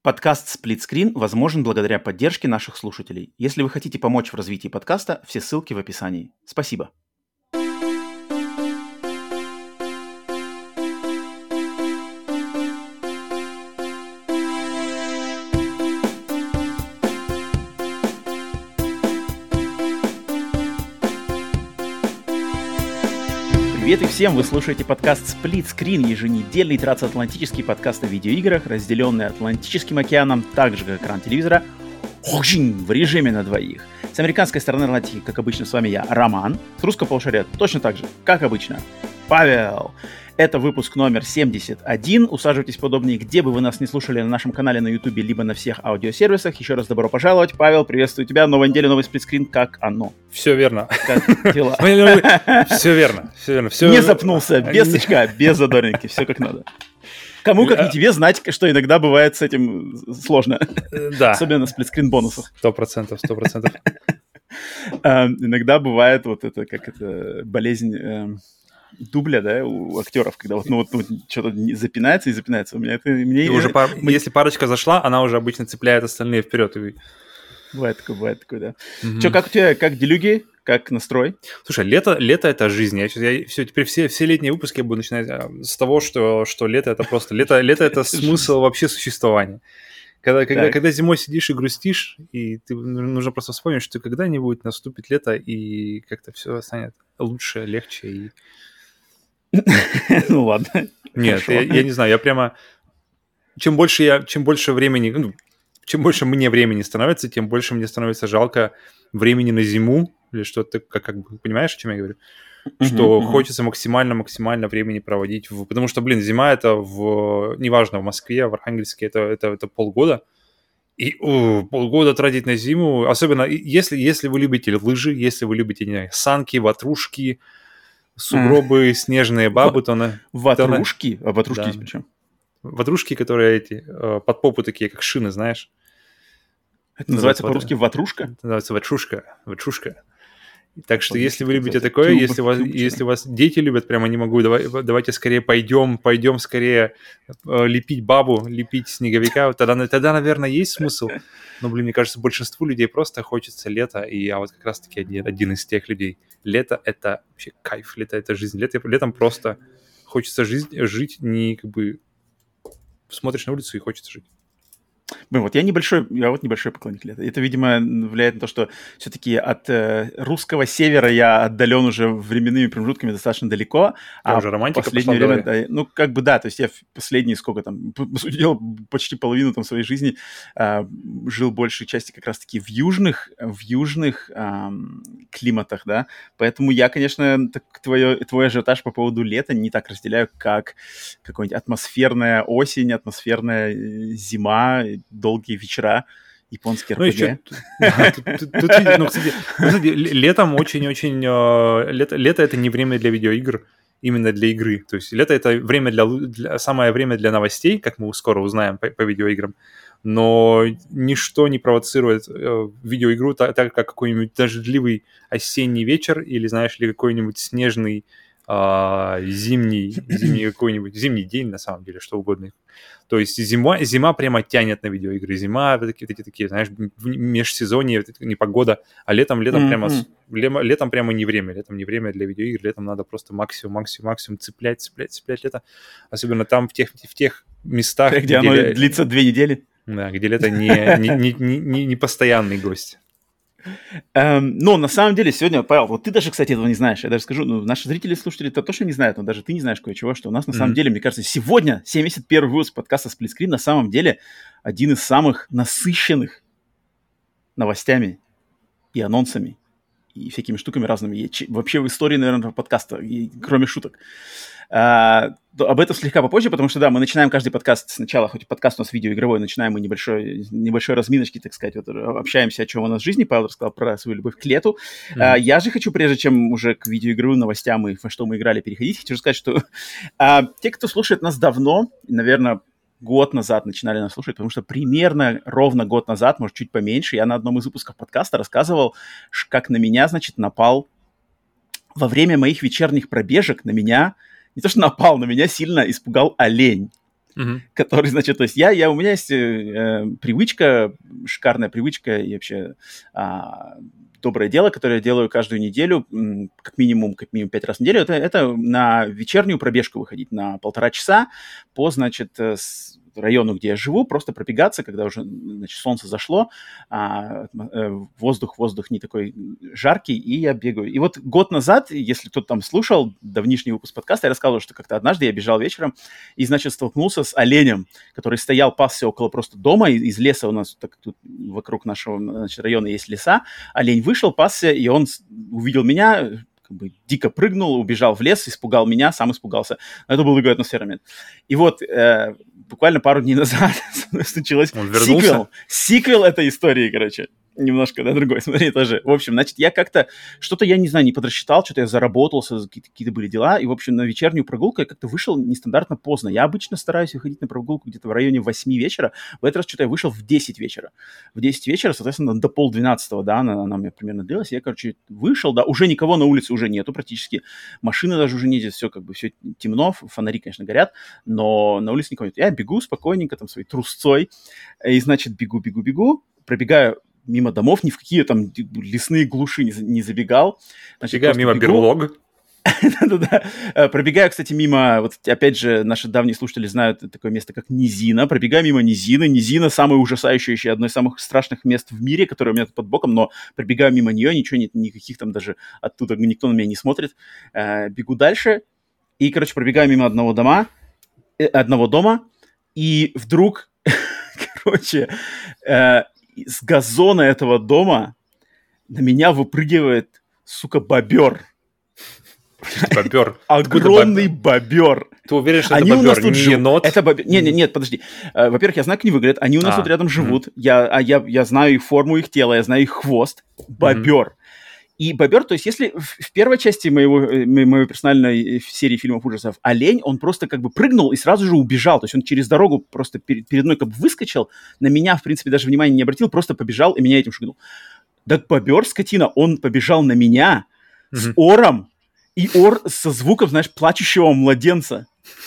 Подкаст «Сплитскрин» возможен благодаря поддержке наших слушателей. Если вы хотите помочь в развитии подкаста, все ссылки в описании. Спасибо. Привет и всем! Вы слушаете подкаст «Сплитскрин», еженедельный трансатлантический подкаст о видеоиграх, разделенный Атлантическим океаном, так же как экран телевизора, в режиме на двоих. С американской стороны Атлантики, как обычно, с вами я, Роман. С русского полушария точно так же, как обычно, Павел. Это выпуск номер 71. Усаживайтесь поудобнее, где бы вы нас не слушали, на нашем канале на YouTube, либо на всех аудиосервисах. Еще раз добро пожаловать. Павел, приветствую тебя. Новая неделя, новый сплитскрин. Как оно? Все верно. Как дела? Все верно. Не запнулся, без сачка, без задоринки. Все как надо. Кому, как не тебе, знать, что иногда бывает с этим сложно. Да. Особенно на сплитскрин бонусах. 100%. Иногда бывает вот это, как это, болезнь... дубля, да, у актеров, когда вот что-то запинается и запинается. У меня это... Если парочка зашла, она уже обычно цепляет остальные вперед. Бывает такое, да. Что, как у тебя, как делюги, как настрой? Слушай, лето это жизнь. Теперь все летние выпуски я буду начинать с того, что лето это просто... Лето это смысл вообще существования. Когда зимой сидишь и грустишь, и ты нужно просто вспомнить, что когда-нибудь наступит лето, и как-то все станет лучше, легче и... Ну ладно. Нет, я не знаю, я прямо... Чем больше времени, чем больше мне времени становится, тем больше мне становится жалко времени на зиму, или что-то, как бы, понимаешь, о чем я говорю? Что хочется максимально времени проводить. Потому что, зима это неважно, в Москве, в Архангельске, это полгода. И полгода тратить на зиму, особенно если вы любите лыжи, если вы любите, не знаю, санки, ватрушки, сугробы, снежные бабы, Ватрушки? А ватрушки да. Есть причем? Ватрушки, которые под попу такие, как шины, знаешь. Это называется по-русски ватрушка? Это называется ватрушка. Так что, если вы любите такое, если у вас дети любят, прямо не могу, давайте скорее пойдем скорее лепить бабу, лепить снеговика, тогда, наверное, есть смысл. Но, мне кажется, большинству людей просто хочется лета, и я вот как раз-таки один из тех людей. Лето — это вообще кайф, лето — это жизнь. Летом просто хочется жить, не как бы смотришь на улицу и хочется жить. Вот я небольшой поклонник лета. Это, видимо, влияет на то, что все-таки от русского севера я отдален уже временными промежутками достаточно далеко. Уже романтика последнее время, то есть я последние, по сути дела, почти половину своей жизни жил большей части как раз-таки в южных климатах, да. Поэтому я, конечно, твой ажиотаж по поводу лета не так разделяю, как какая-нибудь атмосферная осень, атмосферная зима, долгие вечера, японские РПГ. Кстати, летом очень-очень... Лето — это не время для видеоигр, именно для игры. То есть лето — это самое время для новостей, как мы скоро узнаем по видеоиграм, но ничто не провоцирует видеоигру так как какой-нибудь дождливый осенний вечер или, знаешь, или какой-нибудь снежный зимний день, на самом деле, что угодно. То есть зима прямо тянет на видеоигры. Зима, такие, знаешь, межсезонье, непогода, а летом прямо не время. Летом не время для видеоигр, летом надо просто максимум цеплять лето. Особенно там в тех местах, где оно длится 2 недели. Да, где лето не постоянный гость. Но на самом деле сегодня, Павел, вот ты даже, кстати, этого не знаешь. Я даже скажу, наши зрители, слушатели это точно не знают, но даже ты не знаешь кое-чего, что у нас на самом деле, мне кажется, сегодня 71-й выпуск подкаста «Сплитскрин» на самом деле один из самых насыщенных новостями и анонсами и всякими штуками разными. Вообще в истории, наверное, подкаста, кроме шуток. Об этом слегка попозже, потому что, да, мы начинаем каждый подкаст сначала, хоть подкаст у нас видеоигровой, начинаем мы небольшой разминочки, так сказать, вот, общаемся, о чем у нас в жизни. Павел рассказал про свою любовь к лету. Я же хочу, прежде чем уже к видеоигровым новостям и во что мы играли переходить, хочу сказать, что те, кто слушает нас давно, наверное, год назад начинали нас слушать, потому что примерно ровно год назад, может, чуть поменьше, я на одном из выпусков подкаста рассказывал, как на меня, значит, напал во время моих вечерних пробежек, на меня... Не то, что напал, на меня сильно испугал олень. который, значит, то есть у меня есть привычка, шикарная привычка и вообще доброе дело, которое я делаю каждую неделю, как минимум 5 раз в неделю, это на вечернюю пробежку выходить на 1,5 часа по, значит, району, где я живу, просто пробегаться, когда уже, значит, солнце зашло, воздух не такой жаркий, и я бегаю. И вот год назад, если кто-то там слушал давнишний выпуск подкаста, я рассказывал, что как-то однажды я бежал вечером и, значит, столкнулся с оленем, который стоял, пасся около просто дома, из леса у нас, так, тут вокруг нашего, значит, района есть леса, олень вышел, пасся, и он увидел меня, как бы дико прыгнул, убежал в лес, испугал меня, сам испугался. Это был такой атмосферный момент. И вот буквально пару дней назад случилось сиквел этой истории, короче. Немножко, да, другой, смотри, тоже. В общем, значит, я как-то, что-то я, не знаю, не подрасчитал, что-то я заработался, какие-то были дела, и, в общем, на вечернюю прогулку я как-то вышел нестандартно поздно. Я обычно стараюсь выходить на прогулку где-то в районе 8 вечера, в этот раз что-то я вышел в 10 вечера. В 10 вечера, соответственно, до 11:30, да, она у меня примерно длилась, я, короче, вышел, да, уже никого на улице уже нету практически, машины даже уже нет, все как бы, все темно, фонари, конечно, горят, но на улице никого нет. Я бегу спокойненько, там, своей трусцой, и, значит, бегу, пробегаю мимо домов, ни в какие там лесные глуши не забегал. Пробегаю мимо берлог. Да-да-да. Пробегаю, кстати, мимо, вот опять же, наши давние слушатели знают такое место, как Низина. Пробегаю мимо Низины. Низина — самое ужасающее, одно из самых страшных мест в мире, которое у меня тут под боком, но пробегаю мимо нее, ничего нет, никаких там даже оттуда никто на меня не смотрит. Бегу дальше и, короче, пробегаю мимо одного дома, и вдруг, короче, с газона этого дома на меня выпрыгивает, сука, бобер. Бобер? Огромный бобер. Ты уверен, что это бобер, не енот? Это бобер. Нет, подожди. Во-первых, я знаю, как они выглядят. Они у нас тут рядом живут. Я знаю их форму, их тела, я знаю их хвост. Бобер. И бобер, то есть если в первой части моей персональной серии фильмов ужасов олень, он просто как бы прыгнул и сразу же убежал. То есть он через дорогу просто перед мной как бы выскочил, на меня, в принципе, даже внимания не обратил, просто побежал и меня этим шагнул. Так бобер, скотина, он побежал на меня с ором, и ор со звуком, знаешь, плачущего младенца.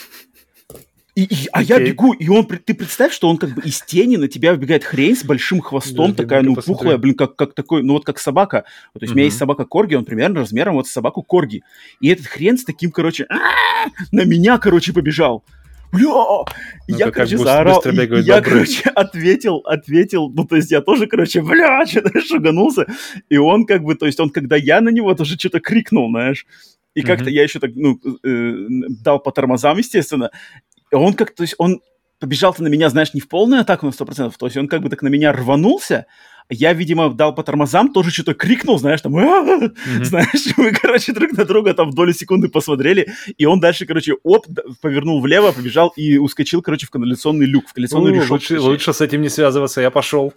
Я бегу, и ты представь, что он как бы из тени на тебя выбегает хрень с большим хвостом, такая, пухлая, как такой, вот как собака. Вот, то есть у меня есть собака Корги, он примерно размером вот с собаку Корги. И этот хрен с таким, короче, на меня, короче, побежал. Бля! Я, короче, заорал, я, короче, ответил, ну, то есть я тоже, короче, что-то шуганулся, и он как бы, то есть он, когда я на него тоже что-то крикнул, знаешь, и как-то я еще так, дал по тормозам, естественно. Он как-то, то есть он побежал-то на меня, знаешь, не в полную атаку на 100%, то есть он как бы так на меня рванулся, я, видимо, дал по тормозам, тоже что-то крикнул, знаешь, там, знаешь, мы, короче, друг на друга там в долю секунды посмотрели, и он дальше, короче, повернул влево, побежал и ускочил, короче, в канализационный люк, в канализационную решетку. Лучше с этим не связываться, я пошел.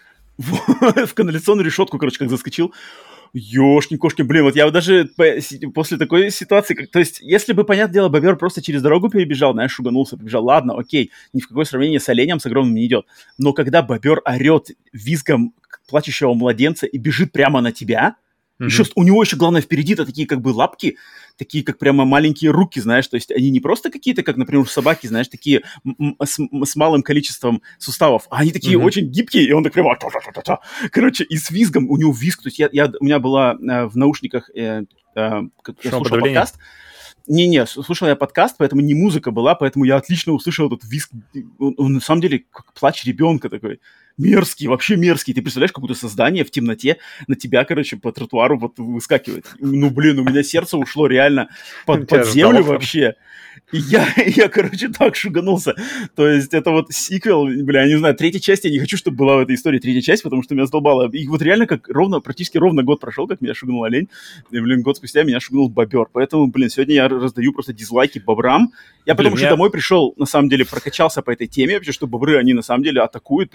В канализационную решетку, короче, как заскочил. Ёшкин-кошкин, блин, вот я даже после такой ситуации, то есть, если бы, понятное дело, бобер просто через дорогу перебежал, знаешь, шуганулся, побежал, ладно, окей, ни в какое сравнение с оленем, с огромным не идет, но когда бобер орет визгом плачущего младенца и бежит прямо на тебя, еще, у него еще, главное, впереди-то такие как бы лапки, такие как прямо маленькие руки, знаешь, то есть они не просто какие-то, как, например, у собаки, знаешь, такие с малым количеством суставов, а они такие очень гибкие, и он так прямо, короче, и с визгом, у него визг, то есть у меня была в наушниках, я слушал подкаст, не, слушал я подкаст, поэтому не музыка была, поэтому я отлично услышал этот визг, он на самом деле как плач ребенка такой. Мерзкий, вообще мерзкий. Ты представляешь, какое-то создание в темноте на тебя, короче, по тротуару вот выскакивает. Ну, блин, у меня сердце ушло реально под землю вообще. И я, короче, так шуганулся. То есть это вот сиквел, бля, я не знаю, третья часть, я не хочу, чтобы была в этой истории третья часть, потому что меня задолбало. И вот реально как практически ровно год прошел, как меня шуганул олень. И, блин, год спустя меня шуганул бобер. Поэтому, блин, сегодня я раздаю просто дизлайки бобрам. Я потом уже домой пришел, на самом деле, прокачался по этой теме, вообще, что бобры, они на самом деле атакуют, причем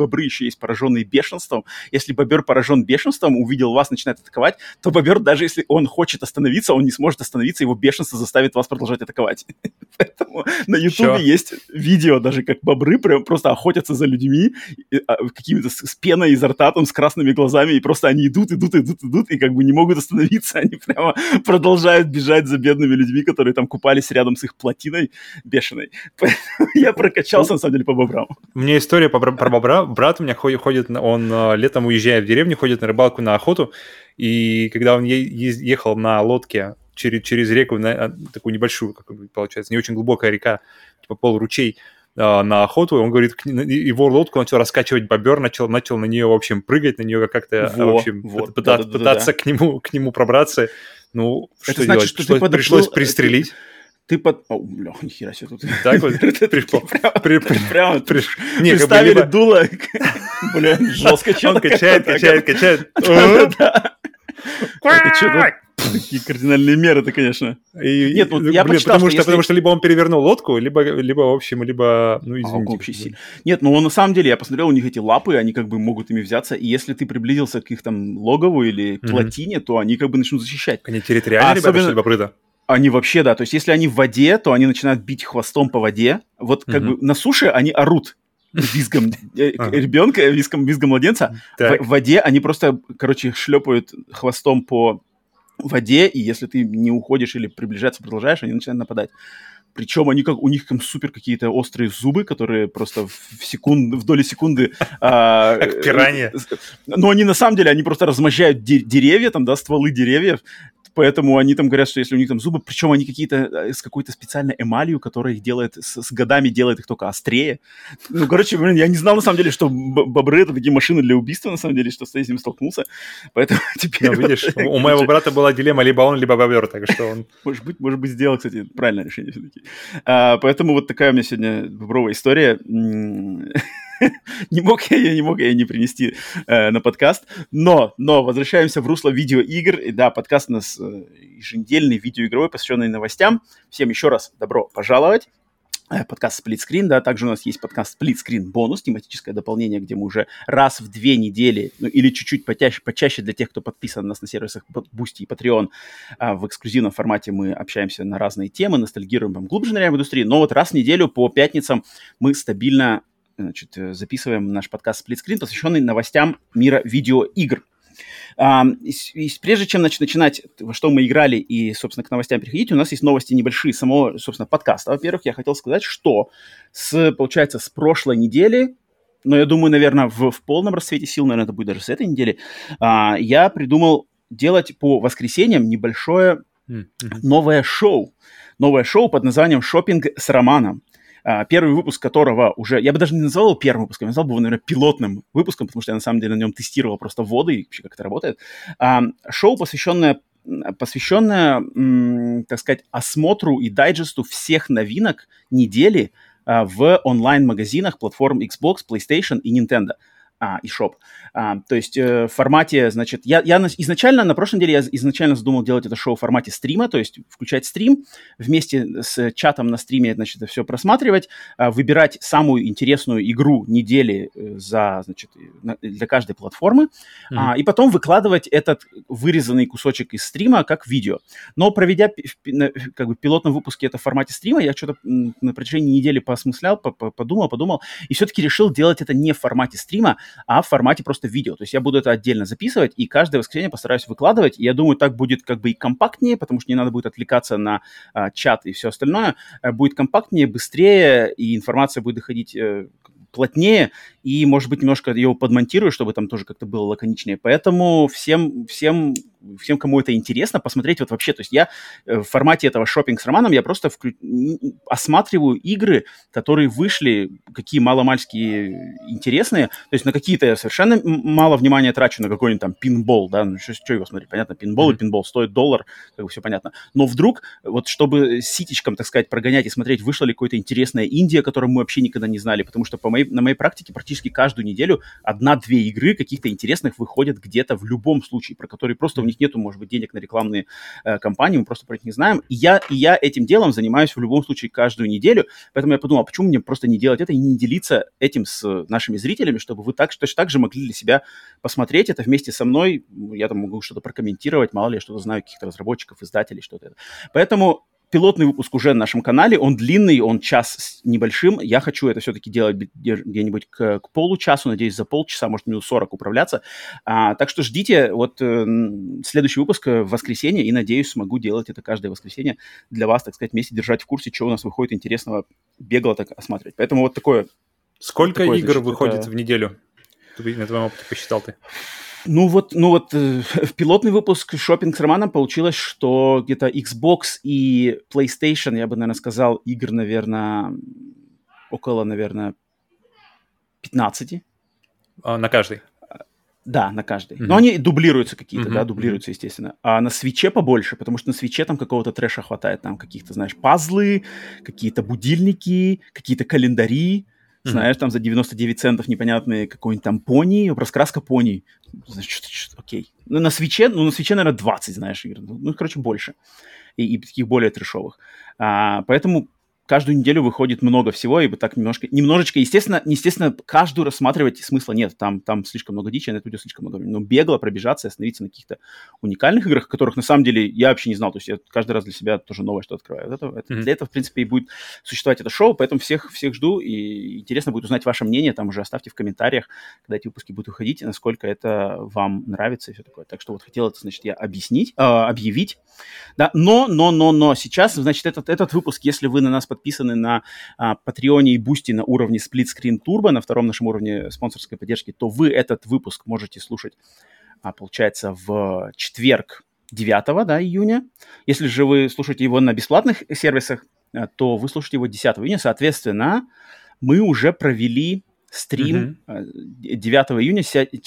бобры еще есть пораженные бешенством. Если бобер поражен бешенством, увидел вас, начинает атаковать, то бобер, даже если он хочет остановиться, он не сможет остановиться, его бешенство заставит вас продолжать атаковать. Поэтому на Ютубе есть видео даже, как бобры прям просто охотятся за людьми, какими-то с пеной изо рта, там, с красными глазами, и просто они идут, и как бы не могут остановиться, они прямо продолжают бежать за бедными людьми, которые там купались рядом с их плотиной бешеной. Поэтому я прокачался, на самом деле, по бобрам. У меня история про бобра. Брат у меня ходит, он летом, уезжая в деревню, ходит на рыбалку, на охоту, и когда он ехал на лодке через реку, такую небольшую, как получается, не очень глубокая река, типа полуручей, на охоту, он говорит, его лодку начал раскачивать бобер, начал на нее, в общем, прыгать на нее, как-то, в общем, пытаться к нему пробраться. Ну, это что значит, делать? что Пришлось пристрелить. Бля, нихера себе тут. Так вот, прямо приставили дуло. Бля, жестко. Он качает. Такие кардинальные меры-то, конечно. Нет, я почитал, потому что либо он перевернул лодку, либо в общем, ну, извините. Нет, он на самом деле, я посмотрел, у них эти лапы, они как бы могут ими взяться, и если ты приблизился к их там логову или плотине, то они как бы начнут защищать. Они территориальные ребята, что ли, бобры-то? Они вообще, да, то есть если они в воде, то они начинают бить хвостом по воде, вот как бы на суше они орут визгом ребенка, визгом младенца, в воде они просто, шлепают хвостом по воде, и если ты не уходишь или приближаться продолжаешь, они начинают нападать. Причем у них там супер какие-то острые зубы, которые просто в доли секунды... Как пиранья. Но они на самом деле, они просто размозжают деревья, там, да, стволы деревьев, поэтому они там говорят, что если у них там зубы, причем они какие-то с какой-то специальной эмалью, которая их делает, с годами делает их только острее. Ну, короче, я не знал на самом деле, что бобры — это такие машины для убийства, на самом деле, что с этим столкнулся. Поэтому теперь... Ну, видишь, у моего брата была дилемма либо он, либо бобер, так что он... Может быть, сделал, кстати, правильное решение все-таки. Поэтому вот такая у меня сегодня бобровая история. Не мог я ее не принести на подкаст, но возвращаемся в русло видеоигр. И да, подкаст у нас еженедельный, видеоигровой, посвященный новостям. Всем еще раз добро пожаловать. Подкаст Split Screen, да, также у нас есть подкаст Split Screen бонус, тематическое дополнение, где мы уже раз в 2 недели, ну или чуть-чуть почаще для тех, кто подписан на нас на сервисах Boosty и Patreon, в эксклюзивном формате мы общаемся на разные темы, ностальгируем, глубже ныряем в индустрию, но вот раз в неделю по пятницам мы стабильно записываем наш подкаст Split Screen, посвященный новостям мира видеоигр. И прежде чем начинать, во что мы играли и, собственно, к новостям переходить, у нас есть новости небольшие самого, собственно, подкаста. Во-первых, я хотел сказать, что получается, с прошлой недели, но я думаю, наверное, в полном расцвете сил, наверное, это будет даже с этой недели, я придумал делать по воскресеньям небольшое новое шоу. Новое шоу под названием «Шопинг с Романом». Первый выпуск которого уже... Я бы даже не назвал его первым выпуском, я назвал бы его, наверное, пилотным выпуском, потому что я, на самом деле, на нем тестировал просто вводы и вообще, как это работает. Шоу, посвященное, так сказать, осмотру и дайджесту всех новинок недели в онлайн-магазинах платформ Xbox, PlayStation и Nintendo. eShop. То есть в формате, значит, я изначально, на прошлой неделе я изначально задумал делать это шоу в формате стрима, то есть включать стрим, вместе с чатом на стриме, значит, это все просматривать, выбирать самую интересную игру недели для каждой платформы, и потом выкладывать этот вырезанный кусочек из стрима как видео. Но проведя как бы в пилотном выпуске это в формате стрима, я что-то на протяжении недели поосмыслял, подумал, и все-таки решил делать это не в формате стрима, а в формате просто видео. То есть я буду это отдельно записывать, и каждое воскресенье постараюсь выкладывать. И я думаю, так будет как бы и компактнее, потому что не надо будет отвлекаться на чат и все остальное. Будет компактнее, быстрее, и информация будет доходить плотнее, и, может быть, немножко ее подмонтирую, чтобы там тоже как-то было лаконичнее. Поэтому всем, кому это интересно, посмотреть вот вообще. То есть я в формате этого шопинг с Романом я просто осматриваю игры, которые вышли, какие маломальские интересные. То есть на какие-то я совершенно мало внимания трачу, на какой-нибудь там пинбол, да, ну что его смотреть, понятно, пинбол и пинбол стоит $1, как бы все понятно. Но вдруг, вот чтобы ситечком, так сказать, прогонять и смотреть, вышла ли какое-то интересное Индия, о котором мы вообще никогда не знали, потому что на моей практике практически каждую неделю 1-2 игры каких-то интересных выходят где-то в любом случае, про которые просто в них нету, может быть, денег на рекламные кампании, мы просто про них не знаем. И я этим делом занимаюсь в любом случае каждую неделю, поэтому я подумал, а почему мне просто не делать это и не делиться этим с нашими зрителями, чтобы вы точно так же могли для себя посмотреть это вместе со мной. Я там могу что-то прокомментировать, мало ли я что-то знаю, каких-то разработчиков, издателей, что-то это. Поэтому пилотный выпуск уже на нашем канале, он длинный, он час с небольшим. Я хочу это все-таки делать где-нибудь к получасу, надеюсь, за полчаса, может, минут 40 управляться. Так что ждите вот следующий выпуск в воскресенье, и, надеюсь, смогу делать это каждое воскресенье для вас, так сказать, вместе держать в курсе, что у нас выходит интересного, бегло так осматривать. Поэтому вот такое. Сколько игр выходит в неделю? Ты на твоем опыте посчитал ты? Ну вот в пилотный выпуск «Шоппинг с Романом» получилось, что где-то Xbox и PlayStation, я бы, наверное, сказал, игр, наверное, около, наверное, 15. На каждый? Да, на каждый. Но они дублируются какие-то, да, дублируются, естественно. А на Свитче побольше, потому что на Свитче там какого-то трэша хватает. Там каких-то, знаешь, пазлы, какие-то будильники, какие-то календари. Знаешь, там за 99 центов непонятные какой-нибудь там пони, раскраска пони. Значит, окей. Ну, на Свитче, наверное, 20, знаешь, игр. Ну, короче, больше. И таких более трэшовых. Поэтому каждую неделю выходит много всего, и вот так немножечко, естественно, каждую рассматривать смысла нет. Там слишком много дичи, на это уйдет слишком много времени. Но бегло пробежаться и остановиться на каких-то уникальных играх, которых на самом деле я вообще не знал. То есть я каждый раз для себя тоже новое что открываю. Для этого, в принципе, и будет существовать это шоу, поэтому всех жду, и интересно будет узнать ваше мнение. Там уже оставьте в комментариях, когда эти выпуски будут выходить, насколько это вам нравится и все такое. Так что вот хотел это, значит, я объявить. Да, но сейчас, значит, этот выпуск, если вы на нас подписаны на Патреоне и Бусти на уровне Split Screen Turbo, на втором нашем уровне спонсорской поддержки, то вы этот выпуск можете слушать, получается, в четверг 9 июня. Если же вы слушаете его на бесплатных сервисах, то вы слушаете его 10 июня. Соответственно, мы уже провели стрим 9 июня,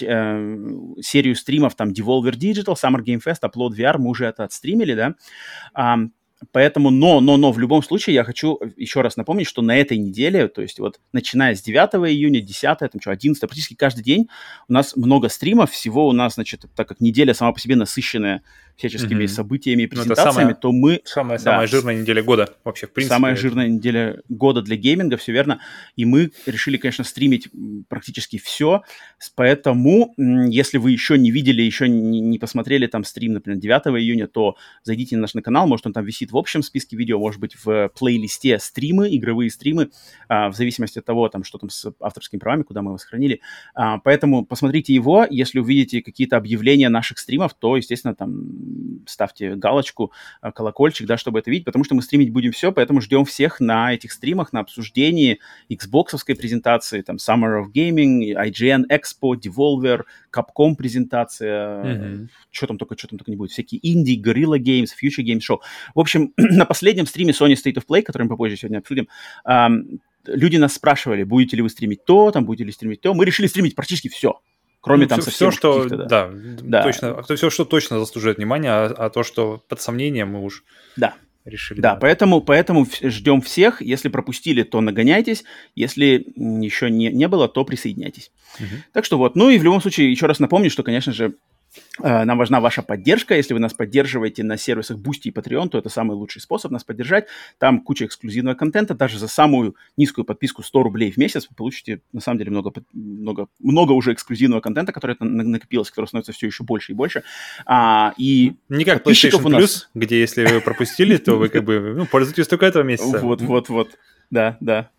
серию стримов там Devolver Digital, Summer Game Fest, Upload VR, мы уже это отстримили, да. Поэтому, но в любом случае я хочу еще раз напомнить, что на этой неделе, то есть вот начиная с 9 июня, 10, там что, 11, практически каждый день у нас много стримов, всего у нас, значит, так как неделя сама по себе насыщенная всяческими событиями и презентациями, то мы... Самая жирная неделя года вообще, в принципе. Самая жирная неделя года для гейминга, все верно. И мы решили, конечно, стримить практически все. Поэтому, если вы еще не видели, еще не посмотрели там стрим, например, 9 июня, то зайдите на наш канал, может, он там висит в общем списке видео, может быть, в плейлисте стримы, игровые стримы, в зависимости от того, там, что там с авторскими правами, куда мы его сохранили. Поэтому посмотрите его. Если увидите какие-то объявления наших стримов, то, естественно, там ставьте галочку, колокольчик, да, чтобы это видеть, потому что мы стримить будем все, поэтому ждем всех на этих стримах, на обсуждении Xbox-овской презентации, там, Summer of Gaming, IGN Expo, Devolver, Capcom презентация, что там только не будет, всякие Indie, Guerrilla Games, Future Games Show. В общем, на последнем стриме Sony State of Play, который мы попозже сегодня обсудим, люди нас спрашивали, будете ли вы стримить то, там, будете ли стримить то. Мы решили стримить практически все. Кроме там совсем все, что, да. Точно, все, что точно заслуживает внимания, а то, что под сомнением, мы уж решили. Да, поэтому ждем всех. Если пропустили, то нагоняйтесь. Если еще не было, то присоединяйтесь. Так что вот. Ну и в любом случае, еще раз напомню, что, конечно же, нам важна ваша поддержка. Если вы нас поддерживаете на сервисах Boosty и Patreon, то это самый лучший способ нас поддержать. Там куча эксклюзивного контента. Даже за самую низкую подписку 100 рублей в месяц вы получите, на самом деле, много уже эксклюзивного контента, который накопилось, который становится все еще больше и больше. И не как PlayStation Plus, где если вы пропустили, то вы как бы пользуетесь только этого месяца. Вот. Да.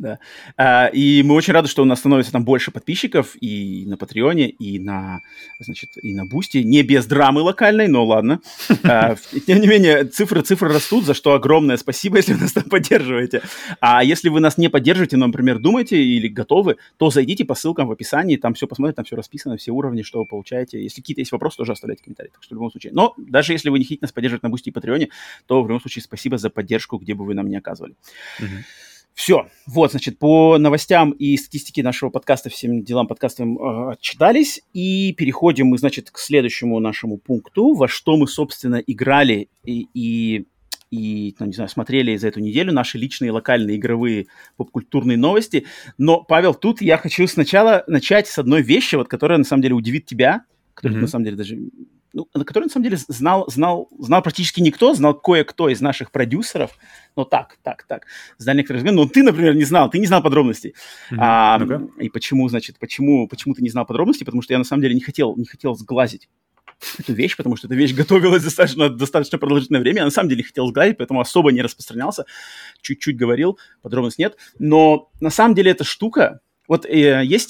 И мы очень рады, что у нас становится там больше подписчиков и на Патреоне, и на Бусти. Не без драмы локальной, но ладно. Тем не менее, цифры растут, за что огромное спасибо, если вы нас там поддерживаете. А если вы нас не поддерживаете, но, например, думаете или готовы, то зайдите по ссылкам в описании, там все посмотрите, там все расписано, все уровни, что вы получаете. Если какие-то есть вопросы, тоже оставляйте комментарии. Так что в любом случае. Но даже если вы не хотите нас поддерживать на Бусти и Патреоне, то в любом случае спасибо за поддержку, где бы вы нам не оказывали. Все, вот, значит, по новостям и статистике нашего подкаста, всем делам подкастовым отчитались, и переходим мы, значит, к следующему нашему пункту, во что мы, собственно, играли и ну, не знаю, смотрели за эту неделю, наши личные локальные игровые поп-культурные новости. Но, Павел, тут я хочу сначала начать с одной вещи, вот, которая, на самом деле, удивит тебя, которая, на самом деле, даже который на самом деле знал практически никто, знал кое-кто из наших продюсеров, но так, знали некоторые, но ты, например, не знал подробностей. И почему ты не знал подробностей? Потому что я на самом деле не хотел сглазить эту вещь, потому что эта вещь готовилась достаточно продолжительное время. Я на самом деле хотел сгладить, поэтому особо не распространялся. Чуть-чуть говорил, подробностей нет. Но на самом деле эта штука... Вот есть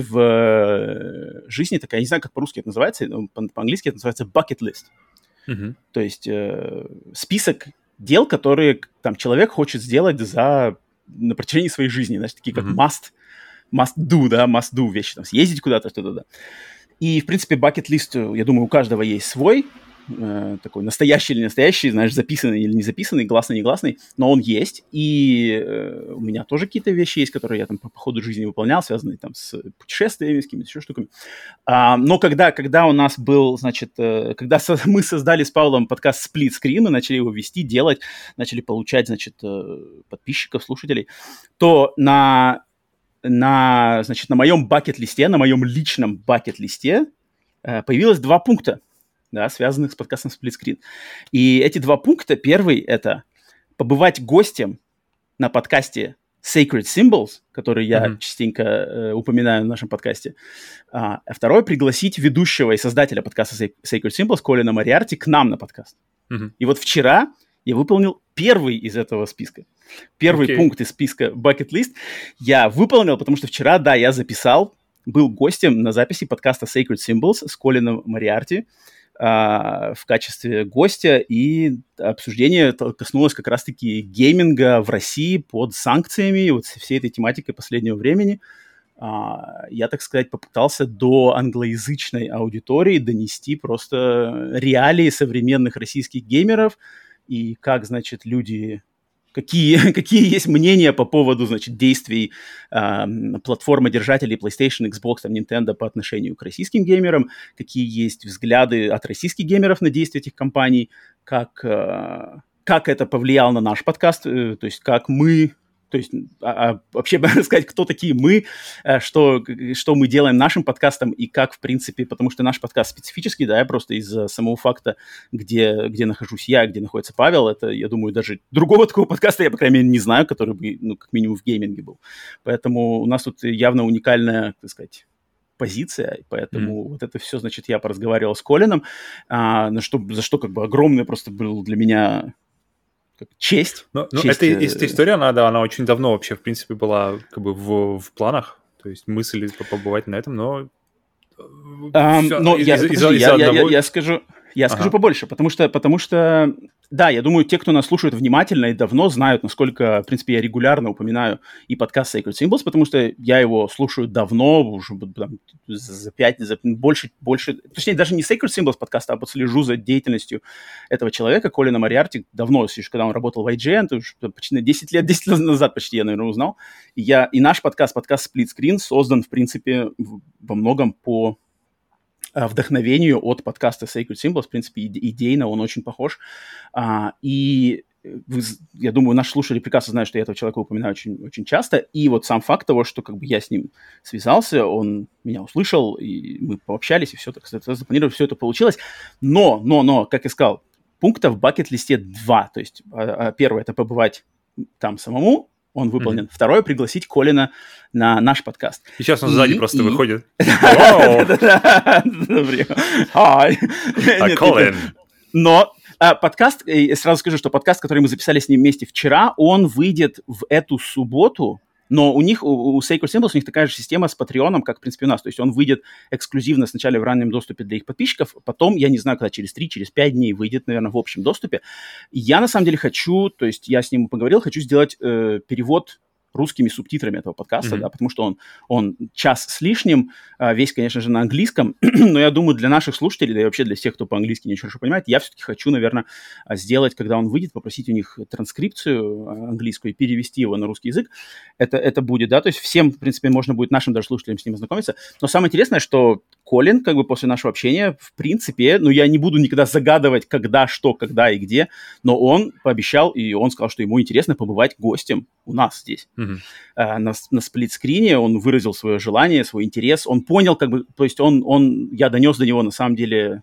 в жизни такая, я не знаю, как по-русски это называется, по-английски это называется bucket list. То есть список дел, которые там человек хочет сделать на протяжении своей жизни. Значит, такие как must do вещи. Там, съездить куда-то, что-то. И, в принципе, bucket-лист, я думаю, у каждого есть свой, такой настоящий или не настоящий, знаешь, записанный или не записанный, гласный, негласный, но он есть. И у меня тоже какие-то вещи есть, которые я там по ходу жизни выполнял, связанные там с путешествиями, с какими-то еще штуками. Но когда у нас был, значит, когда мы создали с Павлом подкаст Split Screen, мы начали его вести, делать, начали получать, значит, подписчиков, слушателей, то на моем бакет-листе, на моем личном бакет-листе появилось 2 пункта, да, связанных с подкастом Split Screen. И эти 2 пункта, первый – это побывать гостем на подкасте Sacred Symbols, который я частенько упоминаю в нашем подкасте. А второй – пригласить ведущего и создателя подкаста Sacred Symbols Колина Мориарти к нам на подкаст. И вот вчера я выполнил первый из этого списка. Первый пункт из списка Bucket List я выполнил, потому что вчера, да, я был гостем на записи подкаста Sacred Symbols с Колином Мориарти в качестве гостя, и обсуждение коснулось как раз-таки гейминга в России под санкциями, и вот всей этой тематикой последнего времени. Я, так сказать, попытался до англоязычной аудитории донести просто реалии современных российских геймеров, и как, значит, люди... Какие есть мнения по поводу, значит, действий платформодержателей PlayStation, Xbox, там, Nintendo по отношению к российским геймерам, какие есть взгляды от российских геймеров на действия этих компаний, как это повлияло на наш подкаст, то есть как мы... То есть вообще сказать, кто такие мы, что мы делаем нашим подкастом и как, в принципе, потому что наш подкаст специфический, да, просто из-за самого факта, где нахожусь я, где находится Павел, это, я думаю, даже другого такого подкаста я, по крайней мере, не знаю, который бы, ну, как минимум в гейминге был. Поэтому у нас тут явно уникальная, так сказать, позиция, и поэтому вот это все, значит, я поразговаривал с Колином, за что как бы огромное просто был для меня... Честь. Эта история, она очень давно вообще, в принципе, была как бы в планах. То есть мысль побывать на этом, но... Я скажу побольше, потому что, да, я думаю, те, кто нас слушает внимательно и давно, знают, насколько, в принципе, я регулярно упоминаю и подкаст Sacred Symbols, потому что я его слушаю давно, уже там, больше, точнее, даже не Sacred Symbols подкаста, а послежу за деятельностью этого человека, Колина Мориарти, давно, еще когда он работал в IGN, то уже почти 10 лет назад почти я, наверное, узнал. И наш подкаст Split Screen создан, в принципе, во многом по вдохновению от подкаста Sacred Symbols. В принципе, идейно он очень похож. И я думаю, наши слушатели прекрасно знают, что я этого человека упоминаю очень, очень часто. И вот сам факт того, что как бы я с ним связался, он меня услышал, и мы пообщались, и все так запланировали, все это получилось. Но, как я сказал, пунктов в бакет-листе 2. То есть первое – это побывать там самому, он выполнен. Второе – пригласить Колина на наш подкаст. И сейчас он сзади просто выходит. Колин. Но подкаст, я сразу скажу, что подкаст, который мы записали с ним вместе вчера, он выйдет в эту субботу, но у Sacred Symbols, у них такая же система с Patreon, как, в принципе, у нас. То есть он выйдет эксклюзивно сначала в раннем доступе для их подписчиков, потом, я не знаю, когда через 3, через 5 дней выйдет, наверное, в общем доступе. И я, на самом деле, то есть я с ним поговорил, хочу сделать перевод русскими субтитрами этого подкаста, да, потому что он час с лишним, весь, конечно же, на английском, но я думаю, для наших слушателей, да и вообще для всех, кто по-английски не очень хорошо понимает, я все-таки хочу, наверное, сделать, когда он выйдет, попросить у них транскрипцию английскую и перевести его на русский язык. Это будет, да, то есть всем, в принципе, можно будет нашим даже слушателям с ним ознакомиться. Но самое интересное, что Колин, как бы после нашего общения, в принципе, я не буду никогда загадывать, когда, что, когда и где, но он пообещал, и он сказал, что ему интересно побывать гостем у нас здесь. На сплитскрине он выразил свое желание, свой интерес, он понял, как бы, то есть я донес до него, на самом деле,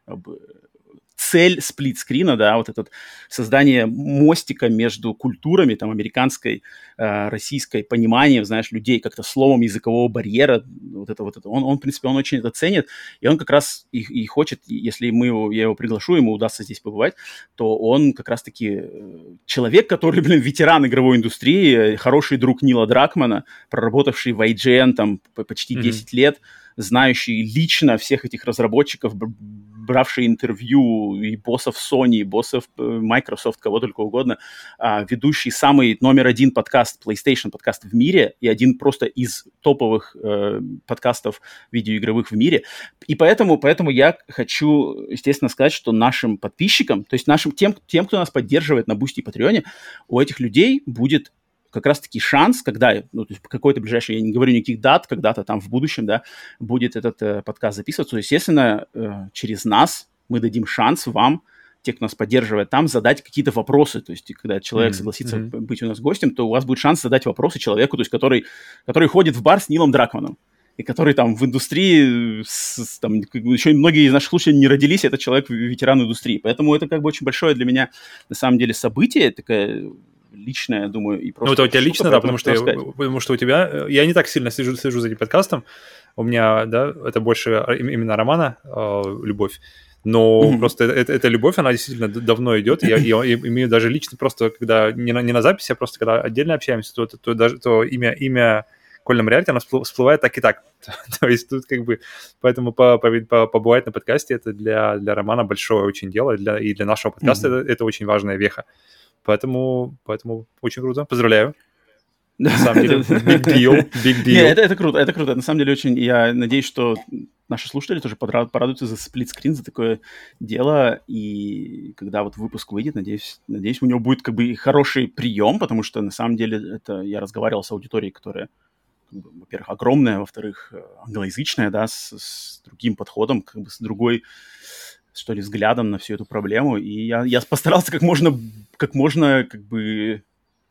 цель сплитскрина, да, вот это создание мостика между культурами, там, американской, российской, пониманием, знаешь, людей как-то словом языкового барьера, вот это. Он, в принципе, он очень это ценит, и он как раз и хочет, если я его приглашу, ему удастся здесь побывать, то он как раз-таки человек, который, ветеран игровой индустрии, хороший друг Нила Дракмана, проработавший в IGN там почти 10 лет, знающий лично всех этих разработчиков, бравший интервью и боссов Sony, и боссов Microsoft, кого только угодно, ведущий самый номер один подкаст, PlayStation подкаст в мире, и один просто из топовых подкастов видеоигровых в мире. И поэтому я хочу, естественно, сказать, что нашим подписчикам, то есть тем, кто нас поддерживает на Boosty и Patreon, у этих людей будет как раз-таки шанс, когда, то есть какой-то ближайший, я не говорю никаких дат, когда-то там в будущем, да, будет этот подкаст записываться, то, естественно, через нас мы дадим шанс вам, те, кто нас поддерживает там, задать какие-то вопросы, то есть когда человек согласится быть у нас гостем, то у вас будет шанс задать вопросы человеку, то есть который ходит в бар с Нилом Дракманом, и который там в индустрии, там, еще многие из наших слушателей не родились, это человек ветеран индустрии, поэтому это как бы очень большое для меня, на самом деле, событие, такое личное, я думаю, и просто... Ну, это у тебя лично, да, потому что у тебя... Я не так сильно слежу за этим подкастом. У меня, да, это больше именно романа любовь. Но просто эта любовь, она действительно давно идет. Я имею даже лично просто, когда не на записи, а просто когда отдельно общаемся, то имя Колина Мориарти, оно всплывает так и так. То есть тут как бы... Поэтому побывать на подкасте, это для романа большое очень дело, и для нашего подкаста это очень важная веха. Поэтому очень круто. Поздравляю. На самом деле, big deal. Нет, это круто. На самом деле, очень... Я надеюсь, что наши слушатели тоже порадуются за сплитскрин, за такое дело. И когда вот выпуск выйдет, надеюсь, у него будет как бы хороший прием, потому что на самом деле это я разговаривал с аудиторией, которая, во-первых, огромная, во-вторых, англоязычная, да, с другим подходом, как бы с другой, что ли, взглядом на всю эту проблему. И я постарался как можно как бы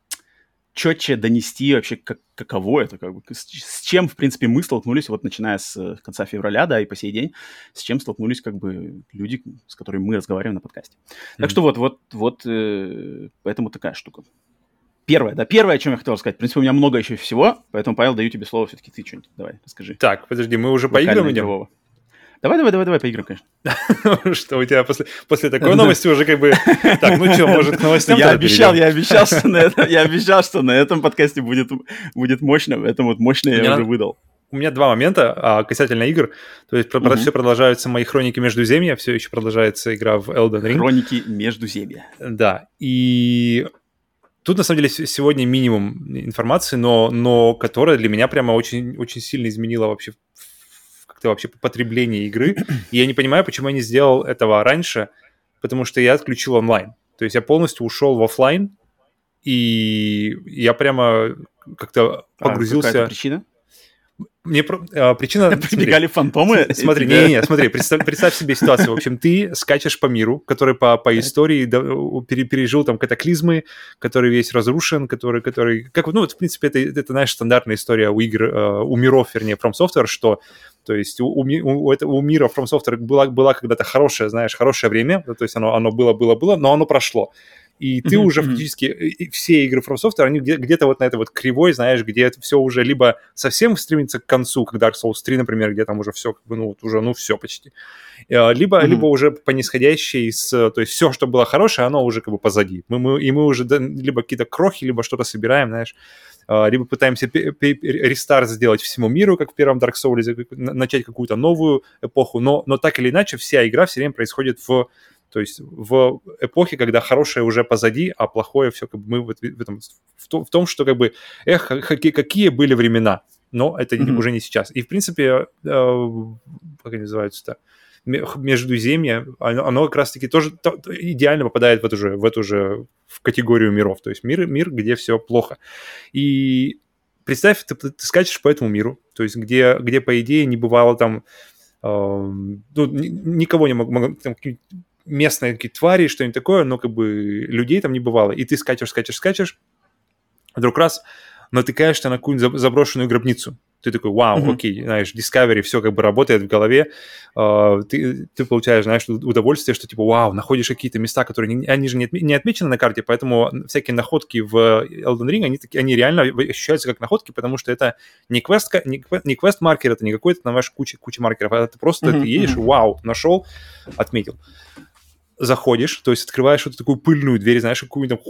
четче донести вообще, каково это, как бы, с чем, в принципе, мы столкнулись, вот начиная с конца февраля, да, и по сей день, с чем столкнулись, как бы, люди, с которыми мы разговариваем на подкасте. Так что вот поэтому такая штука. Первое, о чем я хотел сказать. В принципе, у меня много еще всего, поэтому, Павел, даю тебе слово все-таки. Ты что-нибудь давай, расскажи. Так, подожди, мы уже по играм идем? Давай, поиграем, конечно. Что у тебя после такой новости уже как бы... Так, ну что, может, к новостям? Я обещал, что на этом подкасте будет мощно, поэтому вот мощно я уже выдал. У меня два момента касательно игр. То есть все продолжаются мои хроники Междуземья, все еще продолжается игра в Elden Ring. Хроники Междуземья. Да, и... Тут, на самом деле, сегодня минимум информации, но которая для меня прямо очень, очень сильно изменила вообще как-то вообще потребление игры. И я не понимаю, почему я не сделал этого раньше, потому что я отключил онлайн. То есть я полностью ушел в офлайн, и я прямо как-то погрузился... Какая-то причина? Причина... Прибегали фантомы? Смотри, смотри, представь себе ситуацию. В общем, ты скачешь по миру, который по истории пережил там катаклизмы, который весь разрушен, который... Ну, вот, в принципе, это, знаешь, стандартная история у игр, у миров, вернее, From Software, что... То есть у мира From Software была когда-то хорошее время, то есть оно было, но оно прошло. И ты уже фактически, все игры From Software, они где-то вот на этой вот кривой, знаешь, где это все уже либо совсем стремится к концу, как Dark Souls 3, например, где там уже все, как бы, все почти. Либо уже по нисходящей, то есть все, что было хорошее, оно уже как бы позади. Мы уже либо какие-то крохи, либо что-то собираем, знаешь, либо пытаемся рестарт сделать всему миру, как в первом Dark Souls, начать какую-то новую эпоху, но так или иначе вся игра все время происходит в эпохе, когда хорошее уже позади, а плохое все как бы мы в том, что как бы, какие были времена, но это уже не сейчас. И в принципе, как они называются-то, Междуземье, оно как раз-таки тоже идеально попадает в эту же в категорию миров, то есть мир, где все плохо. И представь, ты скачешь по этому миру, то есть где по идее не бывало там, никого не могло, там местные какие-то твари, что-нибудь такое, но как бы людей там не бывало. И ты скачешь, вдруг раз натыкаешься на какую-нибудь заброшенную гробницу. Ты такой, вау, окей, знаешь, Discovery, все как бы работает в голове, ты получаешь, знаешь, удовольствие, что типа, вау, находишь какие-то места, которые, они же не отмечены на карте, поэтому всякие находки в Elden Ring, они реально ощущаются как находки, потому что это не квест-маркер, это не какой-то, знаешь, куча маркеров, а это просто ты едешь, вау, нашел, отметил. Заходишь, то есть открываешь вот такую пыльную дверь, знаешь, какую-нибудь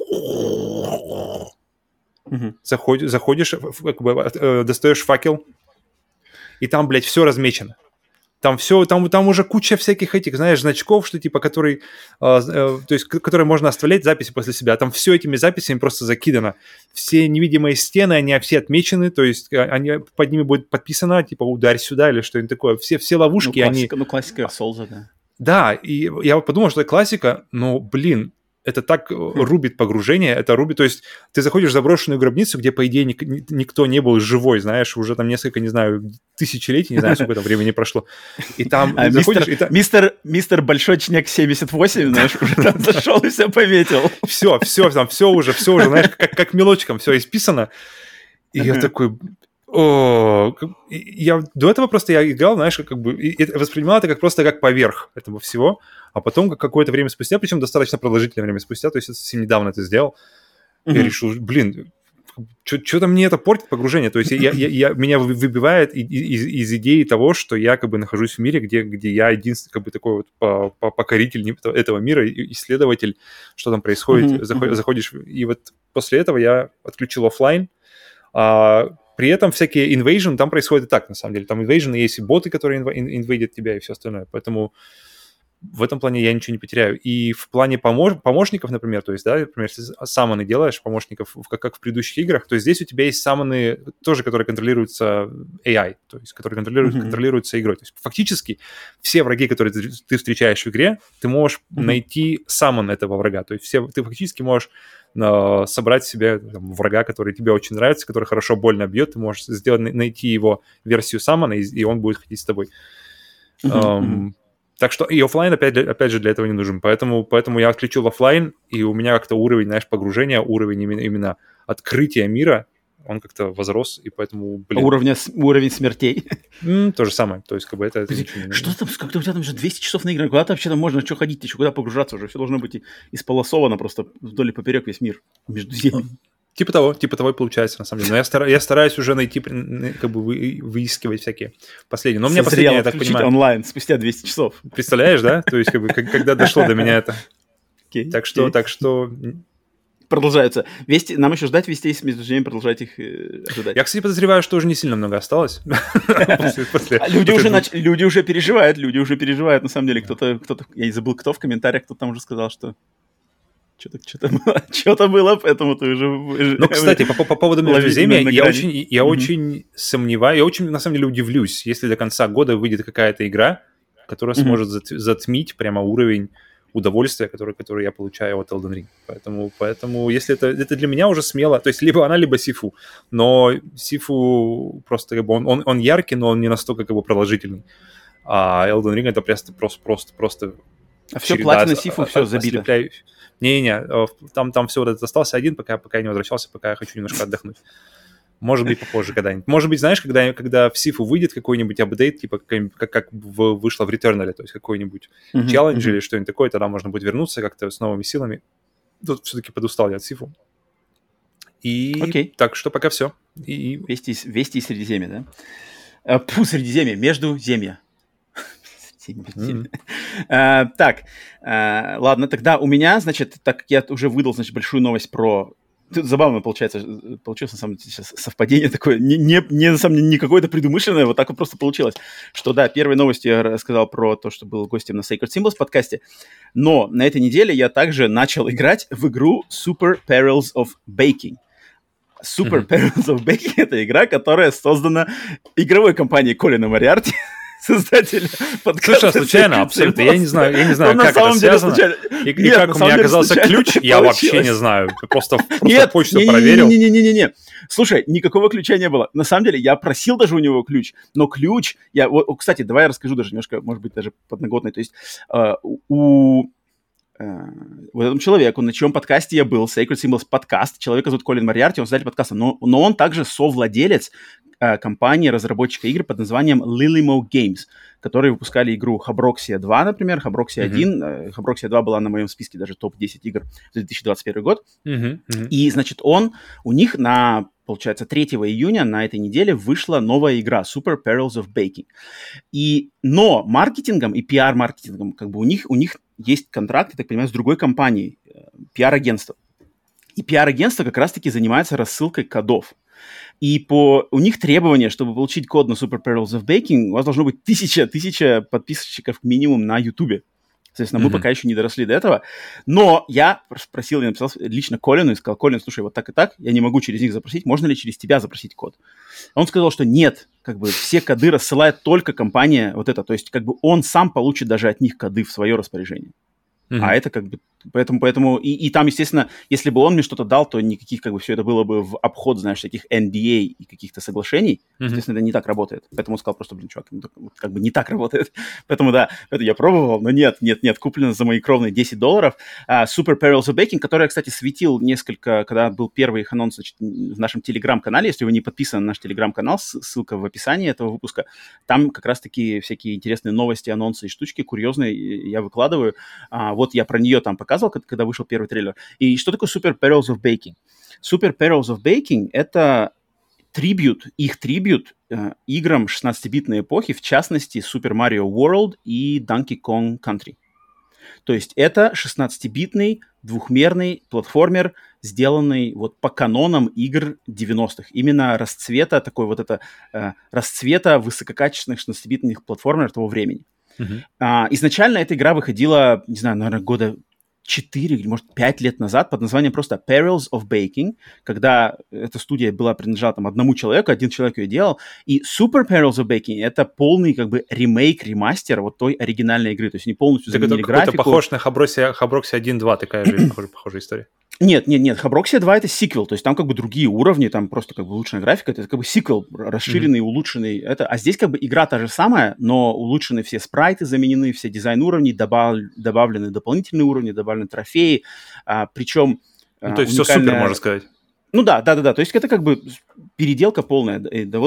заходишь, как бы, достаешь факел, и там, блядь, все размечено. Там все, там уже куча всяких этих, знаешь, значков, что типа, которые можно оставлять записи после себя. Там все этими записями просто закидано. Все невидимые стены, они все отмечены, то есть под ними будет подписано, типа, ударь сюда или что-нибудь такое. Все ловушки, классика Солза, да. Да, и я подумал, что это классика, но, блин, это так рубит погружение, это рубит, то есть ты заходишь в заброшенную гробницу, где, по идее, никто не был живой, знаешь, уже там несколько, не знаю, тысячелетий, не знаю, сколько там времени прошло, и там заходишь... Мистер Большочник 78, знаешь, уже там зашел и все пометил. Все, там все уже, знаешь, как мелочком все исписано, и я такой... я до этого просто я играл, знаешь, как бы воспринимал это просто как поверх этого всего, а потом какое-то время спустя, причем достаточно продолжительное время спустя, то есть совсем недавно это сделал, я решил, блин, что-то мне это портит погружение, то есть меня выбивает из идеи того, что я как бы нахожусь в мире, где я единственный как бы такой вот покоритель этого мира, исследователь, что там происходит, заходишь, и вот после этого я отключил офлайн. При этом всякие invasion там происходит и так, на самом деле. Там invasion, есть и боты, которые инвейдят тебя и все остальное. Поэтому в этом плане я ничего не потеряю. И в плане помощников, например, то есть, да, например, если саммоны делаешь, помощников, как в предыдущих играх, то здесь у тебя есть саммоны тоже, которые контролируются AI, то есть, которые контролируются игрой. То есть, фактически все враги, которые ты встречаешь в игре, ты можешь найти саммон этого врага. То есть, ты фактически можешь собрать себе там, врага, который тебе очень нравится, который хорошо больно бьет, ты можешь найти его версию саммона, и он будет ходить с тобой. Так что и офлайн, опять же, для этого не нужен. Поэтому я отключил офлайн, и у меня как-то уровень, знаешь, погружения, уровень именно открытия мира, он как-то возрос, и поэтому, блин... Уровень смертей? То же самое. То есть, как бы это ничего не... Что там, как-то у тебя там уже 200 часов на игры, куда там вообще там можно, что ходить, еще куда погружаться уже? Все должно быть исполосовано просто вдоль и поперек весь мир между землями. Типа того и получается, на самом деле. Но я стараюсь уже найти, как бы выискивать всякие последние. Но у меня последнее, я так понимаю... онлайн спустя 200 часов. Представляешь, да? То есть, как бы, когда дошло до меня это. Так что... Продолжаются. Нам еще ждать вестей между ними, продолжать их ожидать. Я, кстати, подозреваю, что уже не сильно много осталось. Люди уже переживают, на самом деле. Кто-то, я не забыл, кто в комментариях, кто там уже сказал, что что-то было, поэтому ты уже... Ну, кстати, по поводу Междуземья, я очень сомневаюсь, я очень, на самом деле, удивлюсь, если до конца года выйдет какая-то игра, которая сможет затмить прямо уровень удовольствия, которое я получаю от Elden Ring. Поэтому если это для меня уже смело, то есть либо она, либо Сифу. Но Сифу просто как бы он яркий, но он не настолько как бы продолжительный. А Elden Ring это просто а все платина Сифу, все забито. Не-не, там все вот этот остался один, пока я не возвращался, пока я хочу немножко отдохнуть. Может быть, попозже когда-нибудь. Может быть, знаешь, когда в Сифу выйдет какой-нибудь апдейт, типа как вышло в Returnal, то есть какой-нибудь челлендж или что-нибудь такое, тогда можно будет вернуться как-то с новыми силами. Тут все-таки подустал я от Сифу. И так что пока все. Вести из Средиземья, да? Средиземья, Междуземья. Так, ладно, тогда у меня, значит, так как я уже выдал, значит, большую новость про... Тут забавно получилось, на самом деле, сейчас совпадение такое, не на самом деле, не какое-то предумышленное, вот так вот просто получилось, что, да, первой новостью я рассказал про то, что был гостем на Sacred Symbols подкасте, но на этой неделе я также начал играть в игру Super Perils of Baking. Super Perils of Baking — это игра, которая создана игровой компанией Колина Мориарти, создатель подкаста. Слушай, случайно, абсолютно. Я не знаю, как это связано. И как у меня оказался ключ, я вообще не знаю. Просто почту проверил. Не-не-не. Слушай, никакого ключа не было. На самом деле, я просил даже у него ключ, но ключ... Кстати, давай я расскажу даже немножко, может быть, даже подноготный. То есть у вот этому человеку, на чьем подкасте я был, Sacred Symbols подкаст, человека зовут Колин Мориарти, он создатель подкаста, но он также совладелец компании разработчика игр под названием Lilimo Games, которые выпускали игру Habroxia 2, например, Habroxia 1. Habroxia 2 была на моем списке даже топ-10 игр за 2021 год. И, значит, у них получается, 3 июня на этой неделе вышла новая игра Super Perils of Baking. Но маркетингом и пиар-маркетингом как бы у них есть контракт, я так понимаю, с другой компанией, пиар-агентством. И пиар-агентство как раз-таки занимается рассылкой кодов. И у них требование, чтобы получить код на Super Perils of Baking, у вас должно быть 1000 подписчиков минимум на YouTube. Соответственно, мы пока еще не доросли до этого. Но я спросил, я написал лично Колину и сказал: Колин, слушай, вот так и так, я не могу через них запросить, можно ли через тебя запросить код? Он сказал, что нет, как бы все коды рассылает только компания вот эта, то есть как бы он сам получит даже от них коды в свое распоряжение. А это как бы, поэтому, и там, естественно, если бы он мне что-то дал, то никаких, как бы, все это было бы в обход, знаешь, таких NDA и каких-то соглашений. Естественно, это не так работает. Поэтому он сказал просто: блин, чувак, как бы не так работает. Поэтому, да, это я пробовал, но нет, куплено за мои кровные $10. Super Perils of Baking, который я, кстати, светил несколько, когда был первый их анонс, значит, в нашем Телеграм-канале. Если вы не подписаны на наш Телеграм-канал, ссылка в описании этого выпуска. Там как раз-таки всякие интересные новости, анонсы и штучки курьезные я выкладываю. Вот я про нее там показывал, когда вышел первый трейлер. И что такое Super Perils of Baking? Super Perils of Baking — это их трибьют играм 16-битной эпохи, в частности, Super Mario World и Donkey Kong Country. То есть это 16-битный двухмерный платформер, сделанный вот по канонам игр 90-х. Именно расцвета высококачественных 16-битных платформеров того времени. Изначально эта игра выходила, не знаю, наверное, года 4 или, может, 5 лет назад под названием просто Perils of Baking, когда эта студия принадлежала там одному человеку, один человек ее делал. И Super Perils of Baking — это полный как бы ремастер вот той оригинальной игры. То есть они полностью заменили графику. Это похож на Habroxia 1.2, такая же похожая история. Нет, Habroxia 2 — это сиквел, то есть там как бы другие уровни, там просто как бы улучшенная графика, это как бы сиквел, расширенный, улучшенный. А здесь как бы игра та же самая, но улучшены все спрайты, заменены все дизайн уровней, добавлены дополнительные уровни, добавлены трофеи, причем... то есть все супер, можно сказать. Ну да, то есть это как бы переделка полная,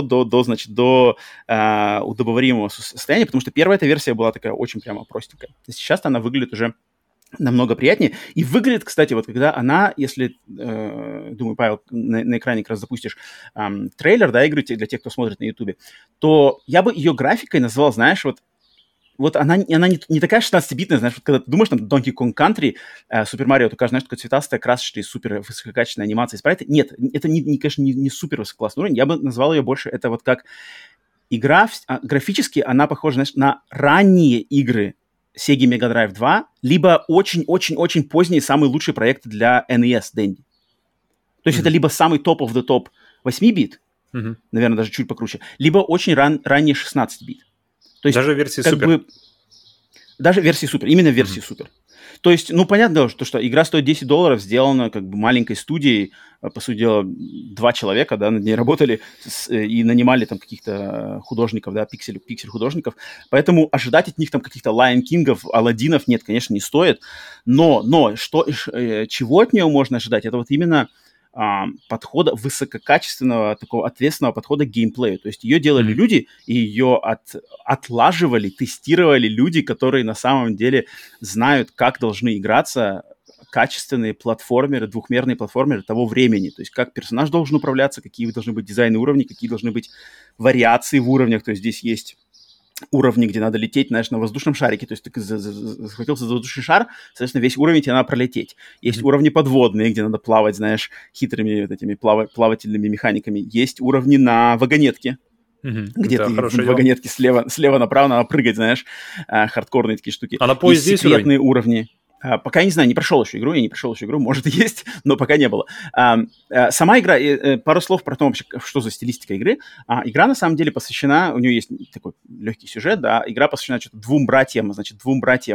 до удобоваримого состояния, потому что первая эта версия была такая очень прямо простенькая. Сейчас она выглядит уже намного приятнее. И выглядит, кстати, вот когда она, если, думаю, Павел, на экране как раз запустишь трейлер, да, игры для тех, кто смотрит на Ютубе, то я бы ее графикой назвал, знаешь, вот она не такая 16-битная, знаешь, вот когда ты думаешь, там, Donkey Kong Country, Super Mario, такая, знаешь, такая цветастая, красочная, супер высококачественная анимация и спрайты. Нет, это, конечно, не супер высококлассный уровень. Я бы назвал ее больше, это вот как игра, графически она похожа, знаешь, на ранние игры Sega Mega Drive 2, либо очень-очень-очень поздние самые лучшие проекты для NES Dendy. То есть это либо самый топ of the top 8-бит, наверное, даже чуть покруче, либо очень ранние 16-бит. То есть, даже версии Супер. Даже версии Супер, именно версии Супер. То есть, ну, понятно, что игра стоит $10, сделана как бы маленькой студией, по сути дела, 2 человека, да, над ней работали и нанимали там каких-то художников, да, пиксель-художников, поэтому ожидать от них там каких-то Lion King'ов, Аладдинов нет, конечно, не стоит, но чего от нее можно ожидать, это вот именно подхода, высококачественного, такого ответственного подхода к геймплею. То есть ее делали люди, и ее отлаживали, тестировали люди, которые на самом деле знают, как должны играться качественные платформеры, двухмерные платформеры того времени. То есть как персонаж должен управляться, какие должны быть дизайны уровней, какие должны быть вариации в уровнях. То есть здесь есть уровни, где надо лететь, знаешь, на воздушном шарике. То есть ты захватился за воздушный шар, соответственно, весь уровень тебе надо пролететь. Есть уровни подводные, где надо плавать, знаешь, хитрыми вот этими плавательными механиками. Есть уровни на вагонетке, где ты в вагонетке слева направо надо прыгать, знаешь, хардкорные такие штуки. А на поезде есть секретные уровни. Пока я не знаю, я не прошел еще игру, может и есть, но пока не было. Сама игра, пару слов про то вообще, что за стилистика игры. Игра на самом деле посвящена, у нее есть такой легкий сюжет, да, игра посвящена двум братьям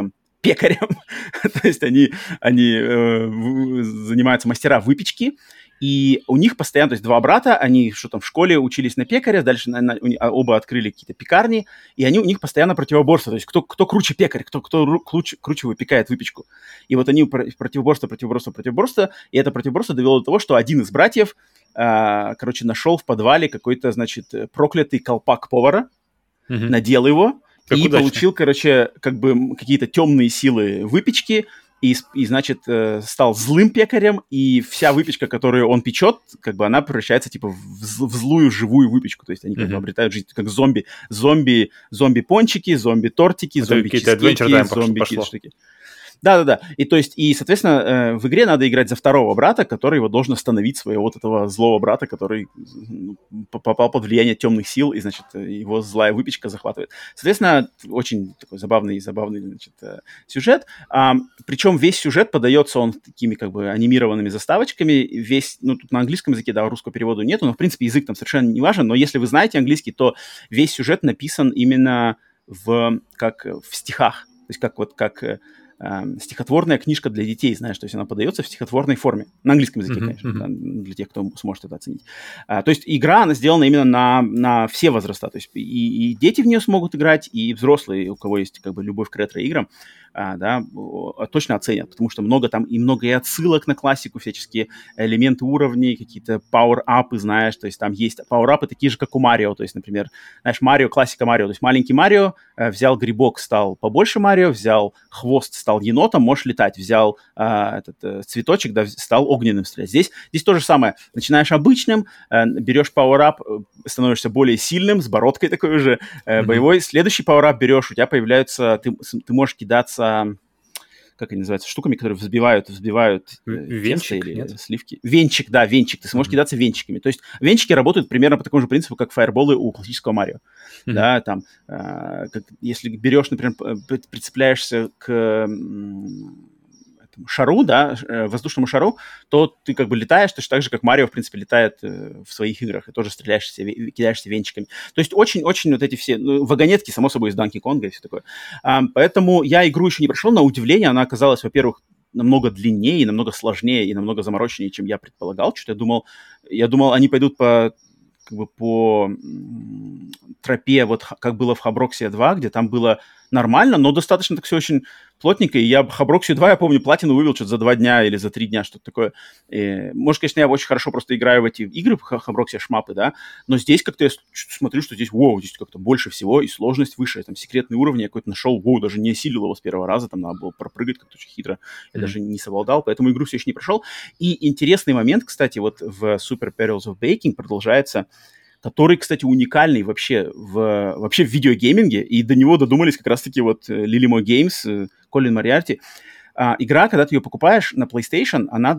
пекарям, то есть они занимаются мастера выпечки, И у них постоянно, то есть два брата, они что там в школе учились на пекаря, дальше оба открыли какие-то пекарни, и у них постоянно противоборство, то есть кто круче пекарь, кто круче выпекает выпечку. И вот они противоборство, и это противоборство довело до того, что один из братьев, нашел в подвале какой-то, значит, проклятый колпак повара, надел его, как и удачно получил, какие-то темные силы выпечки, и, значит, стал злым пекарем, и вся выпечка, которую он печет, она превращается, типа, в злую живую выпечку. То есть они, обретают жизнь, как зомби-пончики, зомби-тортики, зомби-чизкейки, зомби-штуки. Да. И, соответственно, в игре надо играть за второго брата, который вот должен остановить своего вот этого злого брата, который попал под влияние темных сил, и, значит, его злая выпечка захватывает. Соответственно, очень такой забавный, значит, сюжет. Причем весь сюжет подается он такими, анимированными заставочками. Тут на английском языке, да, русского перевода нету, но, в принципе, язык там совершенно не важен. Но если вы знаете английский, то весь сюжет написан именно в стихах. То есть как стихотворная книжка для детей, знаешь, то есть она подается в стихотворной форме. На английском языке, конечно, да, для тех, кто сможет это оценить. То есть игра, она сделана именно на все возраста. То есть и дети в нее смогут играть, и взрослые, у кого есть любовь к ретро-играм, точно оценят, потому что много и отсылок на классику, всяческие элементы уровней, какие-то пауэр-апы, знаешь, то есть там есть пауэр-апы такие же, как у Марио, то есть, например, знаешь, Марио, классика Марио, то есть маленький Марио взял грибок, стал побольше Марио, взял хвост, стал енотом, можешь летать, взял цветочек, да, стал огненным стрелять. Здесь то же самое, начинаешь обычным, берешь пауэр-ап, становишься более сильным, с бородкой такой уже, боевой, следующий пауэр-ап берешь, у тебя появляются, ты можешь кидаться, как они называются, штуками, которые взбивают венчик или сливки. Венчик, ты сможешь кидаться венчиками. То есть венчики работают примерно по такому же принципу, как фаерболы у классического Марио. Да, там, если берешь, например, прицепляешься к шару, да, воздушному шару, то ты летаешь точно так же, как Марио, в принципе, летает в своих играх, и тоже стреляешься, кидаешься венчиками. То есть очень-очень вот эти все вагонетки, само собой, из Donkey Kong и все такое. Поэтому я игру еще не прошел, на удивление она оказалась, во-первых, намного длиннее, намного сложнее и намного замороченнее, чем я предполагал. Что-то я думал, они пойдут по тропе, вот как было в Хаброксия 2, где там было нормально, но достаточно так все очень плотненько. И я Хаброксию 2, я помню, платину вывел что-то за 2 дня или за 3 дня, что-то такое. Может, конечно, я очень хорошо просто играю в эти игры, Хаброксия шмапы, да, но здесь как-то я смотрю, что здесь, здесь как-то больше всего, и сложность выше. Там секретный уровень я какой-то нашел, даже не осилил его с первого раза, там надо было пропрыгать как-то очень хитро. Я даже не совладал, поэтому игру все еще не прошел. И интересный момент, кстати, вот в Super Perils of Baking продолжается, который, кстати, уникальный вообще в видеогейминге, и до него додумались как раз-таки вот Lilimo Games, Колин Мориарти. Игра, когда ты ее покупаешь на PlayStation, она,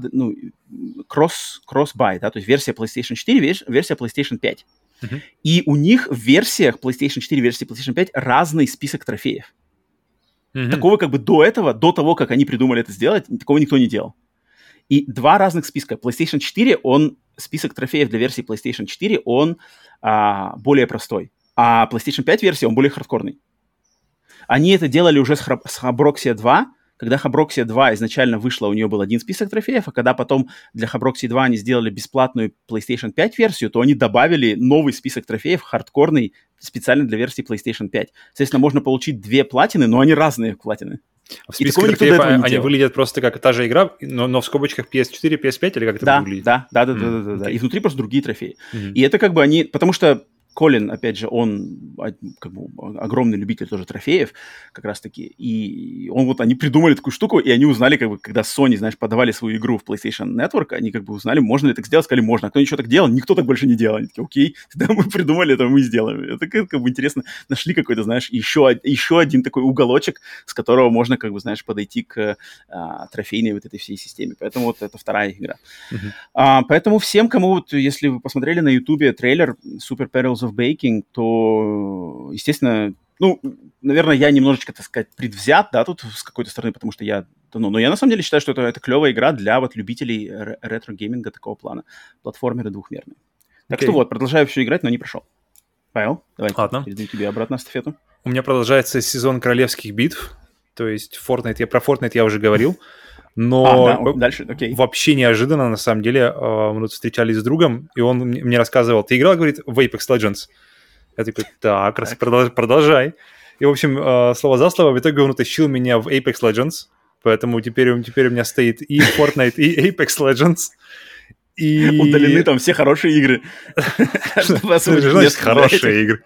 cross-buy, да, то есть версия PlayStation 4, версия PlayStation 5. И у них в версиях PlayStation 4 и версии PlayStation 5 разный список трофеев. Такого до того, как они придумали это сделать, такого никто не делал. И два разных списка. PlayStation 4, список трофеев для версии PlayStation 4, он более простой. А PlayStation 5 версия, он более хардкорный. Они это делали уже с Хаброксия 2, когда Хаброксия 2 изначально вышла, у нее был один список трофеев, а когда потом для Хаброксии 2 они сделали бесплатную PlayStation 5 версию, то они добавили новый список трофеев, хардкорный, специально для версии PlayStation 5. Соответственно, можно получить 2 платины, но они разные платины. В списке трофеев они выглядят просто как та же игра, но в скобочках PS4, PS5 или как это выглядит? Да. И внутри просто другие трофеи. И это они... Потому что Колин, опять же, он огромный любитель тоже трофеев, как раз-таки, и они придумали такую штуку, и они узнали, когда Sony, знаешь, подавали свою игру в PlayStation Network, они узнали, можно ли так сделать, сказали, можно. А кто ничего так делал? Никто так больше не делал. Они такие, окей, тогда мы придумали это, мы сделаем. Это интересно, нашли какой-то, знаешь, еще один такой уголочек, с которого можно, знаешь, подойти к трофейной вот этой всей системе. Поэтому вот это вторая игра. Поэтому всем, кому, если вы посмотрели на YouTube трейлер Super Perils of Baking, то, естественно, наверное, я немножечко, так сказать, предвзят, да, тут с какой-то стороны, потому что но я на самом деле считаю, что это клевая игра для любителей ретро-гейминга такого плана. Платформеры двухмерные. Так что продолжаю все играть, но не прошел. Павел, давай передаю тебе обратно эстафету. У меня продолжается сезон королевских битв, то есть Fortnite, про Fortnite я уже говорил. Но дальше, окей. Вообще неожиданно, на самом деле, мы тут встречались с другом, и он мне рассказывал, ты играл, говорит, в Apex Legends? Я такой, так. Продолжай. И, в общем, слово за слово, в итоге он утащил меня в Apex Legends, поэтому теперь у меня стоит и Fortnite, и Apex Legends. И... Удалены там все хорошие игры. Значит, хорошие игры.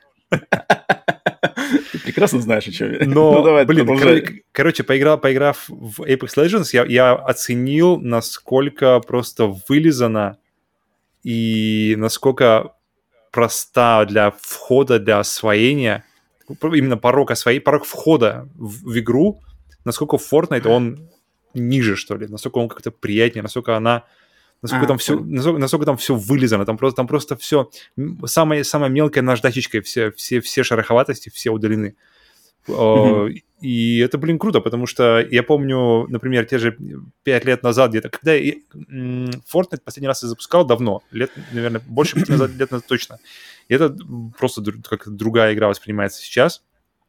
Ты прекрасно знаешь, о чем я. Но, короче, поиграв в Apex Legends, я оценил, насколько просто вылизано и насколько проста для входа, для освоения, именно порог входа в игру, насколько Fortnite, он ниже, что ли, насколько он как-то приятнее, насколько там все вылизано, там просто все, самая мелкая наждачечкой, все шероховатости, все удалены. И это, блин, круто, потому что я помню, например, те же 5 лет назад где-то, когда я Fortnite последний раз я запускал давно, наверное, больше 5 лет назад точно. И это просто как другая игра воспринимается сейчас.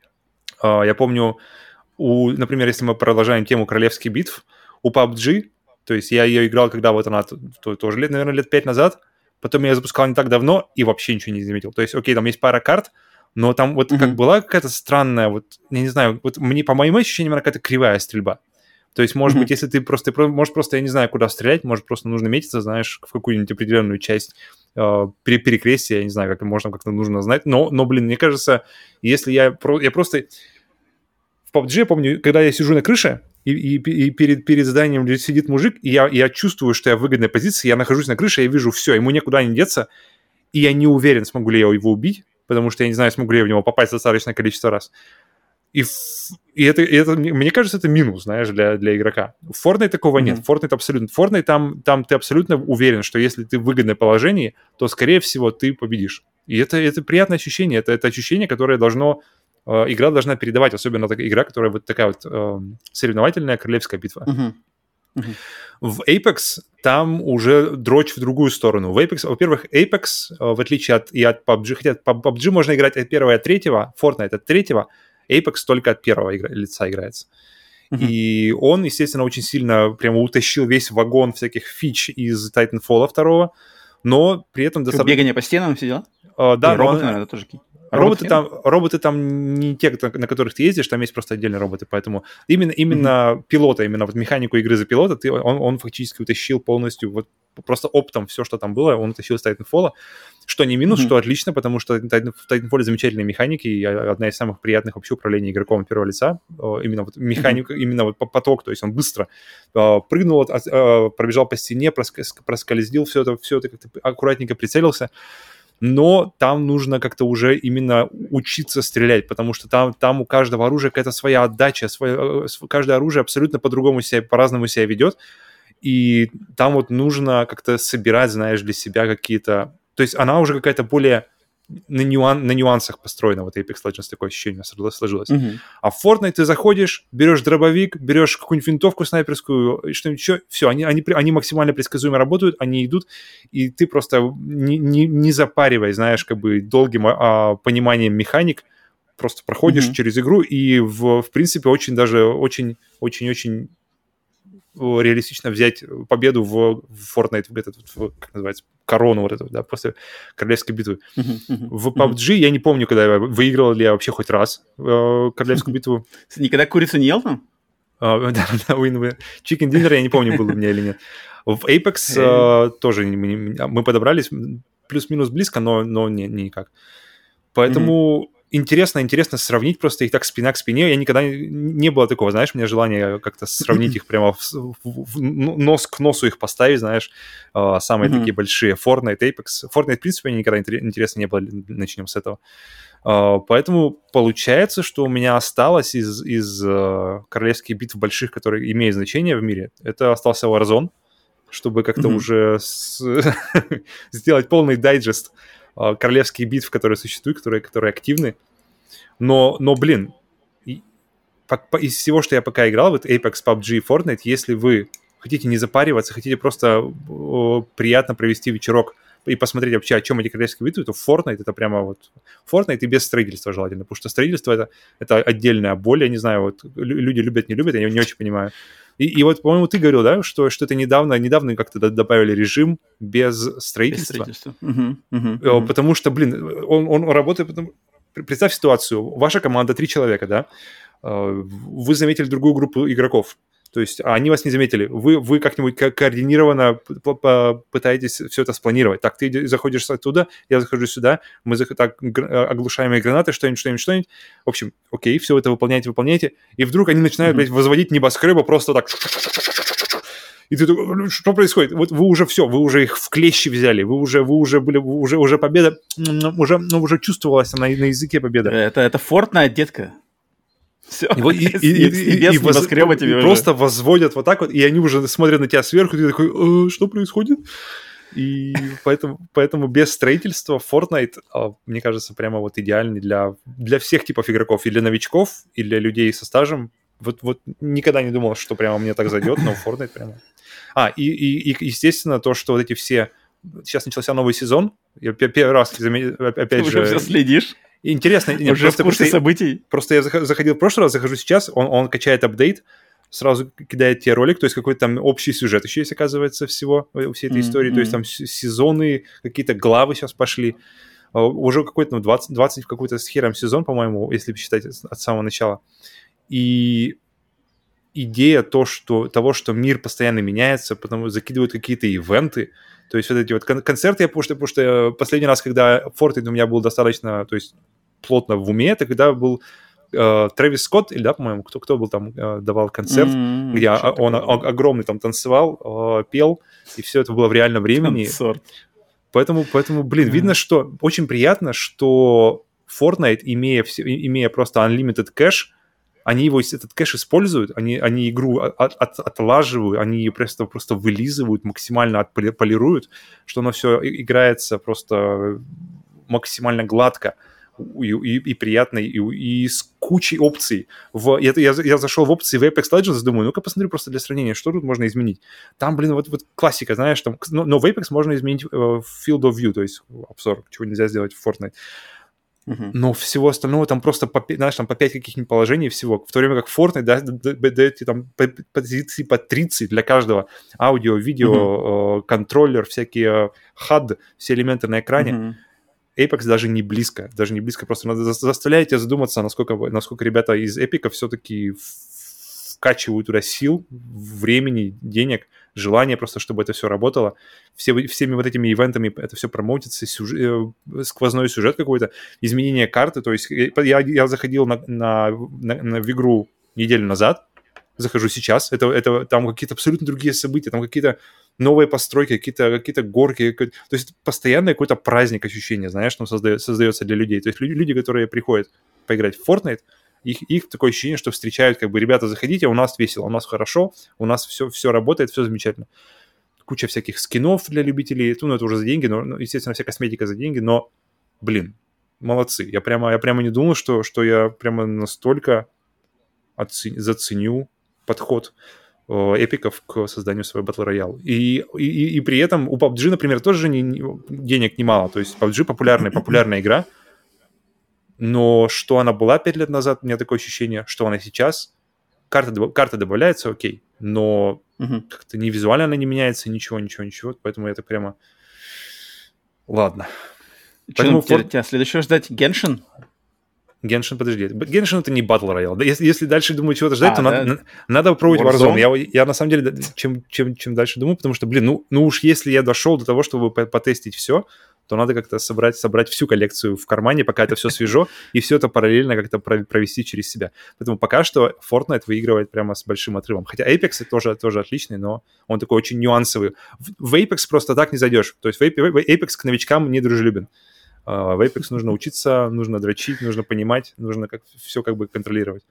Я помню, например, если мы продолжаем тему королевских битв, у PUBG, то есть я ее играл, когда вот она тоже, наверное, лет 5 назад, потом я ее запускал не так давно и вообще ничего не заметил. То есть, окей, там есть пара карт, но там вот как была какая-то странная, вот, я не знаю, вот по моим ощущениям, какая-то кривая стрельба. То есть, может быть, если ты можешь просто, я не знаю, куда стрелять, может, просто нужно метиться, знаешь, в какую-нибудь определенную часть перекрестия, я не знаю, как-то нужно знать. Но, блин, мне кажется, если я просто... В PUBG, я помню, когда я сижу на крыше, и перед зданием сидит мужик, и я чувствую, что я в выгодной позиции, я нахожусь на крыше, я вижу все, ему никуда не деться, и я не уверен, смогу ли я его убить, потому что я не знаю, смогу ли я в него попасть достаточное количество раз. И это, мне кажется, это минус, знаешь, для игрока. В Fortnite такого нет. Fortnite там ты абсолютно уверен, что если ты в выгодном положении, то, скорее всего, ты победишь. И это приятное ощущение. Это ощущение, которое игра должна передавать, особенно такая игра, которая вот такая вот соревновательная королевская битва. В Apex там уже дрочь в другую сторону. Во-первых, Apex, в отличие от PUBG, хотя PUBG можно играть от первого и от третьего, Fortnite от третьего, Apex только от первого лица играется. И он, естественно, очень сильно прямо утащил весь вагон всяких фич из Titanfall 2, но при этом достаточно... Бегание по стенам, все дела? Да, роботы, наверное, тоже какие-то. Роботы там не те, на которых ты ездишь, там есть просто отдельные роботы, поэтому именно пилота, именно вот механику игры за пилота, он фактически утащил полностью, вот просто оптом все, что там было, он утащил с Titanfall, что не минус, что отлично, потому что в Titanfall замечательные механики, и одна из самых приятных вообще управлений игроком первого лица, именно вот механика, именно вот поток, то есть он быстро прыгнул, пробежал по стене, проскользил, все это как-то аккуратненько прицелился. Но там нужно как-то уже именно учиться стрелять, потому что там у каждого оружия какая-то своя отдача, каждое оружие абсолютно по-разному себя ведет, и там вот нужно как-то собирать, знаешь, для себя какие-то... То есть она уже какая-то более на нюансах построена, вот Apex Legends такое ощущение сложилось. А в Fortnite ты заходишь, берешь дробовик, берешь какую-нибудь винтовку снайперскую, что-нибудь еще, все, они максимально предсказуемо работают, они идут, и ты просто не запаривай, знаешь, как бы долгим пониманием механик, просто проходишь через игру, и в принципе очень реалистично взять победу в Fortnite, как называется, корону вот эту, да, после королевской битвы. В PUBG я не помню, когда выиграл ли я вообще хоть раз королевскую битву. Никогда курицу не ел там? Да, Chicken Dinner я не помню, был у меня или нет. В Apex тоже мы подобрались плюс-минус близко, но никак. Поэтому... Интересно сравнить просто их так спина к спине. Я никогда не было такого, знаешь, у меня желание как-то сравнить их прямо нос к носу их поставить, знаешь, самые такие большие. Fortnite, Apex. Fortnite, в принципе, мне никогда интересно не было, начнем с этого. Поэтому получается, что у меня осталось из королевских битв больших, которые имеют значение в мире, это остался Warzone, чтобы как-то уже сделать полный дайджест королевских битв, которые существуют, которые активны. Но блин, из всего, что я пока играл, вот Apex, PUBG и Fortnite, если вы хотите не запариваться, хотите просто приятно провести вечерок и посмотреть вообще, о чем эти королевские битвы, то Fortnite это прямо вот... Fortnite и без строительства желательно, потому что строительство это отдельная боль, я не знаю, вот люди любят, не любят, я не очень понимаю. И вот, по-моему, ты говорил, да, что это недавно как-то добавили режим без строительства. Потому что, блин, он работает... Представь ситуацию. Ваша команда 3 человека, да? Вы заметили другую группу игроков. То есть они вас не заметили. Вы как-нибудь координированно пытаетесь все это спланировать. Так, ты заходишь оттуда, я захожу сюда, мы так оглушаем гранаты, что-нибудь. В общем, окей, все это выполняете. И вдруг они начинают, блядь, возводить небоскребы просто так... И ты такой, что происходит? Вот вы уже все, вы уже их в клещи взяли, вы уже победа, уже чувствовалась на языке победа. Это Fortnite, детка. Все. И просто возводят вот так вот, и они уже смотрят на тебя сверху, и ты такой, что происходит? И поэтому без строительства Fortnite, мне кажется, прямо вот идеальный для всех типов игроков, и для новичков, и для людей со стажем. Вот никогда не думал, что прямо мне так зайдет, но Fortnite прямо... И естественно, то, что вот эти все... Сейчас начался новый сезон. Я первый раз, опять же... Ты уже все следишь? Интересно. Уже в курсе событий. Просто я заходил в прошлый раз, захожу сейчас, он качает апдейт, сразу кидает тебе ролик, то есть какой-то там общий сюжет еще есть, оказывается, всей этой истории. То есть там сезоны, какие-то главы сейчас пошли. Уже какой-то 20 какой-то с хером сезон, по-моему, если считать от самого начала. И идея того, что мир постоянно меняется, потому закидывают какие-то ивенты, то есть вот эти вот концерты, потому что последний раз, когда Fortnite у меня был достаточно, то есть плотно в уме, это когда был Трэвис Скотт, или, да, по-моему, кто был там, давал концерт, где он огромный там танцевал, пел, и все это было в реальном времени. Поэтому, блин, видно, что очень приятно, что Fortnite, имея просто unlimited кэш, они этот кэш используют, они игру отлаживают, они ее просто вылизывают, максимально отполируют, что оно все играется просто максимально гладко и приятно, и с кучей опций. Я зашел в опции в Apex Legends, думаю, ну-ка посмотрю просто для сравнения, что тут можно изменить. Там, блин, вот классика, знаешь, там, но в Apex можно изменить Field of View, то есть обзор, чего нельзя сделать в Fortnite. Но всего остального там просто по 5 каких-нибудь положений всего. В то время как Fortnite дает там позиции по 30 для каждого. Аудио, видео, контроллер, всякие HUD, все элементы на экране. Apex даже не близко. Просто надо заставлять тебя задуматься, насколько ребята из Epic все-таки вкачивают туда сил, времени, денег, желание просто, чтобы это все работало. Всеми вот этими ивентами это все промоутится, сквозной сюжет какой-то, изменение карты. То есть я заходил в игру неделю назад, захожу сейчас, это там какие-то абсолютно другие события, там какие-то новые постройки, какие-то горки. То есть постоянно какой-то праздник, ощущение, знаешь, там создается для людей. То есть люди, которые приходят поиграть в Fortnite, их такое ощущение, что встречают, как бы, ребята, заходите, у нас весело, у нас хорошо, у нас все работает, все замечательно. Куча всяких скинов для любителей, это уже за деньги, но, естественно, вся косметика за деньги, но, блин, молодцы. Я прямо не думал, что я прямо настолько заценю подход эпиков к созданию своего Battle Royale. И при этом у PUBG, например, тоже денег немало, то есть PUBG популярная игра, но что она была 5 лет назад, у меня такое ощущение, что она сейчас. Карта добавляется, окей, но как-то ни визуально она не меняется, ничего. Поэтому это прямо... Ладно. Что тебя следующего ждать? Genshin? Genshin, подожди. Genshin — это не Battle Royale. Да, если дальше думаю чего-то ждать, то надо пробовать Warzone. Я на самом деле, чем дальше думаю, потому что, блин, ну уж если я дошел до того, чтобы потестить все, то надо как-то собрать всю коллекцию в кармане, пока это все свежо, и все это параллельно как-то провести через себя. Поэтому пока что Fortnite выигрывает прямо с большим отрывом. Хотя Apex тоже отличный, но он такой очень нюансовый. В Apex просто так не зайдешь. То есть Apex к новичкам не дружелюбен. В Apex нужно учиться, нужно дрочить, нужно понимать, нужно все как бы контролировать.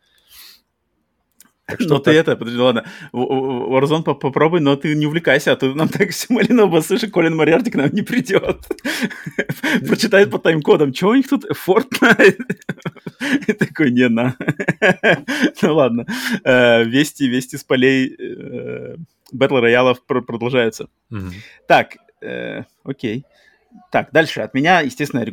Ну ты подожди, ладно, Warzone попробуй, но ты не увлекайся, а то нам так все малиново басышь, и Колин Мориарти к нам не придет. Прочитает по тайм-кодам, что у них тут? Fortnite? Такой, не, на. Ну ладно, вести с полей Battle Royale продолжаются. Так, окей. Так, дальше. От меня, естественно,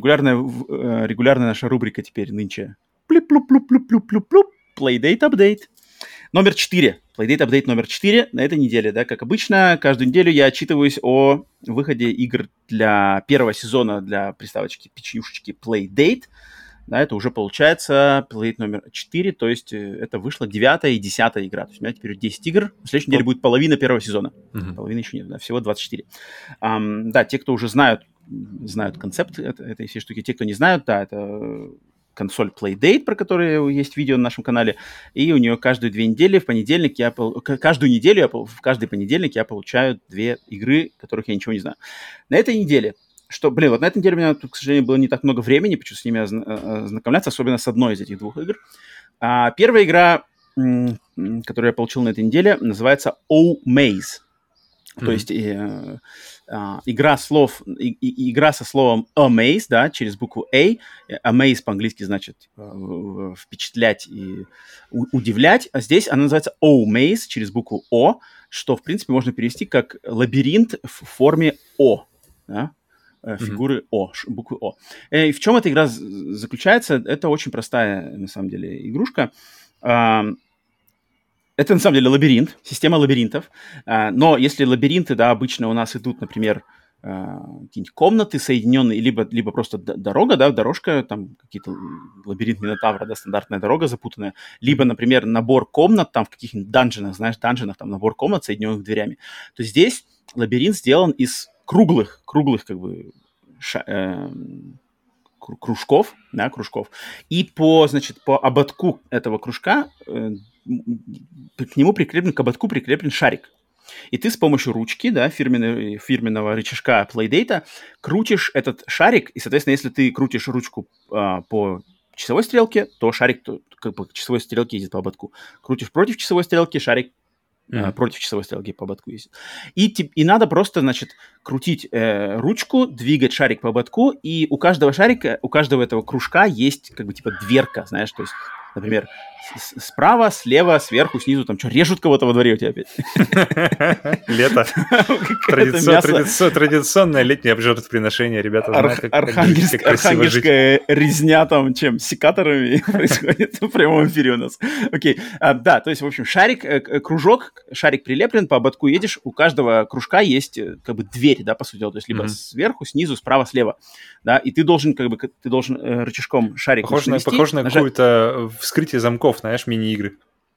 регулярная наша рубрика теперь нынче. Плюп-плюп-плюп-плюп-плюп-плюп. Playdate update. Номер 4. Playdate Update номер 4 на этой неделе, да, как обычно. Каждую неделю я отчитываюсь о выходе игр для первого сезона для приставочки печенюшечки Playdate. Да, это уже получается Playdate номер 4, то есть это вышла 9-я и 10-я игра. То есть у меня теперь 10 игр. В следующей неделе будет половина первого сезона. Половины еще нет, да, всего 24. Да, те, кто уже знают концепт этой всей штуки, те, кто не знают, да, это консоль Playdate, про которую есть видео на нашем канале, и у нее каждые 2 недели в понедельник каждую неделю в каждый понедельник я получаю 2 игры, которых я ничего не знаю. На этой неделе вот на этой неделе у меня, к сожалению, было не так много времени, почему с ними ознакомляться, особенно с одной из этих 2 игр. Первая игра, которую я получил на этой неделе, называется O-Maze. То есть игра со словом amaze, да, через букву A. Amaze по-английски значит впечатлять и удивлять. А здесь она называется O-Maze через букву O, что, в принципе, можно перевести как лабиринт в форме О, да? Фигуры О, буквы О. И в чем эта игра заключается? Это очень простая, на самом деле, игрушка. Это, на самом деле, лабиринт, система лабиринтов. Но если лабиринты, да, обычно у нас идут, например, какие-нибудь комнаты соединенные, либо просто дорога, да, дорожка, там какие-то лабиринт Минотавра, да, стандартная дорога запутанная, либо, например, набор комнат, там в каких-нибудь данженах, там набор комнат, соединенных дверями, то здесь лабиринт сделан из круглых как бы кружков, да, кружков. И по ободку этого кружка к нему к ободку прикреплен шарик. И ты с помощью ручки, да, фирменного рычажка Playdate крутишь этот шарик, и, соответственно, если ты крутишь ручку по часовой стрелке, то шарик как бы к часовой стрелке ездит по ободку. Крутишь против часовой стрелки, шарик против часовой стрелки по ободку ездит. И надо просто, крутить ручку, двигать шарик по ободку, и у каждого шарика, у каждого этого кружка есть как бы типа дверка, знаешь, то есть, например, справа, слева, сверху, снизу, там что, режут кого-то во дворе у тебя опять? Лето. Традиционное летнее жертвоприношение, ребята знают, как красиво жить. Архангельская резня там секаторами происходит в прямом эфире у нас. Окей, да, то есть, в общем, кружок, шарик прилеплен, по ободку едешь, у каждого кружка есть как бы дверь, да, по сути дела, то есть либо сверху, снизу, справа, слева, да, и ты должен рычажком шарик навести. Похоже на какое-то вскрытие замков, знаешь, мини-игры.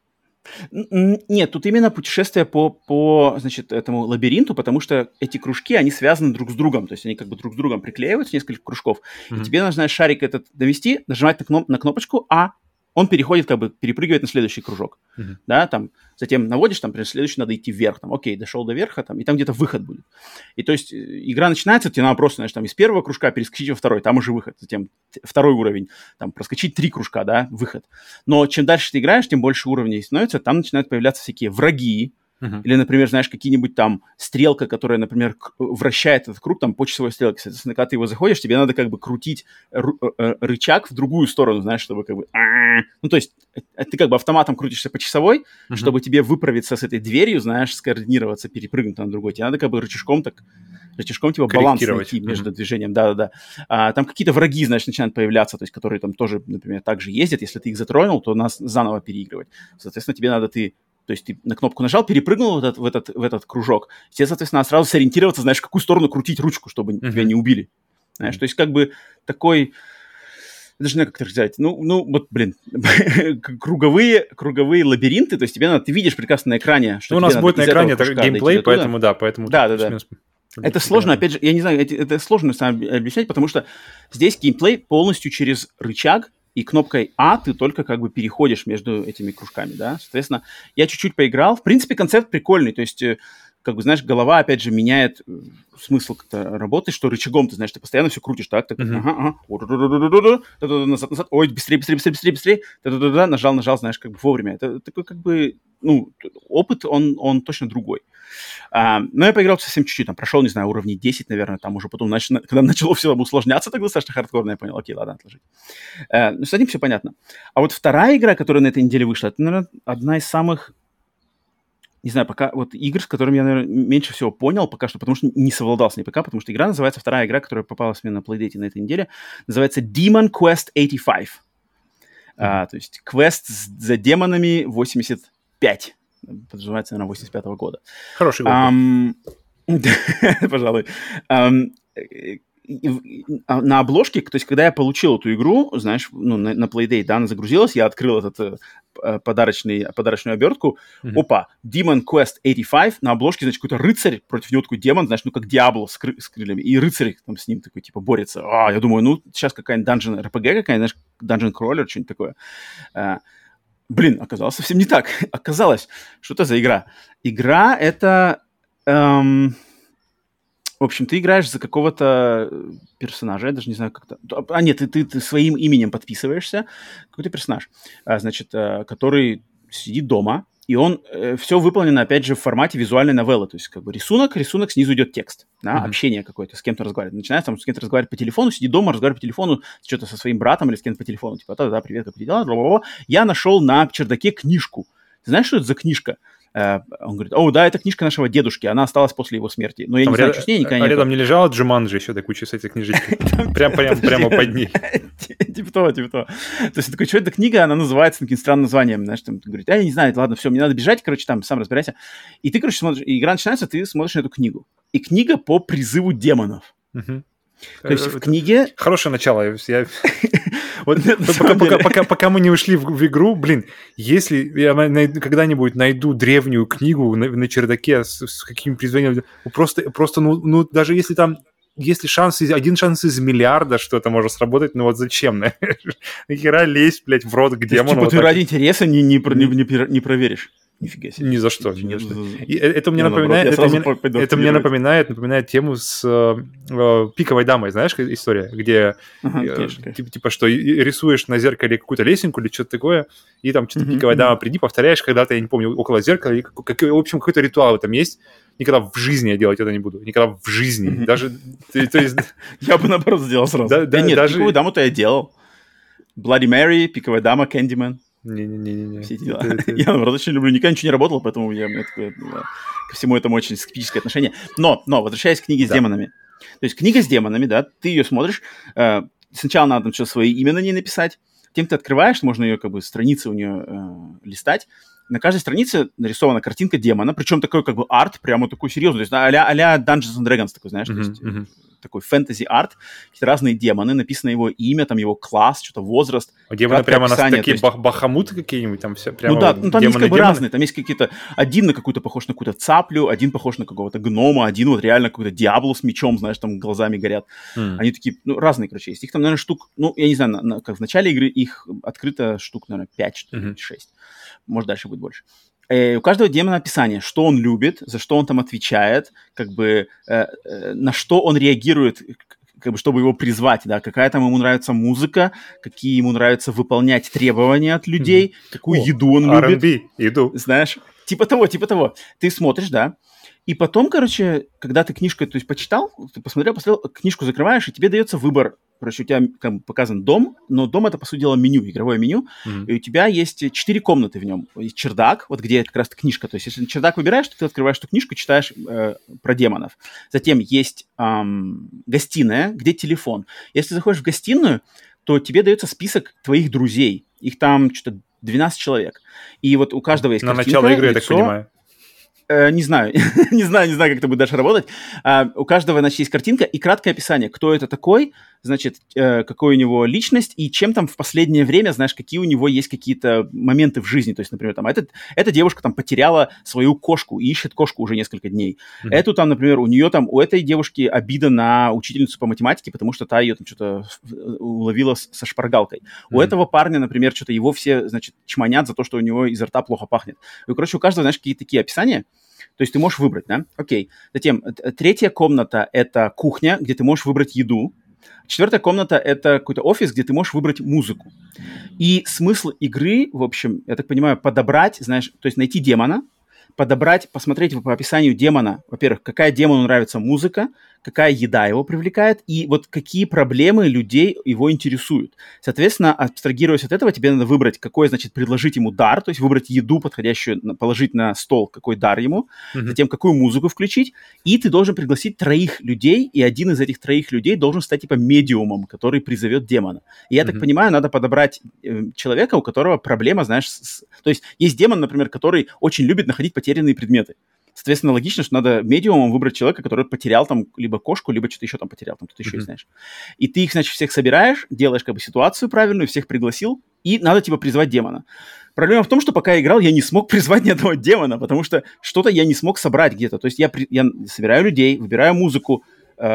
Нет, тут именно путешествие по этому лабиринту, потому что эти кружки, они связаны друг с другом, то есть они как бы друг с другом приклеиваются, несколько кружков, и тебе нужно шарик этот довести, нажимать на кнопочку, он перепрыгивает на следующий кружок, да, там, затем наводишь, там, например, следующий надо идти вверх, там, окей, дошел до верха, там, и там где-то выход будет. И то есть игра начинается, тебе надо просто, знаешь, там, из первого кружка перескочить во второй, там уже выход, затем второй уровень, там, проскочить 3 кружка, да, выход. Но чем дальше ты играешь, тем больше уровней становится, там начинают появляться всякие враги, или, например, знаешь, какие-нибудь там стрелка, которая, например, вращает этот круг там по часовой стрелке. Соответственно, когда ты его заходишь, тебе надо как бы крутить рычаг в другую сторону, знаешь, чтобы как бы... Ну, то есть ты как бы автоматом крутишься по часовой, чтобы тебе выправиться с этой дверью, знаешь, скоординироваться, перепрыгнуть на другой. Тебе надо как бы рычажком типа баланс найти между движением. Да-да-да. Там какие-то враги, значит, начинают появляться, то есть которые там тоже, например, так же ездят. Если ты их затронул, то нас заново переигрывать. Соответственно, тебе надо то есть ты на кнопку нажал, перепрыгнул в этот кружок. Тебе, соответственно, надо сразу сориентироваться, знаешь, в какую сторону крутить ручку, чтобы тебя не убили. Знаешь, то есть как бы такой... Даже не знаю, как это сказать. Ну, вот, блин, круговые лабиринты, то есть тебе надо... Ты видишь прекрасно на экране, что у нас будет на экране геймплей, поэтому да, поэтому... Да. Это сложно, опять же, я не знаю, это сложно на самом деле объяснять, потому что здесь геймплей полностью через рычаг, и кнопкой А ты только как бы переходишь между этими кружками, да. Соответственно, я чуть-чуть поиграл. В принципе, концепт прикольный, то есть, как бы, знаешь, голова, опять же, меняет смысл как-то работы, что рычагом, ты знаешь, ты постоянно все крутишь, так, назад, ой, быстрее, нажал, знаешь, как бы вовремя. Это такой, как бы, опыт, он точно другой. Но я поиграл совсем чуть-чуть, там, прошел, не знаю, уровней 10, наверное, там уже потом, когда начало все усложняться, так достаточно хардкорно, я понял, окей, ладно, отложить. С этим все понятно. А вот вторая игра, которая на этой неделе вышла, это, наверное, одна из самых, не знаю, пока, вот игр, с которыми я, наверное, меньше всего понял пока что, потому что не совладал с ней пока, потому что игра называется, вторая игра, которая попалась мне на Playdate на этой неделе, называется Demon Quest 85. То есть квест за демонами 85. 5. Подразумевается, наверное, 85-го года. Хороший год. Пожалуй. На обложке, то есть, когда я получил эту игру, знаешь, ну, на Playdate, да, она загрузилась, я открыл этот подарочную обертку. Опа, Demon Quest 85, на обложке, значит, какой-то рыцарь, против него такой демон, знаешь, ну, как Диабло с крыльями, и рыцарь там с ним такой, типа, борется. Я думаю, ну, сейчас какая-нибудь Dungeon RPG какая-нибудь, знаешь, Dungeon Crawler, что-нибудь такое. Блин, оказалось совсем не так. Оказалось, что это за игра? Игра — это... В общем, ты играешь за какого-то персонажа, я даже не знаю, как-то... Нет, ты своим именем подписываешься, какой-то персонаж, значит, который сидит дома, и он... все выполнено, опять же, в формате визуальной новеллы, то есть как бы рисунок, снизу идет текст, да, общение какое-то, с кем-то разговаривать. Начинается там с кем-то разговаривать по телефону, сидит дома, разговаривает по телефону, что-то со своим братом или с кем-то по телефону, типа, да, привет, как у тебя дела, бла-бла-бла. Я нашел на чердаке книжку. Ты знаешь, что это за книжка? Он говорит, да, это книжка нашего дедушки, она осталась после его смерти. Но я не знаю, что с ней никогда не было. Рядом не лежала Джуманджи еще, так куча с этих книжечек? Прямо под ней. Типа того. То есть такой, что эта книга, она называется таким странным названием, знаешь, там говорит, я не знаю, ладно, все, мне надо бежать, короче, там, сам разбирайся. И ты, короче, смотришь, игра начинается, ты смотришь на эту книгу. И книга по призыву демонов. То есть в книге... Хорошее начало. Пока мы не ушли в игру, блин, если я когда-нибудь найду древнюю книгу на чердаке с каким призванием, просто, ну, даже если там, если один шанс из миллиарда, что это может сработать, ну вот зачем? Нахера лезть, блядь, в рот к демону? Типа ты ради интереса не проверишь. Нифига себе. Ни за что. Это мне напоминает тему с пиковой дамой, знаешь, история, где типа что рисуешь на зеркале какую-то лесенку или что-то такое, и там что-то пиковая дама, приди, повторяешь когда-то, я не помню, около зеркала, в общем, какой-то ритуал в этом есть. Никогда в жизни я делать это не буду. Никогда в жизни. Даже, то есть... Я бы, наоборот, сделал сразу. Да нет, пиковую даму-то я делал. Bloody Mary, пиковая дама, Candyman. Не-не-не. Все эти дела. Я, наоборот, очень люблю. Никогда ничего не работал, поэтому у меня такое, ко всему этому очень скептическое отношение. Но, возвращаясь к книге с демонами. То есть книга с демонами, да, ты ее смотришь. Сначала надо там что-то свое имя на ней написать. Тем ты открываешь, можно ее, как бы, страницы у нее листать. На каждой странице нарисована картинка демона, причем такой, как бы, арт, прямо такой серьезный, то есть а-ля Dungeons and Dragons такой, знаешь, то есть такой фэнтези-арт, какие-то разные демоны, написано его имя, там его класс, что-то возраст. Демоны прямо описание, у нас такие бахамуты какие-нибудь, там все прямо... Ну да, там есть как бы разные, там есть какие-то... Один на какую-то похож на какую-то цаплю, один похож на какого-то гнома, один вот реально какой-то Диабло с мечом, знаешь, там глазами горят. Они такие, ну, разные, короче, есть. Их там, наверное, штук, ну, я не знаю, как в начале игры их открыто штук, наверное, 5, что ли, 6. Может, дальше будет больше. У каждого демона описание, что он любит, за что он там отвечает, как бы на что он реагирует, как бы, чтобы его призвать, да, какая там ему нравится музыка, какие ему нравится выполнять требования от людей, какую еду он любит. R&B, еду. Знаешь, типа того. Ты смотришь, да, и потом, короче, когда ты книжку, то есть почитал, ты посмотрел, книжку закрываешь, и тебе дается выбор. Короче, у тебя как бы показан дом, но дом — это, по сути дела, меню, игровое меню, и у тебя есть 4 комнаты в нем. Есть чердак, вот где как раз книжка. То есть если чердак выбираешь, то ты открываешь эту книжку, читаешь про демонов. Затем есть гостиная, где телефон. Если заходишь в гостиную, то тебе дается список твоих друзей. Их там что-то 12 человек. И вот у каждого есть картинка, на начало игры, лицо. Я так понимаю. Не знаю, не знаю, как это будет дальше работать. У каждого, значит, есть картинка и краткое описание, кто это такой, значит, какой у него личность и чем там в последнее время, знаешь, какие у него есть какие-то моменты в жизни. То есть, например, там, эта девушка там потеряла свою кошку и ищет кошку уже несколько дней. Эту там, например, у этой девушки обида на учительницу по математике, потому что та ее там что-то уловила со шпаргалкой. У этого парня, например, что-то его все, значит, чмонят за то, что у него изо рта плохо пахнет. И, короче, у каждого, знаешь, какие-то такие описания. То есть ты можешь выбрать, да? Окей. Затем, третья комната — это кухня, где ты можешь выбрать еду. Четвертая комната — это какой-то офис, где ты можешь выбрать музыку. И смысл игры, в общем, я так понимаю, подобрать, знаешь, то есть найти демона, посмотреть по описанию демона, во-первых, какая демону нравится музыка, какая еда его привлекает и вот какие проблемы людей его интересуют. Соответственно, абстрагируясь от этого, тебе надо выбрать, какой, значит, предложить ему дар, то есть выбрать еду подходящую, положить на стол, какой дар ему, затем какую музыку включить, и ты должен пригласить 3 людей, и один из этих 3 людей должен стать типа медиумом, который призовет демона. И я так понимаю, надо подобрать человека, у которого проблема, знаешь, то есть есть демон, например, который очень любит находить потерянные предметы. Соответственно, логично, что надо медиумом выбрать человека, который потерял там либо кошку, либо что-то еще там потерял, там кто-то еще есть, знаешь. И ты их, значит, всех собираешь, делаешь как бы ситуацию правильную, всех пригласил, и надо типа призвать демона. Проблема в том, что пока я играл, я не смог призвать ни одного демона, потому что что-то я не смог собрать где-то. То есть я собираю людей, выбираю музыку,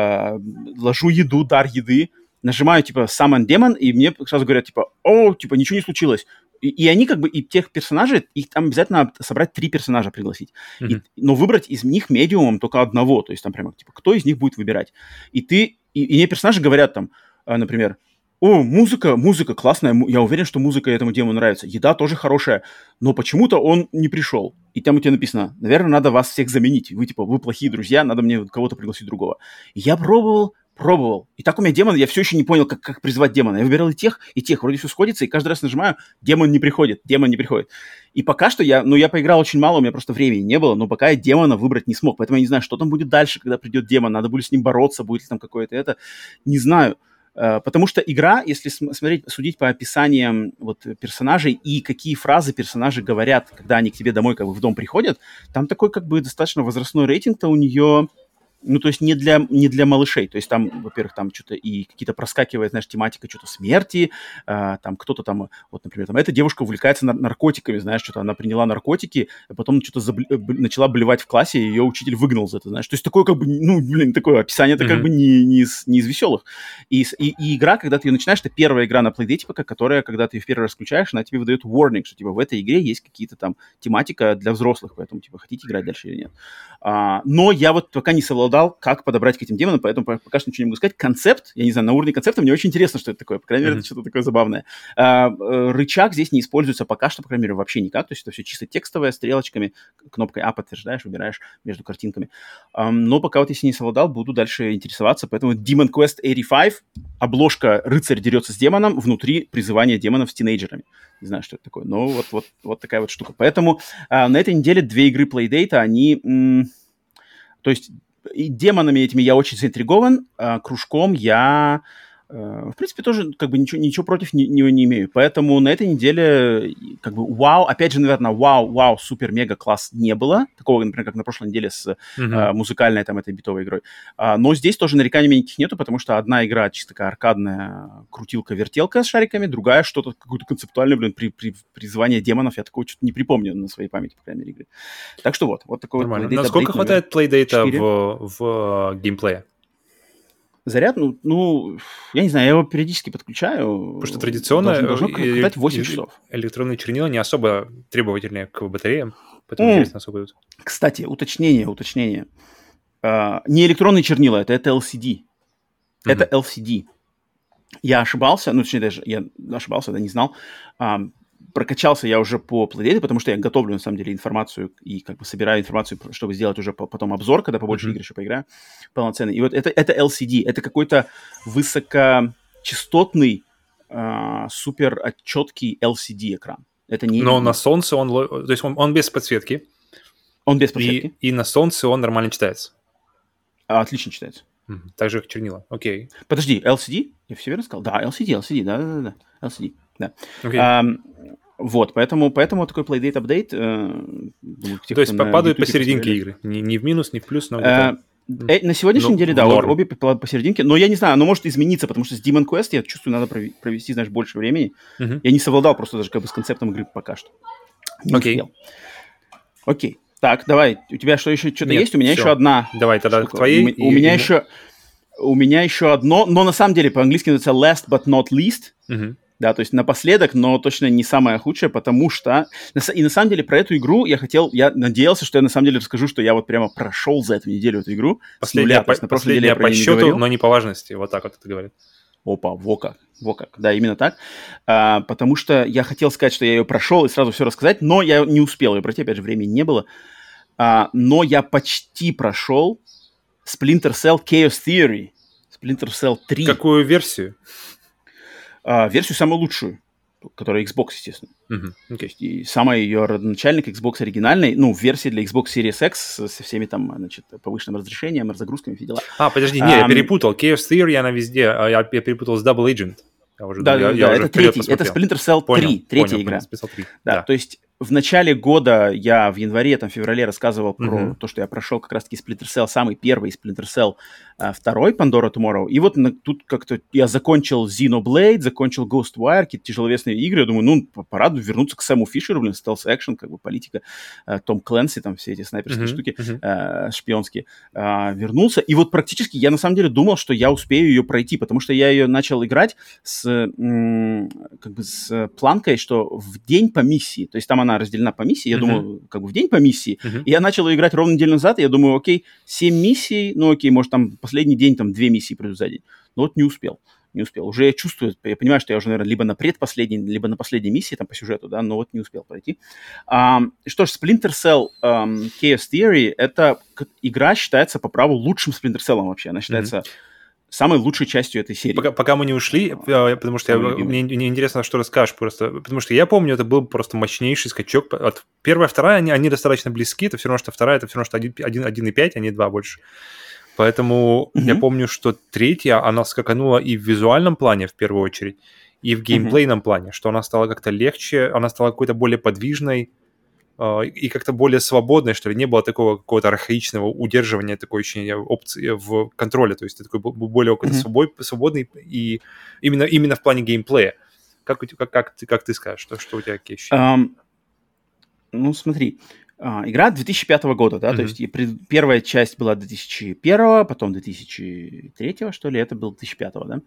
ложу еду, дар еды, нажимаю типа summon демон, и мне сразу говорят типа, о, типа ничего не случилось. И они как бы, и тех персонажей, их там обязательно надо собрать 3 персонажа пригласить. Но выбрать из них медиумом только одного. То есть там прямо, типа, кто из них будет выбирать. И мне персонажи говорят там, например, о, музыка классная, я уверен, что музыка этому демону нравится. Еда тоже хорошая, но почему-то он не пришел. И там у тебя написано, наверное, надо вас всех заменить. Вы, типа, вы плохие друзья, надо мне кого-то пригласить другого. И я пробовал. И так у меня демон, я все еще не понял, как призвать демона. Я выбирал и тех, вроде все сходится, и каждый раз нажимаю, демон не приходит. И пока что я поиграл очень мало, у меня просто времени не было, но пока я демона выбрать не смог. Поэтому я не знаю, что там будет дальше, когда придет демон, надо будет с ним бороться, будет ли там какое-то это, не знаю. Потому что игра, если судить по описаниям вот персонажей и какие фразы персонажи говорят, когда они к тебе домой как бы в дом приходят, там такой как бы достаточно возрастной рейтинг-то у нее... Ну, то есть не для малышей. То есть там, во-первых, там что-то и какие-то проскакивает, знаешь, тематика что-то смерти, там кто-то там, вот, например, там эта девушка увлекается наркотиками, знаешь, что-то она приняла наркотики, а потом что-то начала блевать в классе, и ее учитель выгнал за это, знаешь. То есть такое как бы, такое описание, это как бы не из веселых. И игра, когда ты ее начинаешь, это первая игра на Playdate, пока, которая, когда ты ее в первый раз включаешь, она тебе выдает warning, что типа в этой игре есть какие-то там тематика для взрослых, поэтому типа хотите играть дальше или нет. Но я вот пока не совладал, как подобрать к этим демонам, поэтому пока что ничего не могу сказать. Концепт, я не знаю, на уровне концепта мне очень интересно, что это такое. По крайней мере, это что-то такое забавное. Рычаг здесь не используется пока что, по крайней мере, вообще никак. То есть это все чисто текстовое, стрелочками, кнопкой А подтверждаешь, выбираешь между картинками. Но пока вот если не совладал, буду дальше интересоваться. Поэтому Demon Quest 85, обложка «Рыцарь дерется с демоном», внутри призывание демонов с тинейджерами. Не знаю, что это такое, но вот такая вот штука. Поэтому на этой неделе 2 игры Playdate, они... то есть и демонами этими я очень заинтригован, кружком я, в принципе, тоже как бы ничего против не имею. Поэтому на этой неделе как бы опять же, наверное, супер-мега класс не было. Такого, например, как на прошлой неделе с музыкальной там этой битовой игрой. Но здесь тоже нареканий никаких нету, потому что одна игра чисто такая аркадная крутилка-вертелка с шариками, другая что-то, какую-то концептуальную, призвание демонов, я такого что-то не припомню на своей памяти, по крайней мере, игры. Так что вот такой вот Playdate. Насколько хватает Playdate в геймплее? Заряд, я не знаю, я его периодически подключаю. Потому что традиционно должно хватать 8 часов. Электронные чернила не особо требовательные к батареям, поэтому интересно, насколько идут. Кстати, уточнение. Не электронные чернила, это LCD. Это LCD. Я ошибался, точнее даже, я ошибался, не знал. Прокачался я уже по Playdate, потому что я готовлю, на самом деле, информацию и как бы собираю информацию, чтобы сделать уже потом обзор, когда побольше игр еще поиграю полноценный. И вот это LCD, это какой-то высокочастотный, супер отчеткий LCD-экран. Это не... Но на солнце то есть он без подсветки. Он без подсветки. И на солнце он нормально читается. Отлично читается. Так же, как чернила. Окей. Подожди, LCD? Я все верно сказал? Да, LCD, да. LCD, да. Okay. Вот, поэтому такой Playdate апдейт. То есть падают посерединке игры. Не в минус, не в плюс, но... На сегодняшней неделе, да, обе посерединке. Но я не знаю, оно может измениться, потому что с Demon Quest, я чувствую, надо провести, знаешь, больше времени. Я не совладал просто даже как бы с концептом игры пока что. Не успел. Окей. Так, давай, у тебя что еще что-то есть? У меня еще одна. Давай тогда к твоей. У меня еще одно, но на самом деле по-английски называется last but not least. Да, то есть напоследок, но точно не самое худшее, потому что... И на самом деле про эту игру я надеялся, что я на самом деле расскажу, что я вот прямо прошел за эту неделю эту игру. Последняя по счету, но не по важности, вот так вот это говорит. Опа, во как, да, именно так. Потому что я хотел сказать, что я ее прошел и сразу все рассказать, но я не успел ее пройти, опять же, времени не было. Но я почти прошел Splinter Cell Chaos Theory. Splinter Cell 3. Какую версию? Версию самую лучшую, которая Xbox, естественно. То есть и самый ее родоначальник Xbox оригинальный, ну, в версии для Xbox Series X со всеми там, значит, повышенным разрешением, разгрузками, все дела. Подожди, не, я перепутал. Chaos Theory, она везде, я перепутал с Double Agent. Это третий, это Splinter Cell 3, третья игра. Splinter Cell 3. Да, то есть в начале года я в январе, там, в феврале рассказывал про то, что я прошел как раз-таки Splinter Cell, самый первый Splinter Cell 2, Pandora Tomorrow. И вот тут как-то я закончил Xenoblade, закончил Ghostwire, какие-то тяжеловесные игры. Я думаю, ну, пора вернуться к Сэму Фишеру, блин, стелс-экшен, как бы политика, Том Клэнси, там все эти снайперские штуки шпионские. Вернулся. И вот практически я на самом деле думал, что я успею ее пройти, потому что я ее начал играть с планкой, что в день по миссии, то есть там она разделена по миссии, я думаю, как бы в день по миссии, и я начал ее играть ровно неделю назад, и я думаю, окей, 7 миссий, ну окей, может там последний день там 2 миссии придут за день. Но вот не успел. Уже я чувствую, я понимаю, что я уже, наверное, либо на предпоследней, либо на последней миссии там по сюжету, да, но вот не успел пройти. Что ж, Splinter Cell Chaos Theory — это игра считается по праву лучшим Splinter Cell вообще. Она считается самой лучшей частью этой серии. Пока мы не ушли, потому что мне интересно, что расскажешь просто. Потому что я помню, это был просто мощнейший скачок. От первая, вторая, они достаточно близки. Это все равно, что вторая, это все равно, что 1.5, а не 2 больше. Поэтому я помню, что третья, она скаканула и в визуальном плане, в первую очередь, и в геймплейном плане, что она стала как-то легче, она стала какой-то более подвижной, и как-то более свободной, что ли. Не было такого какого-то архаичного удерживания такой ощущения опции в контроле. То есть ты такой более свободный и именно в плане геймплея. Как ты скажешь, что у тебя какие ощущения? Ну, смотри. Игра 2005 года, да, то есть первая часть была 2001, потом 2003, что ли, это был 2005, да.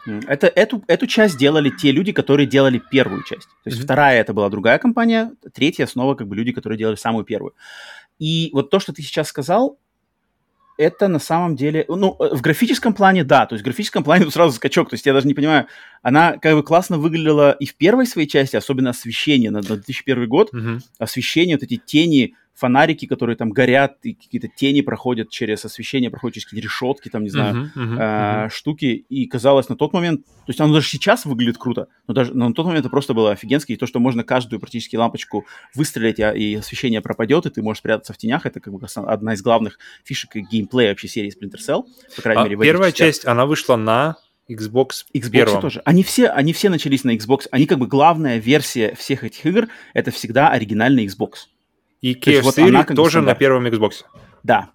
Эту часть делали те люди, которые делали первую часть. То есть вторая это была другая компания, третья снова как бы люди, которые делали самую первую. И вот то, что ты сейчас сказал, это на самом деле, ну, в графическом плане, да, то есть в графическом плане тут сразу скачок, то есть я даже не понимаю, она как бы классно выглядела и в первой своей части, особенно освещение на 2001 год, освещение, вот эти тени, фонарики, которые там горят, и какие-то тени проходят через освещение, проходят через какие-то решетки, там, не знаю, штуки, и казалось на тот момент, то есть оно даже сейчас выглядит круто, но на тот момент это просто было офигенски, и то, что можно каждую практически лампочку выстрелить, и освещение пропадет, и ты можешь спрятаться в тенях, это как бы одна из главных фишек геймплея вообще серии Splinter Cell, по крайней мере. Первая часть, она вышла на Xbox первом. Тоже. Они все начались на Xbox, они как бы главная версия всех этих игр, это всегда оригинальный Xbox. И Chaos Theory тоже на первом Xbox. Да.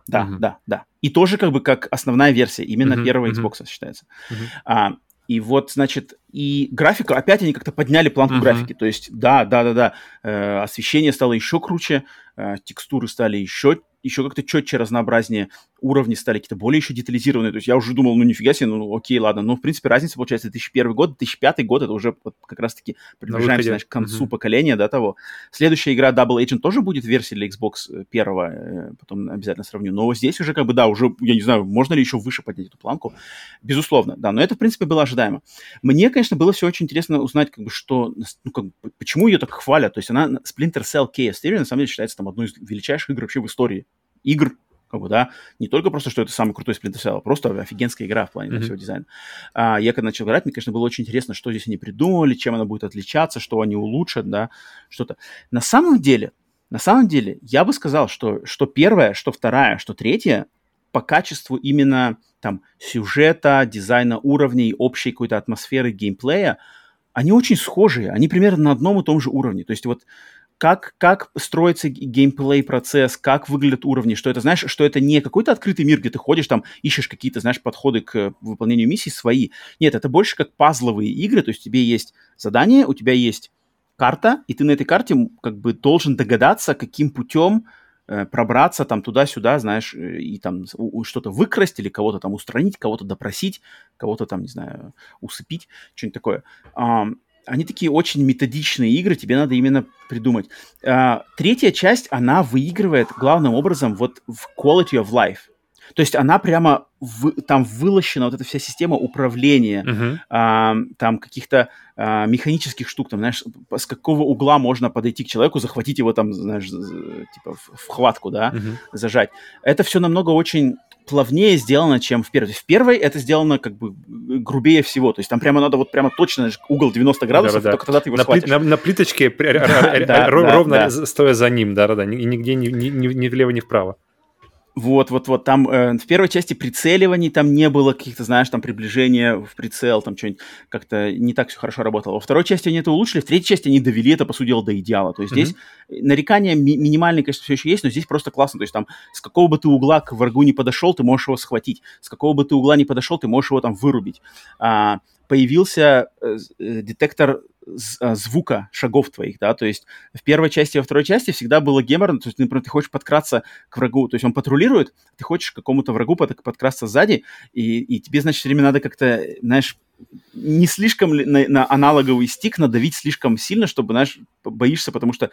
И тоже как бы как основная версия, именно первого Xbox считается. И вот, значит, и графика, опять они как-то подняли планку графики. То есть, да, освещение стало еще круче, текстуры стали еще как-то четче, разнообразнее, уровни стали какие-то более еще детализированные. То есть я уже думал, ну нифига себе, ну окей, ладно. Но в принципе разница получается 2001 год, 2005 год, это уже вот как раз-таки приближаемся, значит, к концу поколения, да, того. Следующая игра Double Agent тоже будет версия для Xbox первого, потом обязательно сравню. Но здесь уже как бы, да, уже, я не знаю, можно ли еще выше поднять эту планку. Безусловно, да, но это в принципе было ожидаемо. Мне, конечно, было все очень интересно узнать, как бы, что, ну, как бы, почему ее так хвалят. То есть она, Splinter Cell Chaos Theory, на самом деле считается там одной из величайших игр вообще в истории игр, как бы, да, не только просто, что это самый крутой Splinter Cell, а просто офигенская игра в плане всего дизайна. Я когда начал играть, мне, конечно, было очень интересно, что здесь они придумали, чем она будет отличаться, что они улучшат, да, что-то. На самом деле, я бы сказал, что первая, что вторая, что третья по качеству именно там сюжета, дизайна уровней, общей какой-то атмосферы геймплея, они очень схожие, они примерно на одном и том же уровне. То есть вот как строится геймплей-процесс, как выглядят уровни, что это, знаешь, что это не какой-то открытый мир, где ты ходишь, там, ищешь какие-то, знаешь, подходы к выполнению миссий свои. Нет, это больше как пазловые игры, то есть у тебя есть задание, у тебя есть карта, и ты на этой карте как бы должен догадаться, каким путем пробраться там туда-сюда, знаешь, и там что-то выкрасть или кого-то там устранить, кого-то допросить, кого-то там, не знаю, усыпить, что-нибудь такое. Они такие очень методичные игры, тебе надо именно придумать. Третья часть, она выигрывает главным образом вот в quality of life. То есть она прямо там вылощена, вот эта вся система управления, там каких-то механических штук, там, знаешь, с какого угла можно подойти к человеку, захватить его там, знаешь, типа в хватку, да, зажать. Это все намного очень плавнее сделано, чем в первой. В первой это сделано как бы грубее всего. То есть там прямо надо вот прямо точно угол 90 градусов, Да-да-да. только тогда ты его схватишь. На плиточке ровно стоя за ним, да-да-да, и нигде ни влево, ни вправо. Вот. Там в первой части прицеливаний там не было каких-то, знаешь, там приближения в прицел, там что-нибудь как-то не так все хорошо работало. Во второй части они это улучшили, в третьей части они довели это, по сути дела, до идеала. То есть здесь нарекания минимальные, конечно, все еще есть, но здесь просто классно. То есть там с какого бы ты угла к врагу не подошел, ты можешь его схватить. С какого бы ты угла не подошел, ты можешь его там вырубить. Появился детектор звука шагов твоих, да, то есть в первой части и во второй части всегда было геморно, то есть, например, ты хочешь подкраться к врагу, то есть он патрулирует, ты хочешь к какому-то врагу подкрасться сзади, и тебе, значит, все время надо как-то, знаешь, не слишком на аналоговый стик надавить слишком сильно, чтобы, знаешь, боишься, потому что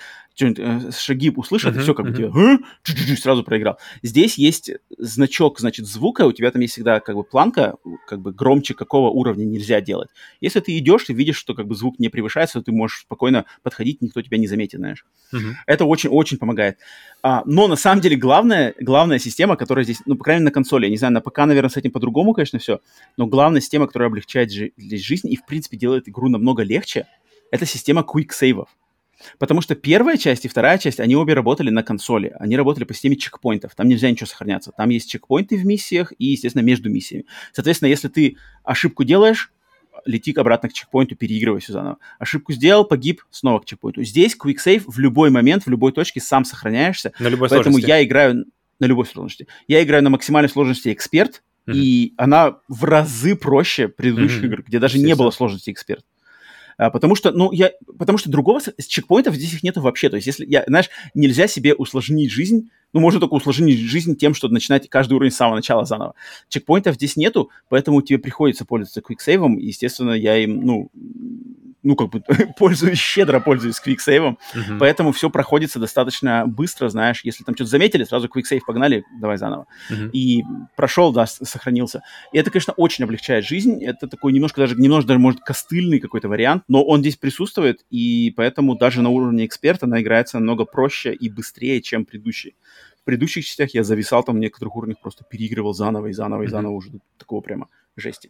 шаги услышат, и все, как бы тебе сразу проиграл. Здесь есть значок, значит, звука, у тебя там есть всегда как бы планка, как бы громче какого уровня нельзя делать. Если ты идешь, ты видишь, что как бы звук не превышается, то ты можешь спокойно подходить, никто тебя не заметит, знаешь. Это очень-очень помогает. Но на самом деле главная система, которая здесь, ну, по крайней мере, на консоли, я не знаю, на ПК, наверное, с этим по-другому, конечно, все, но главная система, которая облегчает здесь жизнь и, в принципе, делает игру намного легче, это система квиксейвов. Потому что первая часть и вторая часть, они обе работали на консоли. Они работали по системе чекпоинтов. Там нельзя ничего сохраняться. Там есть чекпоинты в миссиях и, естественно, между миссиями. Соответственно, если ты ошибку делаешь, лети обратно к чекпоинту, переигрывай все заново. Ошибку сделал, погиб, снова к чекпоинту. Здесь квиксейв в любой момент, в любой точке сам сохраняешься. На любой Поэтому сложности. я играю на любой сложности. Я играю на максимальной сложности эксперт, и она в разы проще предыдущих игр, где даже не было сложности эксперт. Потому что другого с чекпоинтов здесь их нету вообще. То есть, если, знаешь, нельзя себе усложнить жизнь, можно только усложнить жизнь тем, что начинать каждый уровень с самого начала заново. Чекпоинтов здесь нету, поэтому тебе приходится пользоваться квиксейвом. Естественно, я им, как бы щедро пользуюсь квиксейвом, поэтому все проходится достаточно быстро, знаешь, если там что-то заметили, сразу квиксейв погнали, давай заново. И прошел, да, сохранился. И это, конечно, очень облегчает жизнь, это такой немножко даже, может, костыльный какой-то вариант, но он здесь присутствует, и поэтому даже на уровне эксперта она играется намного проще и быстрее, чем предыдущие. В предыдущих частях я зависал там в некоторых уровнях, просто переигрывал заново и заново уже до такого прямо жести.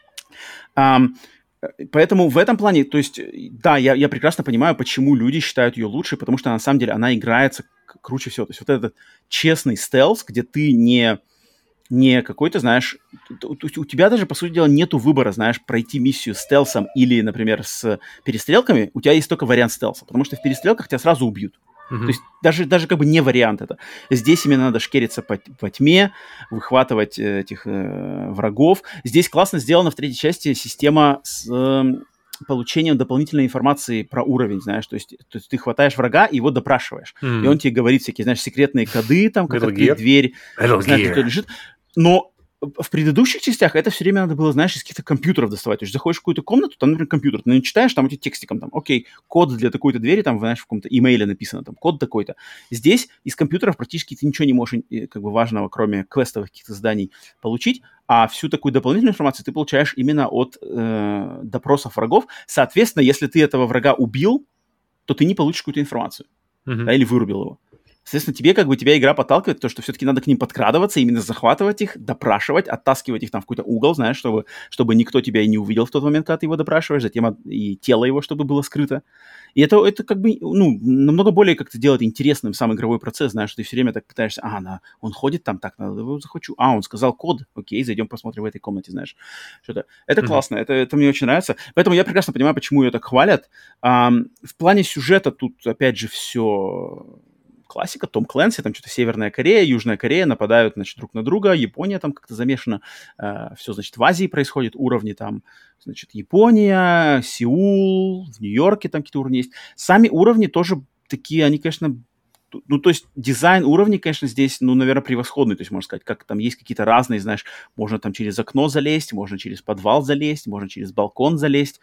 Поэтому в этом плане, то есть, да, я прекрасно понимаю, почему люди считают ее лучшей, потому что на самом деле она играется круче всего. То есть вот этот честный стелс, где ты не какой-то, знаешь, у тебя даже, по сути дела, нету выбора, знаешь, пройти миссию стелсом или, например, с перестрелками, у тебя есть только вариант стелса, потому что в перестрелках тебя сразу убьют. То есть даже как бы не вариант это. Здесь именно надо шкериться по тьме, выхватывать этих врагов. Здесь классно сделана в третьей части система с получением дополнительной информации про уровень, знаешь. То есть ты хватаешь врага и его допрашиваешь. И он тебе говорит всякие, знаешь, секретные коды, там, как открыть дверь, знаешь, кто лежит. Но в предыдущих частях это все время надо было, знаешь, из каких-то компьютеров доставать. То есть заходишь в какую-то комнату, там, например, компьютер, ты читаешь, там у тебя текстиком, там, окей, код для такой-то двери, там, знаешь, в каком-то имейле написано, там, код такой-то. Здесь из компьютеров практически ты ничего не можешь, как бы, важного, кроме квестовых каких-то заданий, получить, а всю такую дополнительную информацию ты получаешь именно от допросов врагов. Соответственно, если ты этого врага убил, то ты не получишь какую-то информацию, да, или вырубил его. Соответственно, тебя игра подталкивает, то, что все-таки надо к ним подкрадываться, именно захватывать их, допрашивать, оттаскивать их там в какой-то угол, знаешь, чтобы никто тебя и не увидел в тот момент, когда ты его допрашиваешь, затем и тело его, чтобы было скрыто. И это как бы, намного более как-то делает интересным сам игровой процесс, знаешь, что ты все время так пытаешься, он ходит там, так, надо его захвачу, он сказал код, окей, зайдем посмотрим в этой комнате, знаешь, что-то. Это классно, это мне очень нравится, поэтому я прекрасно понимаю, почему ее так хвалят. В плане сюжета тут, опять же, все... классика, Том Клэнси, там что-то Северная Корея, Южная Корея нападают, значит, друг на друга, Япония там как-то замешана, все, значит, в Азии происходит, уровни там, значит, Япония, Сеул, в Нью-Йорке там какие-то уровни есть. Сами уровни тоже такие, они, конечно, то есть дизайн уровней, конечно, здесь, наверное, превосходный, то есть, можно сказать, как там есть какие-то разные, знаешь, можно там через окно залезть, можно через подвал залезть, можно через балкон залезть,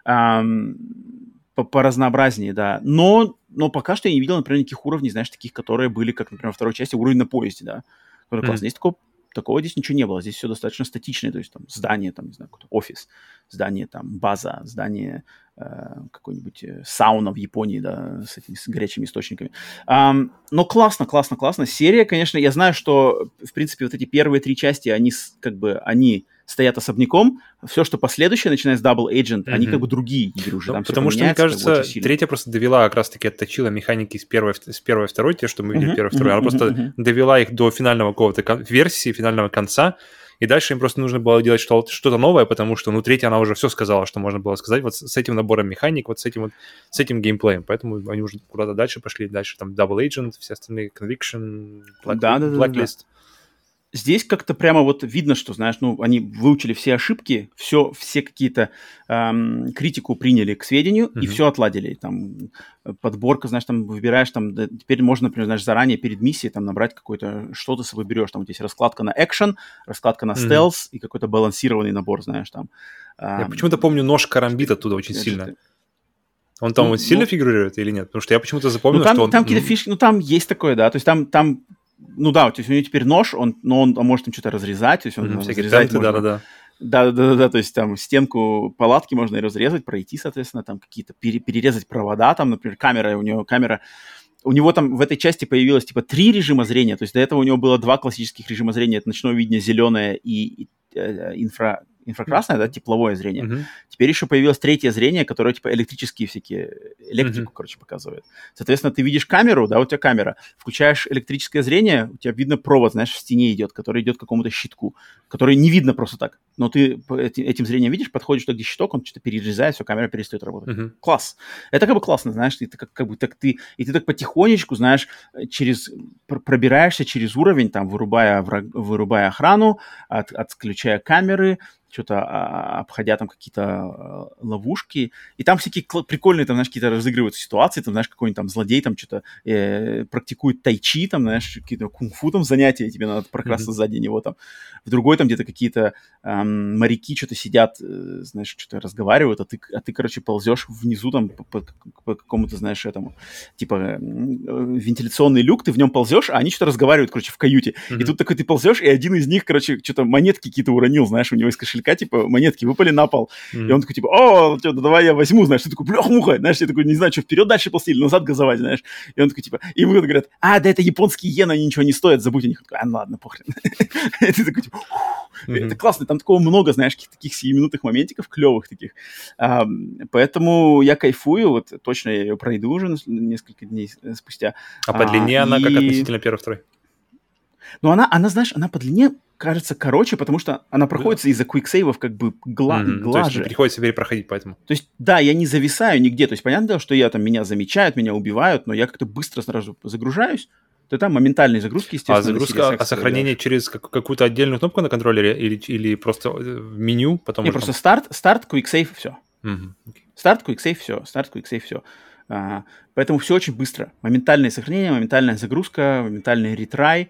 по разнообразнее, да. Но пока что я не видел, например, никаких уровней, знаешь, таких, которые были, как, например, во второй части, уровень на поезде, да. Который классно. Здесь такого здесь ничего не было. Здесь все достаточно статичное, то есть там здание, там, не знаю, какой-то офис, здание, там, база, здание, какой-нибудь сауна в Японии, да, с горячими источниками. Но классно. Серия, конечно, я знаю, что, в принципе, вот эти первые 3 части, они стоят особняком. Все, что последующее, начиная с Double Agent, они как бы другие игры уже. Там потому что, мне кажется, третья просто довела, как раз-таки отточила механики с первой и второй, те, что мы видели первой и второй. Она просто довела их до финального какого-то версии, финального конца. И дальше им просто нужно было делать что-то новое, потому что, третья, она уже все сказала, что можно было сказать, вот с этим набором механик, вот с этим геймплеем. Поэтому они уже куда-то дальше пошли. Дальше там Double Agent, все остальные Conviction, Blacklist. Здесь как-то прямо вот видно, что, знаешь, они выучили все ошибки, все какие-то критику приняли к сведению и все отладили. Там подборка, знаешь, там выбираешь, там теперь можно, например, знаешь, заранее перед миссией там набрать какое-то, что ты собой берешь. Там вот есть раскладка на экшен, раскладка на стелс и какой-то балансированный набор, знаешь, там. Я почему-то помню нож Карамбит оттуда очень сильно. Он там сильно фигурирует или нет? Потому что я почему-то запомнил, что он... Там какие-то фишки, там есть такое, да, то есть там то есть у него теперь нож, он может там что-то разрезать, то есть он разрезать можно. Да, то есть там стенку палатки можно и разрезать, пройти, соответственно, там какие-то перерезать провода, там, например, у него там в этой части появилось типа 3 режима зрения, то есть до этого у него было 2 классических режима зрения, это ночное видение зеленое и инфракрасное, да, тепловое зрение. Теперь еще появилось 3-е зрение, которое типа электрические всякие, электрику, показывает. Соответственно, ты видишь камеру, да, у тебя камера, включаешь электрическое зрение, у тебя видно провод, знаешь, в стене идет, который идет к какому-то щитку, который не видно просто так. Но ты этим зрением видишь, подходишь туда, где щиток, он что-то перерезает, все, камера перестает работать. Класс. Это как бы классно, знаешь, ты так потихонечку, знаешь, пробираешься через уровень, там, вырубая охрану, отключая камеры, что-то обходя там какие-то ловушки. И там всякие прикольные, там, знаешь, какие-то разыгрываются ситуации, там, знаешь, какой-нибудь там злодей там что-то практикует тайчи, там, знаешь, какие-то кунг-фу там занятия, тебе надо прокрасться сзади него там. В другой там где-то какие-то моряки что-то сидят, знаешь, что-то разговаривают, а ты, короче, ползешь внизу там по какому-то, знаешь, этому, типа вентиляционный люк, ты в нем ползешь, а они что-то разговаривают, короче, в каюте. И тут такой ты ползешь, и один из них, короче, что-то монетки какие-то уронил, знаешь, у него из кошелька, типа, монетки выпали на пол. И он такой, типа, давай я возьму, знаешь, ты такой, блях-муха, знаешь, я такой, не знаю, что, вперед дальше ползти или назад газовать, знаешь. И он такой, типа, и ему говорят, да это японские иены, они ничего не стоят, забудь о них. Ну ладно, похрен. И ты такой, типа, это классно, там такого много, знаешь, таких сиюминутных моментиков, клевых таких. Поэтому я кайфую, вот точно я ее пройду уже несколько дней спустя. А по длине она как относительно первой-второй? Ну, она, знаешь, она по длине кажется короче, потому что она проходится из-за квиксейвов как бы глаже. То есть не приходится перепроходить, поэтому. То есть, да, я не зависаю нигде. То есть, понятное дело, что меня замечают, меня убивают, но я как-то быстро сразу загружаюсь. То там моментальные загрузки, естественно. Сохранение через какую-то отдельную кнопку на контроллере или просто в меню? Потом не, просто старт, квиксейв, все. Старт, квиксейв, все. Поэтому все очень быстро. Моментальное сохранение, моментальная загрузка, моментальный ретрай.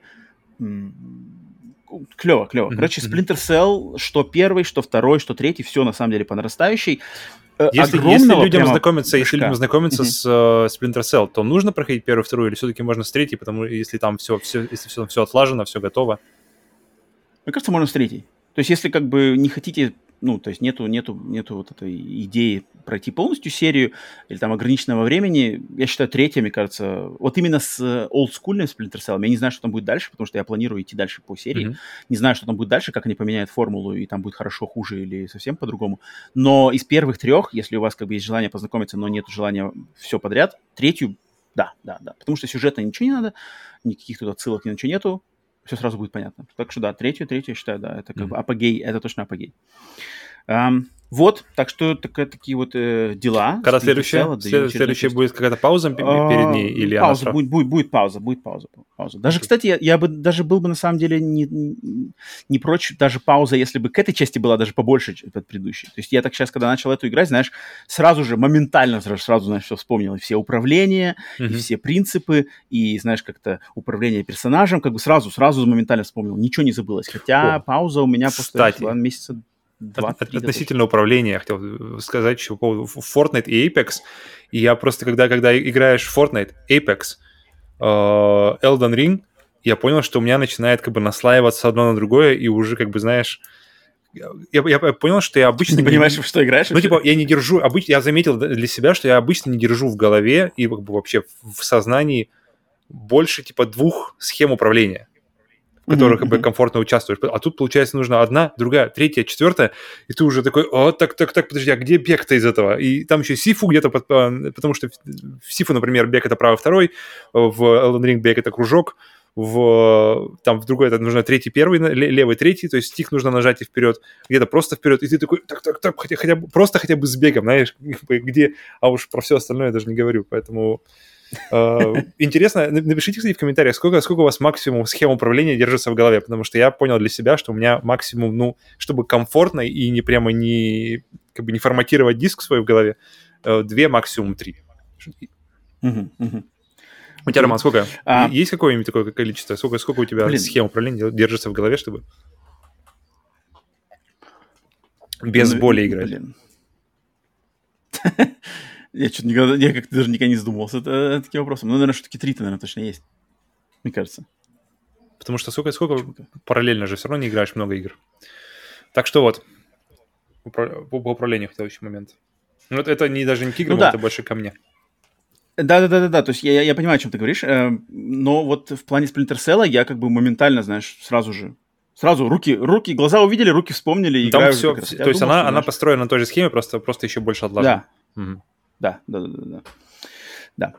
Клево. Короче, Splinter Cell, что первый, что второй, что третий, все на самом деле по нарастающей. Если людям знакомиться с Splinter Cell, то нужно проходить первую, вторую, или все-таки можно с третьей, потому что если там все отлажено, все готово? Мне кажется, можно с третьей. То есть, если как бы не хотите, то есть нету вот этой идеи пройти полностью серию или там ограниченного времени, я считаю, третья, мне кажется, вот именно с олдскульным Splinter Cell, я не знаю, что там будет дальше, потому что я планирую идти дальше по серии, не знаю, что там будет дальше, как они поменяют формулу, и там будет хорошо, хуже или совсем по-другому, но из первых 3, если у вас как бы есть желание познакомиться, но нет желания все подряд, третью, да, потому что сюжетно ничего не надо, никаких тут отсылок, ничего нету, все сразу будет понятно. Так что да, третью, я считаю, да, это как бы апогей, это точно апогей. Вот, так что такие вот дела. Когда следующая будет какая-то пауза перед ней? Или пауза, будет пауза. Даже, кстати, я бы даже был бы на самом деле не прочь, даже пауза, если бы к этой части была даже побольше от предыдущей. То есть я так сейчас, когда начал эту играть, знаешь, сразу же, моментально, знаешь, все вспомнил. И все управления, и все принципы, и, знаешь, как-то управление персонажем, как бы сразу моментально вспомнил. Ничего не забылось. Хотя пауза у меня после месяца 2-3. Относительно управления, я хотел сказать еще по поводу Fortnite и Apex. И я просто, когда играешь в Fortnite, Apex, Elden Ring, я понял, что у меня начинает как бы наслаиваться одно на другое, и уже как бы, знаешь, я понял, что я обычно... Ты не понимаешь, во что играешь? Ну, типа, я не держу... Я заметил для себя, что я обычно не держу в голове и как бы вообще в сознании больше, типа, 2 схем управления, в которых как бы комфортно участвуешь. А тут, получается, нужна 1, другая, 3, 4, и ты уже такой, так, подожди, а где бег-то из этого? И там еще сифу где-то, потому что в сифу, например, бег — это правый, второй, в Elden Ring бег — это кружок, в другой это нужно 3, 1, левый 3, то есть стик нужно нажать и вперед, где-то просто вперед, и ты такой, так, хотя бы с бегом, знаешь, где, а уж про все остальное я даже не говорю, поэтому интересно, напишите, кстати, в комментариях, сколько у вас максимум схем управления держится в голове, потому что я понял для себя, что у меня максимум, ну, чтобы комфортно и не прямо не, как бы не форматировать диск свой в голове, 2, максимум 3. У тебя, Роман, сколько? Есть какое-нибудь такое количество? Сколько у тебя схем управления держится в голове, чтобы без боли играть? Я что-то никогда, я как-то даже никогда не задумывался таким вопросом. Ну, наверное, все-таки 3, наверное, точно есть. Мне кажется. Потому что сколько параллельно же все равно не играешь много игр. Так что вот, по управлению в следующий момент. Ну, это даже не к играм, это больше ко мне. Да. То есть я понимаю, о чем ты говоришь. Но вот в плане Splinter Cell я как бы моментально, знаешь, сразу руки, глаза увидели, руки вспомнили. Там играю все, то есть она построена на той же схеме, просто еще больше отлажена. Да.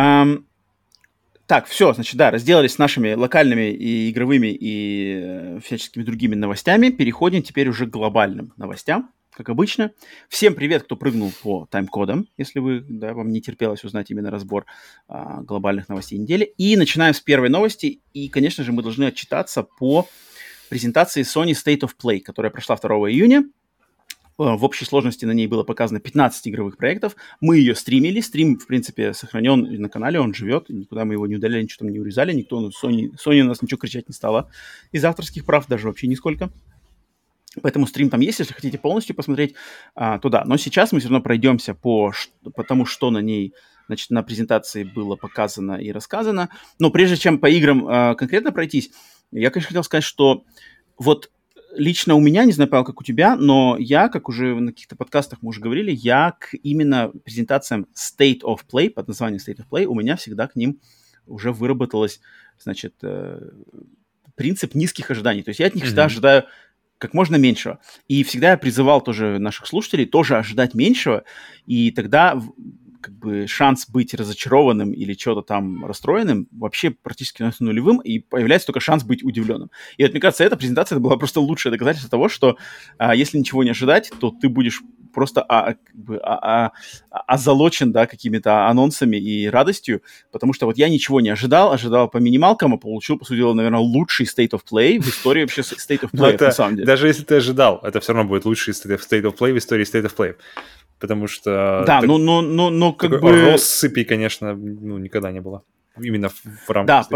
Так, все, значит, да, разделались с нашими локальными и игровыми и всяческими другими новостями. Переходим теперь уже к глобальным новостям, как обычно. Всем привет, кто прыгнул по тайм-кодам, если вам не терпелось узнать именно разбор глобальных новостей недели. И начинаем с первой новости. И, конечно же, мы должны отчитаться по презентации Sony State of Play, которая прошла 2 июня. В общей сложности на ней было показано 15 игровых проектов. Мы ее стримили. Стрим, в принципе, сохранен на канале, он живет. Никуда мы его не удаляли, ничего там не урезали. Sony у нас ничего кричать не стала из авторских прав, даже вообще нисколько. Поэтому стрим там есть, если хотите полностью посмотреть, туда. Но сейчас мы все равно пройдемся по тому, что на ней, значит, на презентации было показано и рассказано. Но прежде чем по играм конкретно пройтись, я, конечно, хотел сказать, что вот лично у меня, не знаю, Павел, как у тебя, но я, как уже на каких-то подкастах мы уже говорили, я к именно презентациям State of Play, под названием State of Play, у меня всегда к ним уже выработалось, значит, принцип низких ожиданий. То есть я от них всегда ожидаю как можно меньшего. И всегда я призывал тоже наших слушателей тоже ожидать меньшего, и тогда как бы шанс быть разочарованным или что-то там расстроенным вообще практически становится нулевым, и появляется только шанс быть удивленным. И вот, мне кажется, эта презентация была просто лучшее доказательство того, что если ничего не ожидать, то ты будешь просто озолочен, да, какими-то анонсами и радостью, потому что вот я ничего не ожидал по минималкам, а получил, по сути дела, наверное, лучший State of Play в истории вообще State of Play, на самом деле. Даже если ты ожидал, это все равно будет лучший State of Play в истории State of Play. Потому что... Да, но как бы... Россыпи, конечно, никогда не было. Именно в рамках... Да,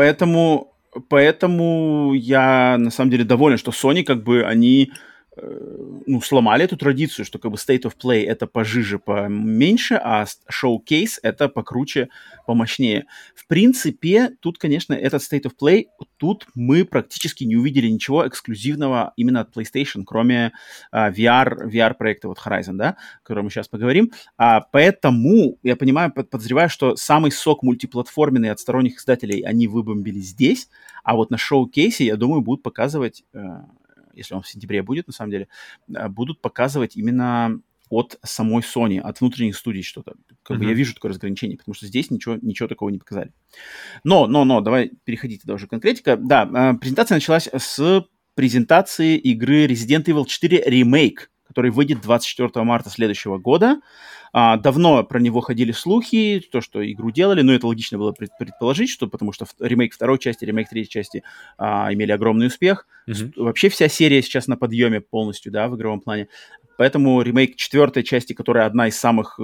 поэтому я, на самом деле, доволен, что Sony, как бы, они... сломали эту традицию, что как бы State of Play это пожиже, поменьше, а Showcase это покруче, помощнее. В принципе, тут, конечно, этот State of Play, тут мы практически не увидели ничего эксклюзивного именно от PlayStation, кроме VR-проекта, вот Horizon, да, о котором мы сейчас поговорим. Поэтому, я подозреваю, что самый сок мультиплатформенный от сторонних издателей они выбомбили здесь, а вот на Showcase, я думаю, будут показывать... если он в сентябре будет, на самом деле, будут показывать именно от самой Sony, от внутренних студий что-то. Как бы я вижу такое разграничение, потому что здесь ничего такого не показали. Но, давай переходить тогда уже конкретика. Да, презентация началась с презентации игры Resident Evil 4 Remake, который выйдет 24 марта следующего года. Давно про него ходили слухи, то, что игру делали, но это логично было предположить, потому что ремейк второй части, ремейк третьей части имели огромный успех. Вообще вся серия сейчас на подъеме полностью, да, в игровом плане. Поэтому ремейк четвертой части, которая одна из самых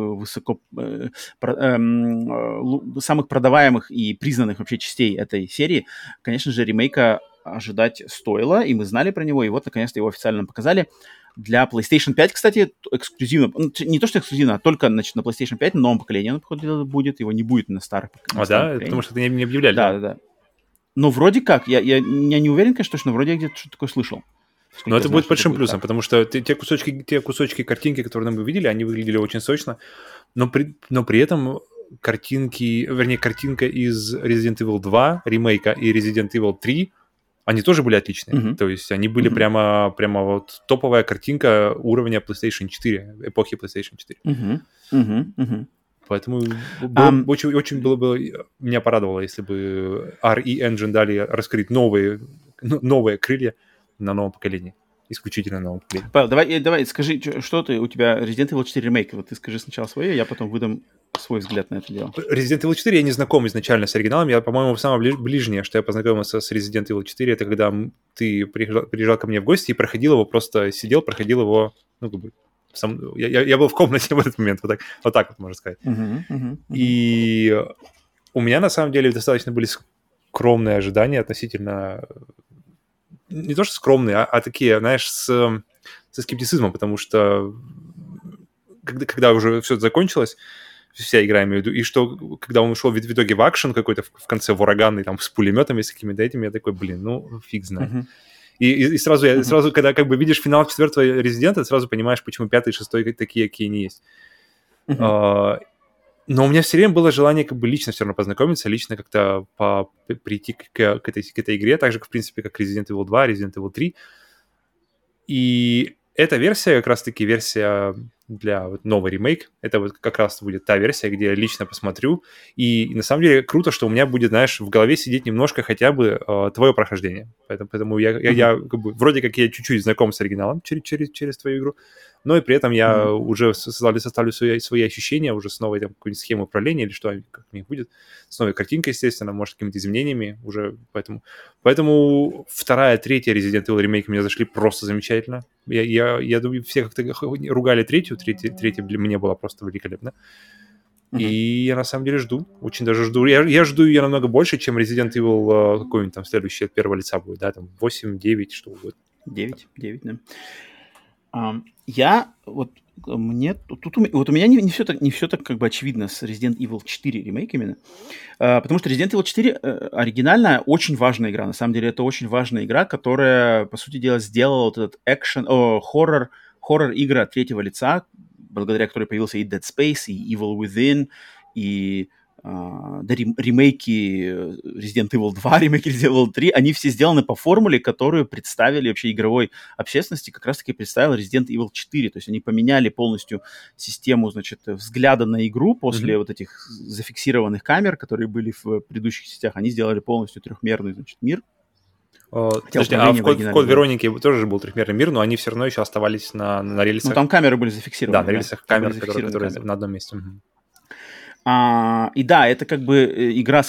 самых продаваемых и признанных вообще частей этой серии, конечно же, ремейка ожидать стоило, и мы знали про него, и вот, наконец-то, его официально показали. Для PlayStation 5, кстати, эксклюзивно, не то что эксклюзивно, а только, значит, на PlayStation 5 на новом поколении он, походу, будет, его не будет на старых поколениях. Да? Потому что это не объявляли. Да. Но вроде как, я не уверен, конечно, точно, вроде я где-то что-то такое слышал. Но это будет большим плюсом, потому что те кусочки картинки, которые мы видели, они выглядели очень сочно, но при этом картинка из Resident Evil 2 ремейка и Resident Evil 3, они тоже были отличные. То есть они были прямо вот топовая картинка уровня PlayStation 4, эпохи PlayStation 4. Поэтому очень было бы... Меня порадовало, если бы RE Engine дали раскрыть новые крылья на новом поколении. Исключительно новом поколении. Павел, давай скажи, что у тебя Resident Evil 4 ремейк. Вот ты скажи сначала свое, я потом выдам свой взгляд на это дело. Resident Evil 4 я не знаком изначально с оригиналом. Я, по-моему, самое ближнее, что я познакомился с Resident Evil 4, это когда ты приезжал ко мне в гости и проходил его, просто сидел, проходил его, я был в комнате в этот момент, вот так можно сказать. И у меня, на самом деле, достаточно были скромные ожидания относительно... Не то, что скромные, а такие, знаешь, со скептицизмом, потому что когда уже все закончилось, вся игра, имею в виду, и что, когда он ушел в итоге в акшен какой-то в конце, в ураганный, там, с пулеметами, с какими-то этими, я такой, фиг знает. И сразу, когда как бы видишь финал 4-го Резидента, сразу понимаешь, почему 5-й и 6-й такие, какие они есть. Но у меня все время было желание как бы лично все равно познакомиться, лично как-то прийти к этой игре, так же, в принципе, как Resident Evil 2, Resident Evil 3. И эта версия, как раз-таки версия для новый ремейк, это вот как раз будет та версия, где я лично посмотрю. И на самом деле круто, что у меня будет, знаешь, в голове сидеть немножко хотя бы твое прохождение. Поэтому я как бы, вроде как я чуть-чуть знаком с оригиналом через твою игру, но и при этом я уже составлю свои ощущения уже с новой какой-нибудь схемой управления или что, как у них будет, с новой картинкой, естественно, может, какими-то изменениями уже, поэтому вторая, третья Resident Evil ремейки меня зашли просто замечательно. Я думаю, все как-то ругали третья для меня была просто великолепна. И я на самом деле жду, очень даже жду. Я жду ее намного больше, чем Resident Evil какой-нибудь там следующий от первого лица будет, да, там 8, 9, что угодно. 9, да. У меня не все так как бы очевидно с Resident Evil 4 ремейк именно, потому что Resident Evil 4 оригинальная, очень важная игра. На самом деле это очень важная игра, которая, по сути дела, сделала вот этот хоррор игра от третьего лица, благодаря которой появился и Dead Space, и Evil Within, и ремейки Resident Evil 2, ремейки Resident Evil 3, они все сделаны по формуле, которую представили вообще игровой общественности, как раз-таки представила Resident Evil 4. То есть они поменяли полностью систему, значит, взгляда на игру после вот этих зафиксированных камер, которые были в предыдущих частях. Они сделали полностью трехмерный, значит, мир. Подожди, в Код Вероники тоже был трехмерный мир, но они все равно еще оставались на рельсах. Ну, там камеры были зафиксированы. Да, на рельсах камеры, которые на одном месте. И да, это как бы игра,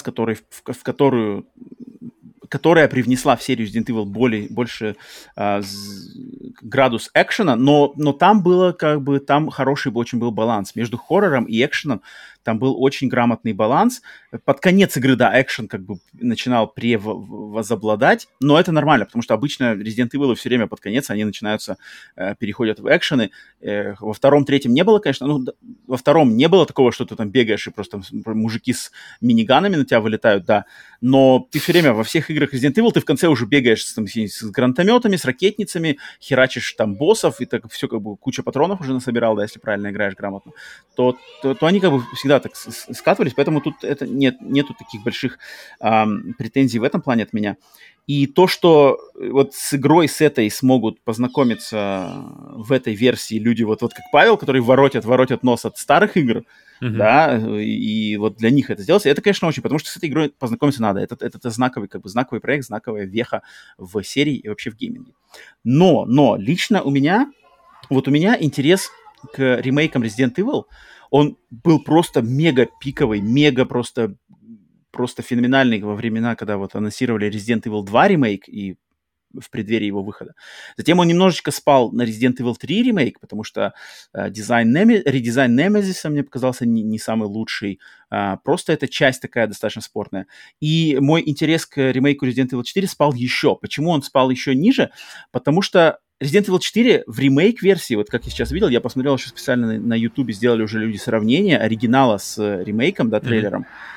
которая привнесла в серию Resident Evil больше градус экшена, но там было там хороший очень был баланс между хоррором и экшеном. Там был очень грамотный баланс. Под конец игры, да, экшен как бы начинал возобладать, но это нормально, потому что обычно Resident Evil все время под конец они начинаются, переходят в экшены. Во втором, третьем не было, конечно, во втором не было такого, что ты там бегаешь и просто мужики с миниганами на тебя вылетают, да, но ты все время во всех играх Resident Evil ты в конце уже бегаешь с гранатометами, с ракетницами, херачишь там боссов, и так все как бы куча патронов уже насобирал, да, если правильно играешь грамотно, то они как бы всегда так скатывались, поэтому тут нету таких больших претензий в этом плане от меня. И то, что вот с игрой с этой смогут познакомиться в этой версии люди, вот как Павел, которые воротят нос от старых игр, да, и вот для них это сделать, это, конечно, очень, потому что с этой игрой познакомиться надо. Это знаковый проект, знаковая веха в серии и вообще в гейминге. Но лично у меня интерес к ремейкам Resident Evil, он был просто мега пиковый, мега просто феноменальный во времена, когда вот анонсировали Resident Evil 2 ремейк и в преддверии его выхода. Затем он немножечко спал на Resident Evil 3 ремейк, потому что редизайн Nemesis мне показался не самый лучший. Просто эта часть такая достаточно спорная. И мой интерес к ремейку Resident Evil 4 спал еще. Почему он спал еще ниже? Потому что Resident Evil 4 в ремейк-версии, вот как я сейчас видел, я посмотрел еще специально на YouTube, сделали уже люди сравнение оригинала с ремейком, да, трейлером.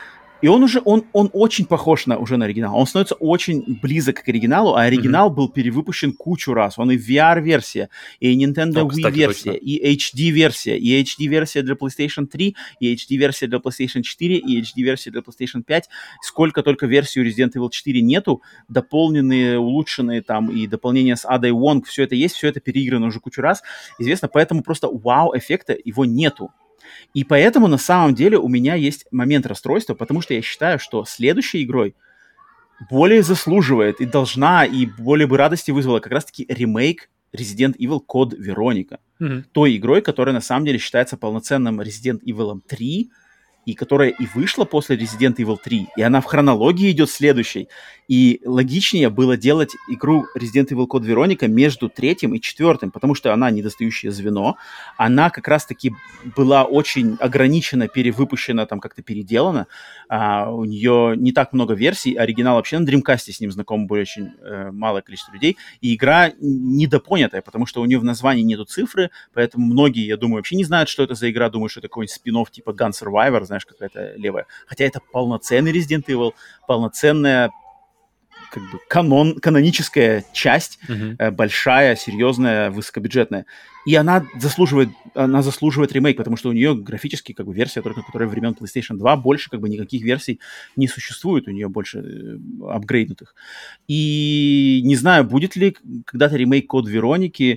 И он очень похож уже на оригинал. Он становится очень близок к оригиналу, а оригинал был перевыпущен кучу раз. Он и VR-версия, и Nintendo Wii-версия, и HD-версия, и HD-версия для PlayStation 3, и HD-версия для PlayStation 4, и HD-версия для PlayStation 5. Сколько только версий у Resident Evil 4 нету, дополненные, улучшенные там, и дополнения с Адой Вонг, все это есть, все это переиграно уже кучу раз. Известно, поэтому просто вау-эффекта его нету. И поэтому на самом деле у меня есть момент расстройства, потому что я считаю, что следующей игрой более заслуживает и должна, и более бы радости вызвала как раз-таки ремейк Resident Evil Code Veronica. Той игрой, которая на самом деле считается полноценным Resident Evil 3, и которая и вышла после Resident Evil 3, и она в хронологии идет следующей. И логичнее было делать игру Resident Evil Code Veronica между третьим и четвертым, потому что она недостающее звено, она как раз-таки была очень ограничена, перевыпущена, там как-то переделана, у нее не так много версий, оригинал вообще на Dreamcast с ним знаком было очень малое количество людей, и игра недопонятая, потому что у нее в названии нету цифры, поэтому многие, я думаю, вообще не знают, что это за игра, думают, что это какой-нибудь спин-офф типа Gun Survivor, знаешь, какая-то левая. Хотя это полноценный Resident Evil, полноценная как бы каноническая часть, большая, серьезная, высокобюджетная. И она заслуживает ремейк, потому что у нее графически как бы версия, только которая времен PlayStation 2, больше как бы никаких версий не существует, у нее больше апгрейднутых. И не знаю, будет ли когда-то ремейк Код Вероники.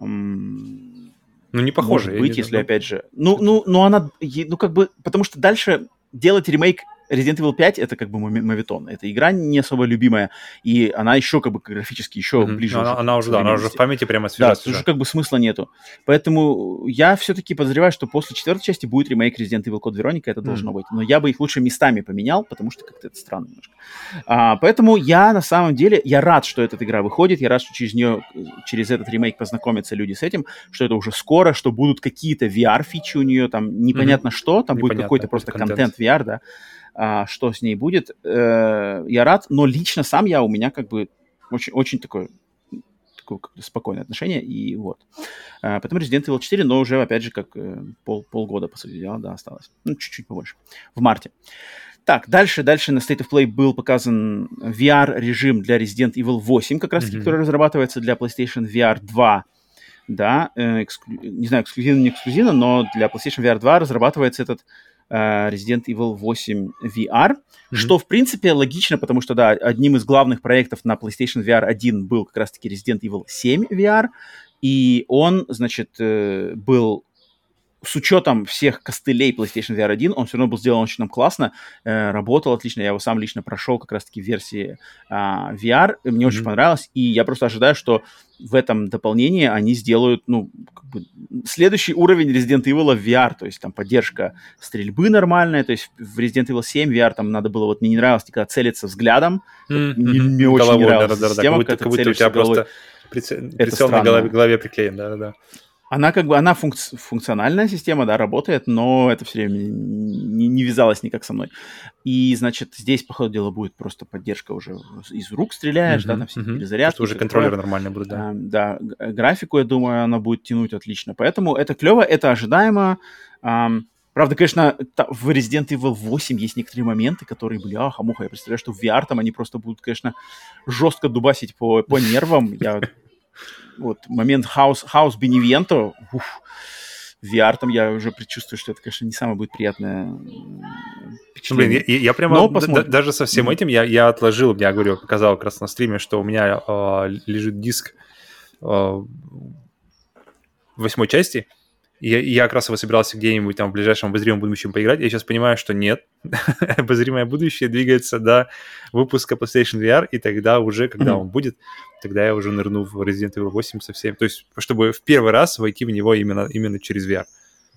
Не похоже. Может быть, если опять же... она... как бы... Потому что дальше делать ремейк Resident Evil 5 это как бы моветон. Эта игра не особо любимая, и она еще как бы графически еще ближе. Она уже в памяти прямо свежа. Да, уже как бы смысла нету. Поэтому я все-таки подозреваю, что после четвертой части будет ремейк Resident Evil Code Veronica, это должно быть. Но я бы их лучше местами поменял, потому что как-то это странно немножко. Поэтому я на самом деле, я рад, что эта игра выходит, я рад, что через этот ремейк познакомятся люди с этим, что это уже скоро, что будут какие-то VR-фичи у нее, там непонятно что, там будет какой-то просто контент VR, да. Что с ней будет, я рад, но лично сам у меня как бы очень такое спокойное отношение, и вот. Потом Resident Evil 4, но уже, опять же, как полгода, по сути дела, да, осталось. Чуть-чуть побольше. В марте. Так, дальше на State of Play был показан VR-режим для Resident Evil 8, как раз-таки, который разрабатывается для PlayStation VR 2. Да, не знаю, эксклюзивно, не эксклюзивно, но для PlayStation VR 2 разрабатывается этот Resident Evil 8 VR, что, в принципе, логично, потому что, да, одним из главных проектов на PlayStation VR 1 был как раз-таки Resident Evil 7 VR, и он, значит, был с учетом всех костылей PlayStation VR 1, он все равно был сделан очень классно, работал отлично, я его сам лично прошел как раз-таки в версии VR, мне очень понравилось, и я просто ожидаю, что в этом дополнении они сделают, как бы следующий уровень Resident Evil в VR, то есть там поддержка стрельбы нормальная, то есть в Resident Evil 7 VR там надо было, мне не нравилось никогда целиться взглядом, мне очень не нравилась система, как будто у тебя просто прицел на голове приклеен, да-да-да. Она как бы, функциональная система, да, работает, но это все время не вязалось никак со мной. И, значит, здесь, по ходу дела, будет просто поддержка уже из рук стреляешь, да, там все перезарядки. Что уже контроллеры нормально будут, да. Да, графику, я думаю, она будет тянуть отлично. Поэтому это клево, это ожидаемо. Правда, конечно, в Resident Evil 8 есть некоторые моменты, которые были, муха, я представляю, что в VR там они просто будут, конечно, жестко дубасить по нервам. Вот, момент Хаус Беневенто, VR там я уже предчувствую, что это, конечно, не самое будет приятное впечатление. Блин, я прямо даже со всем этим я отложил, я говорю, показал как раз на стриме, что у меня лежит диск 8 части, и я как раз его собирался где-нибудь там в ближайшем обозримом будущем поиграть, я сейчас понимаю, что нет, обозримое будущее двигается до выпуска PlayStation VR, и тогда уже, когда он будет, тогда я уже нырну в Resident Evil 8 со всем, то есть чтобы в первый раз войти в него именно через VR.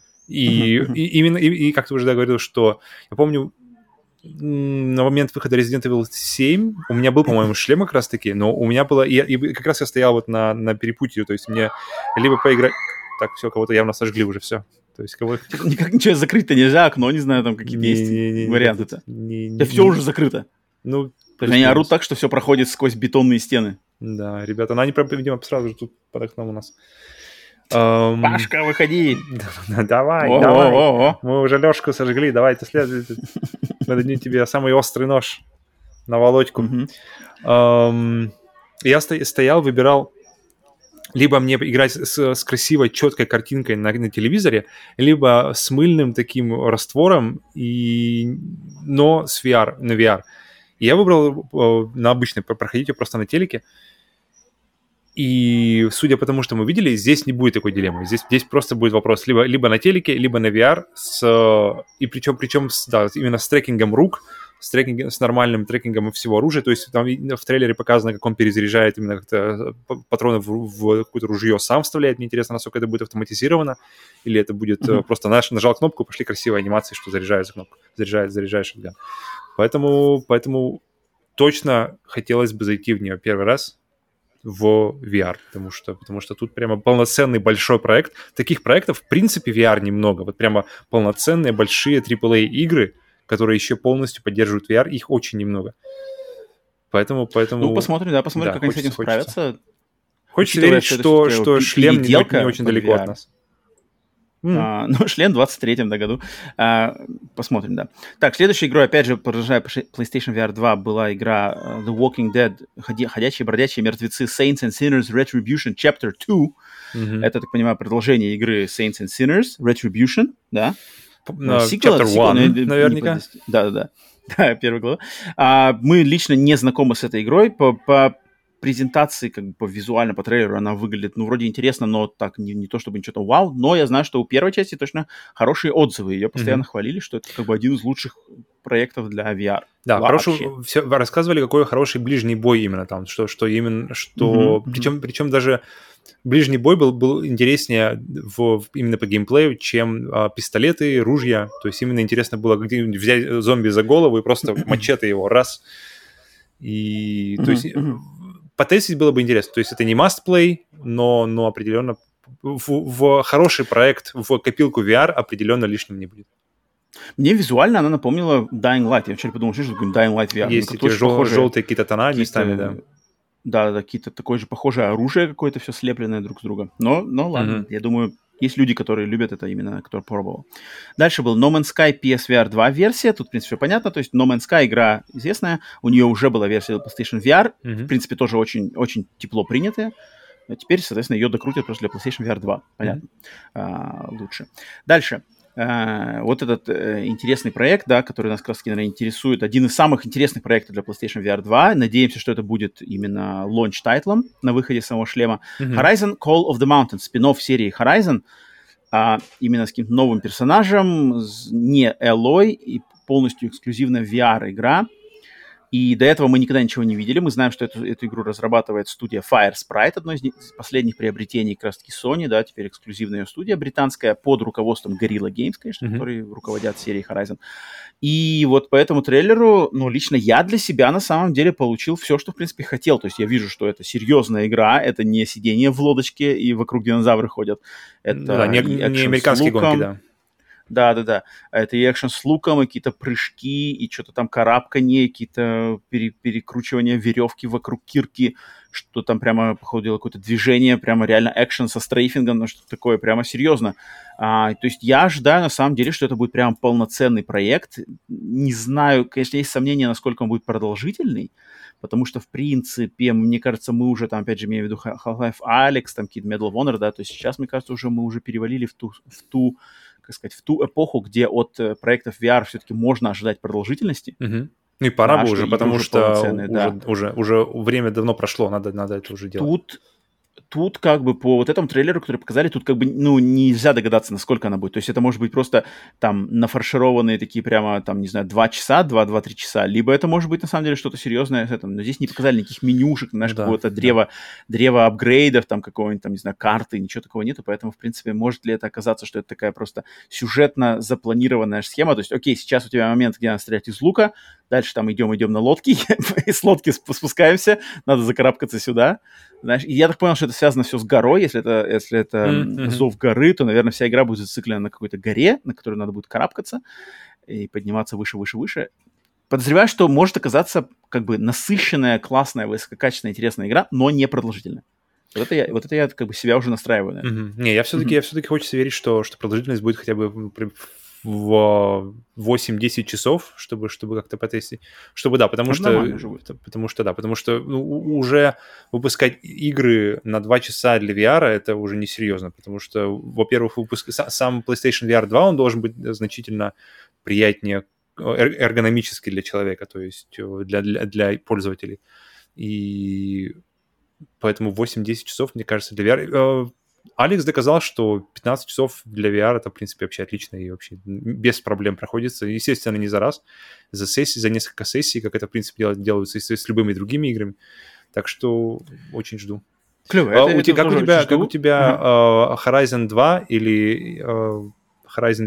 И как ты уже говорил, что я помню, на момент выхода Resident Evil 7 у меня был, по-моему, шлем как раз-таки, но у меня было... И как раз я стоял вот на перепутье, то есть мне либо поиграть... Так, все, кого-то явно сожгли уже, все. То есть кого... Никак ничего закрыть-то нельзя, окно, не знаю, там какие-то есть варианты-то. Да все уже закрыто. То есть они орут так, что все проходит сквозь бетонные стены. Да, ребята, они, видимо, сразу же тут под окном у нас. Пашка, выходи! Давай. Мы уже Лёшку сожгли, давай ты следуй. Дадим тебе самый острый нож на Володьку. Я стоял, выбирал либо мне играть с красивой, четкой картинкой на телевизоре, либо с мыльным таким раствором, но с VR, на VR. И я выбрал на обычный, проходить ее просто на телеке. И судя по тому, что мы видели, здесь не будет такой дилеммы. Здесь просто будет вопрос либо на телеке, либо на VR, и причем именно с трекингом рук, с нормальным трекингом всего оружия. То есть там в трейлере показано, как он перезаряжает именно как-то патроны в какое-то ружье сам вставляет. Мне интересно, насколько это будет автоматизировано, или это будет просто нажал кнопку, пошли красивые анимации, что заряжается кнопка, заряжает шотган. Поэтому точно хотелось бы зайти в нее первый раз в VR, потому что тут прямо полноценный большой проект. Таких проектов, в принципе, VR немного. Вот прямо полноценные большие AAA игры, которые еще полностью поддерживают VR, их очень немного. Поэтому... Ну, посмотрим, как они с этим справятся. Хочется верить, что шлем не очень далеко от нас. Ну, шлем в 23-м году. Посмотрим, да. Так, следующей игрой, опять же, продолжая PlayStation VR 2, была игра The Walking Dead, ходячие, бродячие мертвецы, Saints and Sinners Retribution Chapter 2. Это, так понимаю, продолжение игры Saints and Sinners Retribution, да? Chapter 1, наверняка. Да, первая глава. Мы лично не знакомы с этой игрой. По презентации, как бы по визуально, по трейлеру она выглядит, ну, вроде интересно, но так не то чтобы ничего там вау, но я знаю, что у первой части точно хорошие отзывы. Ее постоянно хвалили, что это как бы один из лучших проектов для VR. Да, рассказывали, какой хороший ближний бой именно там, причем даже ближний бой был интереснее именно по геймплею, чем пистолеты, ружья. То есть именно интересно было где-нибудь взять зомби за голову и просто мачете его раз. И то есть потестить было бы интересно. То есть это не must-play, но определенно в хороший проект, в копилку VR определенно лишним не будет. Мне визуально она напомнила Dying Light. Я вначале подумал, что это Dying Light VR. Есть эти желтые какие-то тона местами, да. Да, какие-то такое же похожее оружие какое-то, все слепленное друг с друга. Но ладно, я думаю, есть люди, которые любят это именно, кто пробовал. Дальше был No Man's Sky PSVR 2 версия. Тут, в принципе, понятно. То есть No Man's Sky игра известная. У нее уже была версия PlayStation VR. В принципе, тоже очень, очень тепло принятая. А теперь, соответственно, ее докрутят просто для PlayStation VR 2. Понятно. Лучше. Дальше. Вот этот интересный проект, да, который нас как раз, наверное, интересует. Один из самых интересных проектов для PlayStation VR 2. Надеемся, что это будет именно лонч-тайтлом на выходе самого шлема. Horizon Call of the Mountain. Спин-офф серии Horizon. Именно с каким-то новым персонажем. Не Элой. И полностью эксклюзивная VR-игра. И до этого мы никогда ничего не видели. Мы знаем, что эту игру разрабатывает студия Firesprite, одно из последних приобретений как раз-таки Sony, да, теперь эксклюзивная студия британская под руководством Guerrilla Games, конечно, которые руководят серией Horizon. И вот по этому трейлеру, ну, лично я для себя на самом деле получил все, что, в принципе, хотел. То есть я вижу, что это серьезная игра, это не сидение в лодочке и вокруг динозавры ходят. Это не американские гонки, да. Да. Это и экшен с луком, и какие-то прыжки, и что-то там карабканье, какие-то перекручивания веревки вокруг кирки, что там прямо, походу, дело какое-то движение, прямо реально экшен со стрейфингом, ну что-то такое, прямо серьезно. То есть я ожидаю, на самом деле, что это будет прям полноценный проект. Не знаю, конечно, есть сомнения, насколько он будет продолжительный, потому что, в принципе, мне кажется, мы уже там, опять же, имею в виду Half-Life Alyx, там какие-то Medal of Honor, да, то есть сейчас, мне кажется, мы уже перевалили в ту эпоху, где от проектов VR все-таки можно ожидать продолжительности. Ну и пора бы уже, потому что уже время давно прошло, надо это уже делать. Тут как бы по вот этому трейлеру, который показали, тут как бы, ну, нельзя догадаться, насколько она будет. То есть это может быть просто там нафаршированные такие прямо, там, не знаю, 2 часа, 2-3 часа, либо это может быть на самом деле что-то серьезное. Но здесь не показали никаких менюшек, знаешь, какого-то древа апгрейдов, там, какого-нибудь, там, не знаю, карты, ничего такого нету. Поэтому, в принципе, может ли это оказаться, что это такая просто сюжетно запланированная схема. То есть, окей, сейчас у тебя момент, где надо стрелять из лука, дальше там идем на лодке, и с лодки спускаемся, надо закарабкаться сюда. Знаешь, и я так понял, что это связано все с горой. Если это зов горы, то, наверное, вся игра будет зациклена на какой-то горе, на которую надо будет карабкаться и подниматься выше. Подозреваю, что может оказаться как бы насыщенная, классная, высококачественная, интересная игра, но не продолжительная. Вот это я как бы себя уже настраиваю, наверное. Не, я все-таки хочется верить, что продолжительность будет хотя бы в 8-10 часов, чтобы как-то потестить. Потому что уже выпускать игры на 2 часа для VR это уже несерьезно, потому что, во-первых, сам PlayStation VR 2, он должен быть значительно приятнее эргономически для человека, то есть для пользователей. И поэтому 8-10 часов, мне кажется, для VR... Алекс доказал, что 15 часов для VR это, в принципе, вообще отлично и вообще без проблем проходится. Естественно, не за раз, за несколько сессий, как это, в принципе, делается с любыми другими играми. Так что очень жду. Клево. Как у тебя Horizon 2 или Horizon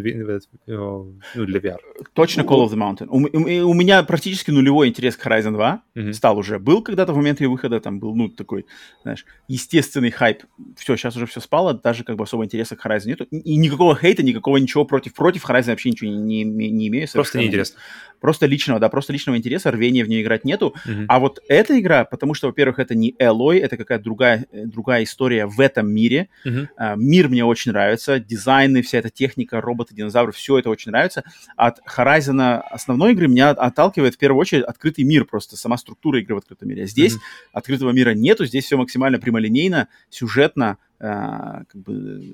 для VR? Точно Call of the Mountain. У меня практически нулевой интерес к Horizon 2. Был когда-то в момент ее выхода, там был, такой, знаешь, естественный хайп. Все, сейчас уже все спало, даже как бы особо интереса к Horizon нету. И никакого хейта, никакого ничего против Horizon вообще ничего не имею. Просто неинтересно. Просто личного интереса, рвения в нее играть нету. А вот эта игра, потому что, во-первых, это не Элой, это какая-то другая история в этом мире. Мир мне очень нравится, дизайны, вся эта техника, роботы, динозавры, все это очень нравится. От Horizon основной игры меня отталкивает в первую очередь открытый мир, просто сама структура игры в открытом мире. Здесь открытого мира нету, здесь все максимально прямолинейно, сюжетно, как бы...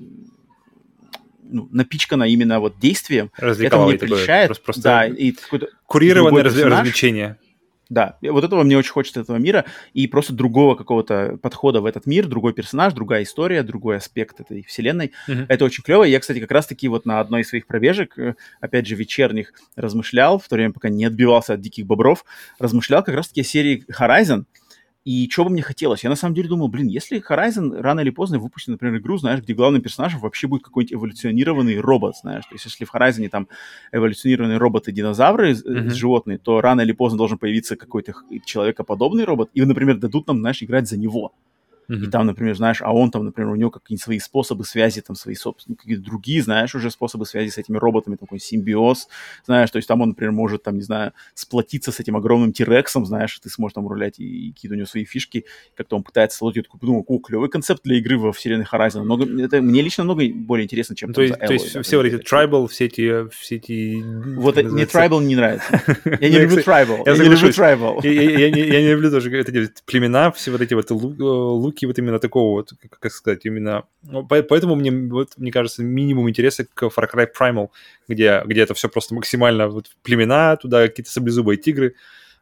напичкано именно вот действием. Это мне прельщает. Да, и курированное развлечение. Да, вот этого мне очень хочется, этого мира, и просто другого какого-то подхода в этот мир, другой персонаж, другая история, другой аспект этой вселенной. Это очень клево. Я, кстати, как раз-таки вот на одной из своих пробежек, опять же, вечерних, размышлял, в то время, пока не отбивался от диких бобров, размышлял как раз-таки о серии Horizon, и что бы мне хотелось? Я на самом деле думал, если Horizon рано или поздно выпустит, например, игру, знаешь, где главным персонажем вообще будет какой-нибудь эволюционированный робот, знаешь. То есть если в Horizon там эволюционированные роботы-динозавры, животные, то рано или поздно должен появиться какой-то человекоподобный робот, и, например, дадут нам, знаешь, играть за него. И там, например, знаешь, а он там, например, у него какие-нибудь свои способы связи, там свои собственные, какие-то другие, знаешь, уже способы связи с этими роботами, такой симбиоз, знаешь, то есть там он, например, может, там, не знаю, сплотиться с этим огромным Тирексом, знаешь, ты сможешь там урулять и какие-то у него свои фишки, как-то он пытается слотить, я такой подумал, клевый концепт для игры во вселенной Horizon. Это мне лично много более интересно, чем то есть все вот эти Tribal, все эти... Вот мне Tribal не нравится. Я не люблю Tribal. Я не люблю Tribal. Я не люблю тоже эти племена, все вот эти вот луки, вот именно такого вот, как сказать, именно... Поэтому мне кажется, минимум интереса к Far Cry Primal, где это все просто максимально вот племена, туда какие-то саблезубые тигры.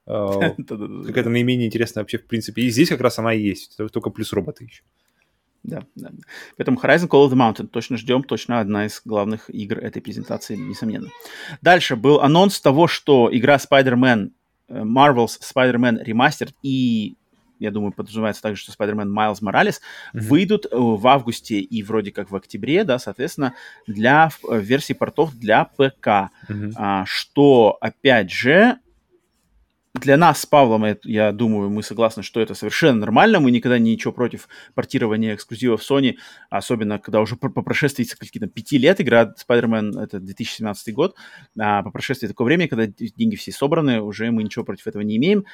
Какая-то наименее интересная вообще в принципе. И здесь как раз она и есть, только плюс роботы еще. Да. Поэтому Horizon Call of the Mountain точно ждем, точно одна из главных игр этой презентации, несомненно. Дальше был анонс того, что игра Spider-Man, Marvel's Spider-Man Remastered и... я думаю, подразумевается также, что Spider-Man Miles Morales выйдут в августе и вроде как в октябре, да, соответственно, для версии портов для ПК. Что, опять же, для нас с Павлом, я думаю, мы согласны, что это совершенно нормально. Мы никогда ничего против портирования эксклюзивов Sony, особенно когда уже по прошествии каких-то 5 лет игра Spider-Man, это 2017 год, по прошествии такого времени, когда деньги все собраны, уже мы ничего против этого не имеем.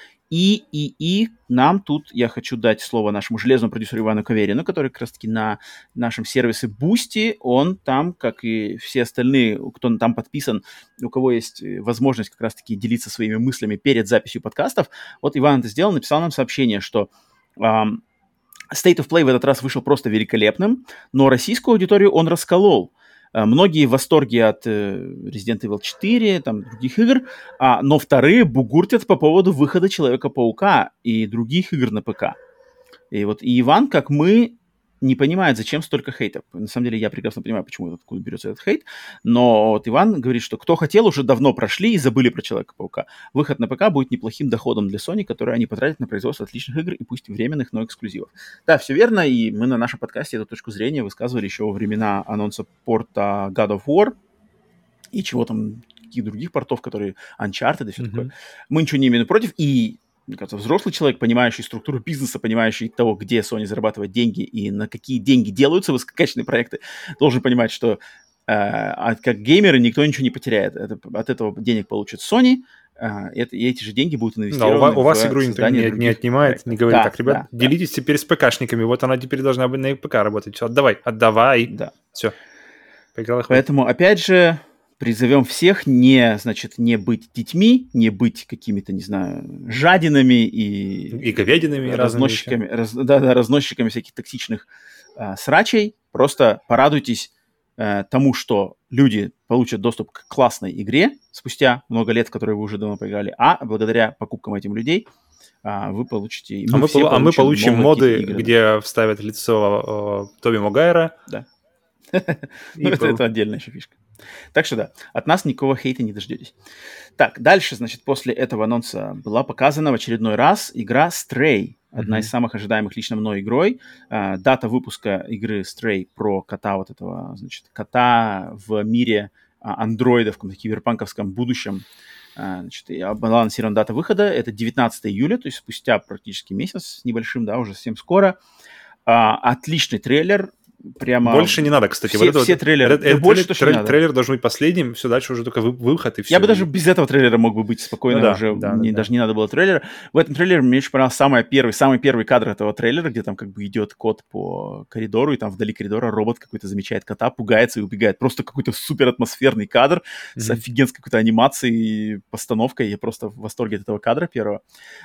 И нам тут, я хочу дать слово нашему железному продюсеру Ивану Каверину, который как раз-таки на нашем сервисе Boosty, он там, как и все остальные, кто там подписан, у кого есть возможность как раз-таки делиться своими мыслями перед записью подкастов. Вот Иван это сделал, написал нам сообщение, что State of Play в этот раз вышел просто великолепным, но российскую аудиторию он расколол. Многие в восторге от Resident Evil 4, там, других игр, но вторые бугуртят по поводу выхода Человека-паука и других игр на ПК. И вот и Иван, как мы, не понимает, зачем столько хейта. На самом деле, я прекрасно понимаю, почему откуда берется этот хейт, но вот Иван говорит, что кто хотел, уже давно прошли и забыли про Человека-паука. Выход на ПК будет неплохим доходом для Sony, который они потратят на производство отличных игр и пусть временных, но эксклюзивов. Да, все верно, и мы на нашем подкасте эту точку зрения высказывали еще во времена анонса порта God of War и чего там, каких других портов, которые Uncharted и все такое. Мы ничего не имеем против, и мне кажется, взрослый человек, понимающий структуру бизнеса, понимающий того, где Sony зарабатывает деньги и на какие деньги делаются высококачественные проекты, должен понимать, что как геймеры никто ничего не потеряет. От этого денег получит Sony, и эти же деньги будут Да, инвестированы у вас в игру никто создание не других отнимает, проектов. не говорит Да, так, ребят, да, да. делитесь теперь с ПКшниками, вот она теперь должна быть на ПК работать. Все, отдавай. Да. Все, поиграл и хватит. Поэтому, опять же, призовем всех не быть детьми, не быть какими-то, не знаю, жадинами И говядинами разными еще. разносчиками всяких токсичных срачей. Просто порадуйтесь тому, что люди получат доступ к классной игре спустя много лет, в которой вы уже давно поиграли, а благодаря покупкам этих людей вы получите... Мы получим моды, игры, где вставят лицо Тоби Магуайра. Да. Ну, это отдельная еще фишка. Так что да, от нас никакого хейта не дождетесь. Так, дальше, значит, после этого анонса была показана в очередной раз игра Stray. Одна из самых ожидаемых лично мной игрой. Дата выпуска игры Stray про кота вот этого, значит, кота в мире андроидов, в каком-то киберпанковском будущем. Значит, была анонсирована дата выхода. Это 19 июля, то есть спустя практически месяц с небольшим, да, уже совсем скоро. Отличный трейлер. Прямо больше не надо, кстати. Все трейлеры. Трейлер должен быть последним, все дальше уже только выход и все. Я бы даже без этого трейлера мог бы быть спокойно, даже не надо было трейлера. В этом трейлере мне очень понравился самый первый кадр этого трейлера, где там как бы идет кот по коридору, и там вдали коридора робот какой-то замечает кота, пугается и убегает. Просто какой-то супер атмосферный кадр с офигенской какой-то анимацией, постановкой. Я просто в восторге от этого кадра первого.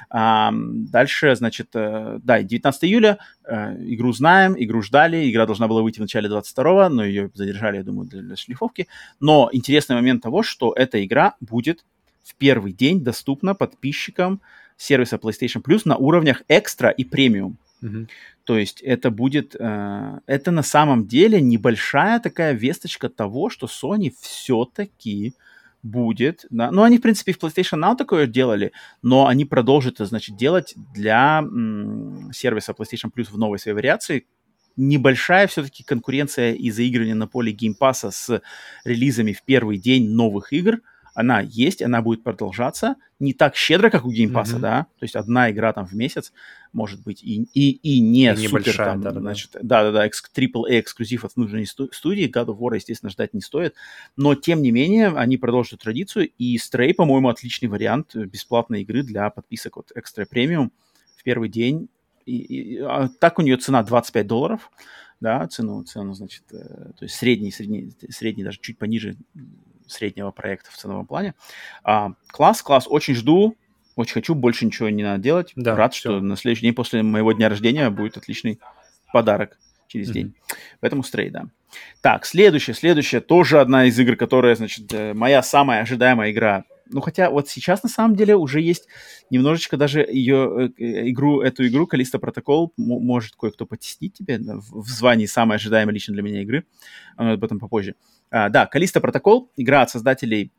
Дальше, значит, да, 19 июля. Игру знаем, игру ждали, игра должна была выйти в начале 22-го, но ее задержали, я думаю, для шлифовки. Но интересный момент того, что эта игра будет в первый день доступна подписчикам сервиса PlayStation Plus на уровнях экстра и премиум. То есть это будет... это на самом деле небольшая такая весточка того, что Sony все-таки будет... Да, ну, они, в принципе, в PlayStation Now такое делали, но они продолжат это, значит, делать для сервиса PlayStation Plus в новой своей вариации. Небольшая все-таки конкуренция и заигрывание на поле геймпасса с релизами в первый день новых игр. Она есть, она будет продолжаться. Не так щедро, как у геймпасса, да? То есть одна игра там в месяц, может быть, и не супер там, значит, AAA эксклюзив от нужной студии. God of War, естественно, ждать не стоит. Но, тем не менее, они продолжат традицию. И Stray, по-моему, отличный вариант бесплатной игры для подписок от Extra Premium в первый день. Так у нее цена $25, да, цену, значит, то есть средний, даже чуть пониже среднего проекта в ценовом плане. Класс, очень жду, очень хочу, больше ничего не надо делать. Да, рад, все. Что на следующий день после моего дня рождения будет отличный подарок через день. Поэтому Stray, да. Так, следующая, тоже одна из игр, которая, значит, моя самая ожидаемая игра. Ну, хотя вот сейчас, на самом деле, уже есть немножечко даже эту игру Callisto Protocol может кое-кто потеснить тебе в звании самой ожидаемой лично для меня игры. Об этом попозже. Да, Callisto Protocol, игра от создателей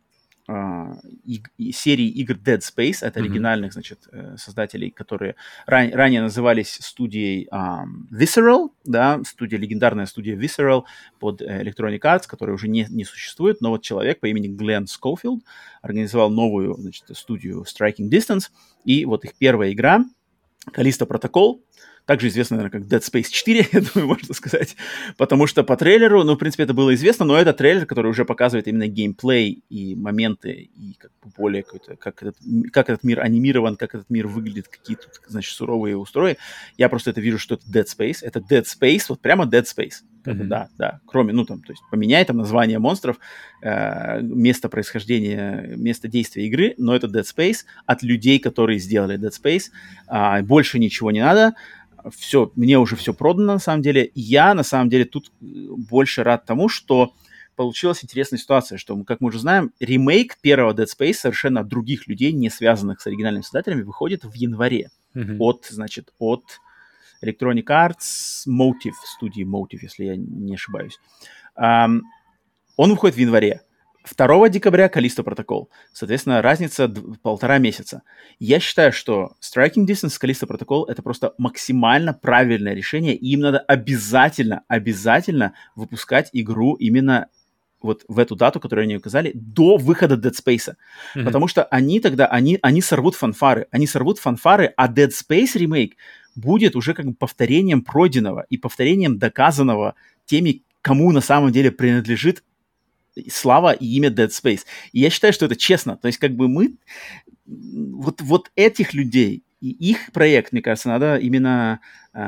серии игр Dead Space. Это оригинальных, значит, создателей, которые ранее назывались студией Visceral, да, легендарная студия Visceral под Electronic Arts, которая уже не существует, но вот человек по имени Глен Скофилд организовал новую, значит, студию Striking Distance, и вот их первая игра Callisto Protocol, также известно, наверное, как Dead Space 4, я думаю, можно сказать, потому что по трейлеру, ну, в принципе, это было известно, но это трейлер, который уже показывает именно геймплей и моменты, и как бы более какой-то, как этот мир анимирован, как этот мир выглядит, какие тут, значит, суровые устрои. Я просто это вижу, что это Dead Space. Это Dead Space, вот прямо Dead Space. Да, кроме, ну, там, то есть поменяй там название монстров, место происхождения, место действия игры, но это Dead Space от людей, которые сделали Dead Space. Больше ничего не надо. Все, мне уже все продано, на самом деле. Я, на самом деле, тут больше рад тому, что получилась интересная ситуация, что, как мы уже знаем, ремейк первого Dead Space совершенно от других людей, не связанных с оригинальными создателями, выходит в январе. От Electronic Arts, студии Motive, если я не ошибаюсь. Он выходит в январе. 2 декабря Callisto Protocol. Соответственно, разница 1,5 месяца. Я считаю, что Striking Distance с Callisto Protocol — это просто максимально правильное решение, и им надо обязательно выпускать игру именно вот в эту дату, которую они указали, до выхода Dead Space. Потому что они тогда, они сорвут фанфары. А Dead Space ремейк будет уже как бы повторением пройденного и повторением доказанного теми, кому на самом деле принадлежит слава и имя Dead Space. И я считаю, что это честно. То есть как бы мы вот этих людей и их проект, мне кажется, надо именно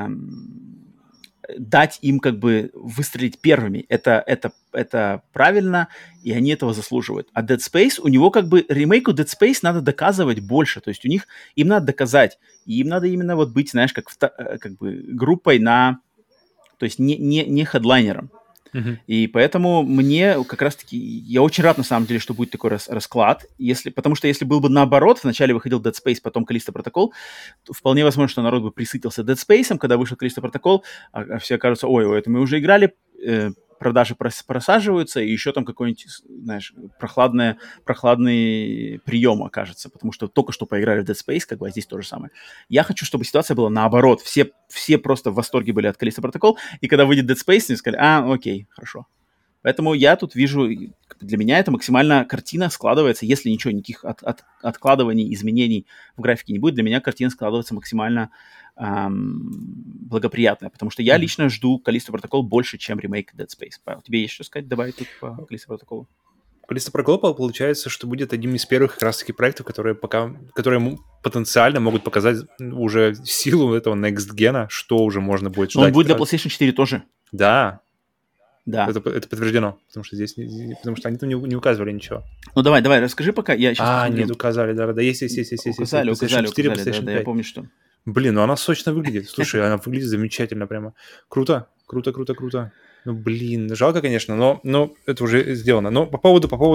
дать им как бы выстрелить первыми. Это правильно, и они этого заслуживают. А Dead Space, у него как бы ремейку Dead Space надо доказывать больше. То есть им надо доказать. И им надо именно вот быть, знаешь, как бы группой то есть не хедлайнером. И поэтому мне как раз-таки... Я очень рад, на самом деле, что будет такой расклад. Потому что если был бы наоборот, вначале выходил Dead Space, потом Callisto Protocol, то вполне возможно, что народ бы присытился Dead Space, когда вышел Callisto Protocol, а все окажутся, ой, это мы уже играли, продажи просаживаются, и еще там какой-нибудь, знаешь, прохладный прием окажется, потому что только что поиграли в Dead Space, как бы, а здесь то же самое. Я хочу, чтобы ситуация была наоборот. Все просто в восторге были от Callisto Protocol, и когда выйдет Dead Space, они сказали, окей, хорошо. Поэтому я тут вижу, для меня это максимально картина складывается, если ничего, никаких откладываний, изменений в графике не будет, для меня картина складывается максимально благоприятная, потому что я лично жду Callisto Protocol больше, чем ремейк Dead Space. Павел, тебе есть что сказать? Добавить тут по Callisto Protocol? Callisto Protocol получается, что будет одним из первых как раз-таки проектов, которые потенциально могут показать уже силу этого next-гена, что уже можно будет ждать. Но он будет для PlayStation 4 тоже. Да. Да. Это подтверждено, потому что они там не указывали ничего. Ну давай, расскажи пока. Я сейчас нет, указали, да, есть. Указали, да, я помню, что... Блин, ну она сочно выглядит. Слушай, она выглядит замечательно прямо. Круто. Ну, блин, жалко, конечно, но это уже сделано. Но по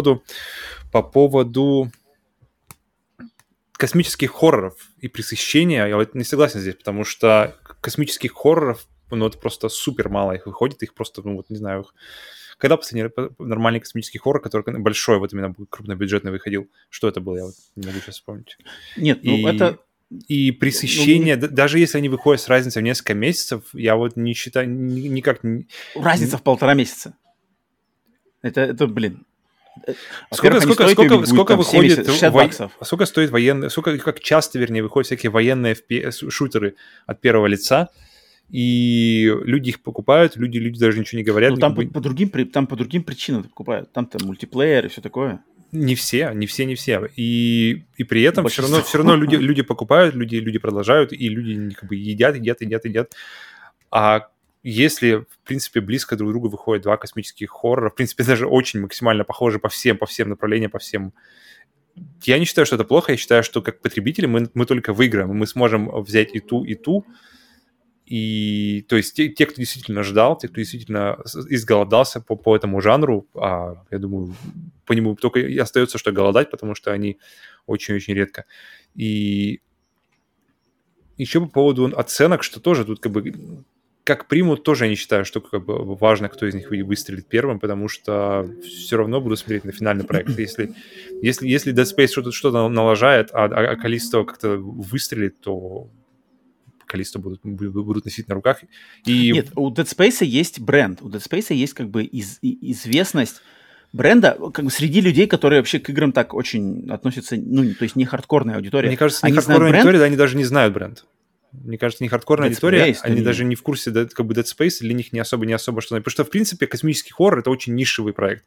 поводу космических хорроров и пресыщения, я вот не согласен здесь, потому что космических хорроров, это просто супер мало их выходит, их просто, не знаю, когда последний нормальный космический хоррор, который большой, вот именно крупнобюджетный выходил, что это было, я вот не могу сейчас вспомнить. Нет, это... И пресыщение, даже если они выходят с разницей в несколько месяцев, я вот не считаю, никак... Разница в 1,5 месяца. Это блин... Сколько выходит... 60 баксов. Сколько стоит как часто, вернее, выходят всякие военные шутеры от первого лица, и люди их покупают, люди даже ничего не говорят. Ну, там по другим причинам покупают. Там-то мультиплеер и все такое. Не все. И при этом все равно люди покупают, люди продолжают, и люди как бы едят. А если, в принципе, близко друг к другу выходят два космических хоррора, в принципе, даже очень максимально похожи по всем направлениям, по всем... Я не считаю, что это плохо, я считаю, что как потребители мы только выиграем, мы сможем взять и ту, и то есть те, кто действительно ждал, те, кто действительно изголодался по этому жанру, я думаю, по нему только и остается, что голодать, потому что они очень-очень редко. И еще по поводу оценок, что тоже тут как примут, тоже я не считаю, что как бы важно, кто из них выстрелит первым, потому что все равно буду смотреть на финальный проект. Если Dead Space что-то налажает, а Callisto как-то выстрелит, то Callisto будут носить на руках. Нет, у Dead Space есть бренд, у Dead Space есть как бы известность бренда как бы среди людей, которые вообще к играм так очень относятся, то есть не хардкорная аудитория. Мне кажется, не хардкорная аудитория, они даже не знают бренд. Мне кажется, не хардкорная аудитория, они даже не в курсе, как бы Dead Space, для них не особо что. Потому что, в принципе, космический хоррор — это очень нишевый проект.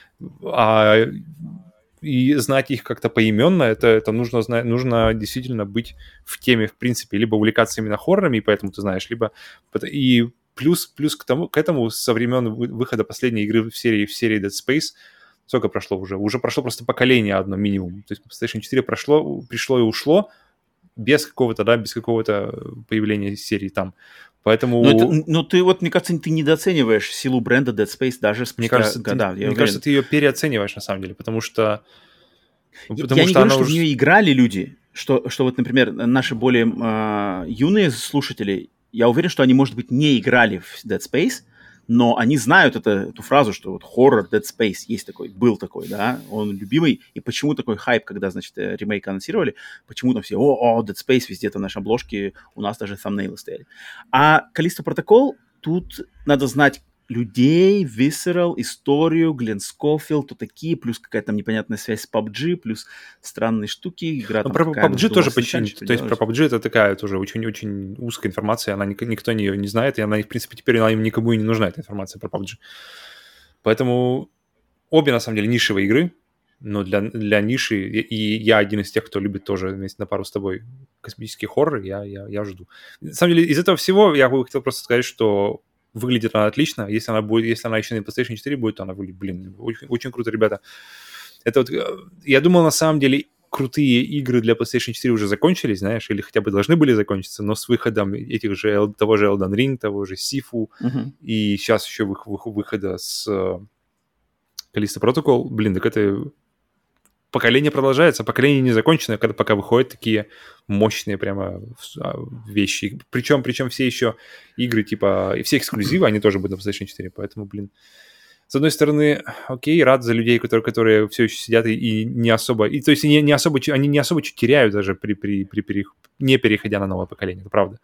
И знать их как-то поименно, это нужно действительно быть в теме, в принципе, либо увлекаться именно хоррорами, и поэтому ты знаешь, либо... И плюс к этому со времен выхода последней игры в серии Dead Space, сколько прошло уже? Уже прошло просто поколение одно минимум. То есть PlayStation 4 пришло и ушло без какого-то появления серии там. Поэтому... Но ты вот, мне кажется, ты недооцениваешь силу бренда Dead Space даже спустя года. Мне кажется, ты ее переоцениваешь на самом деле, потому что... Я не говорю, что в нее играли люди, что вот, например, наши более юные слушатели, я уверен, что они, может быть, не играли в Dead Space, но они знают эту фразу, что вот хоррор Dead Space есть такой, был такой, да, он любимый, и почему такой хайп, когда, значит, ремейк анонсировали, почему там все, Dead Space, везде там наши обложки, у нас даже thumbnails стояли. А Callisto Protocol, тут надо знать людей, Visceral, историю, Глен Скофилд, то такие, плюс какая-то там непонятная связь с PUBG, плюс странные штуки, игра там про PUBG тоже почти, то есть про PUBG это такая тоже очень-очень узкая информация, никто ее не знает, и она, в принципе, теперь никому и не нужна, эта информация про PUBG. Поэтому обе, на самом деле, нишевые игры, но для ниши, и я один из тех, кто любит тоже вместе на пару с тобой космический хоррор, я жду. На самом деле, из этого всего я бы хотел просто сказать, что выглядит она отлично. Если она еще на PlayStation 4 будет, то она выглядит, блин, очень, очень круто, ребята. Это вот, я думал, на самом деле, крутые игры для PlayStation 4 уже закончились, знаешь, или хотя бы должны были закончиться, но с выходом того же Elden Ring, того же Sifu, и сейчас еще выхода с Callisto Protocol, блин, так это поколение продолжается, поколение не закончено, пока выходят такие мощные прямо вещи. Причем все еще игры, типа, и все эксклюзивы, они тоже будут на PlayStation 4, поэтому, блин, с одной стороны, окей, рад за людей, которые все еще сидят и не особо... И, то есть они не особо теряют даже не переходя на новое поколение, это правда.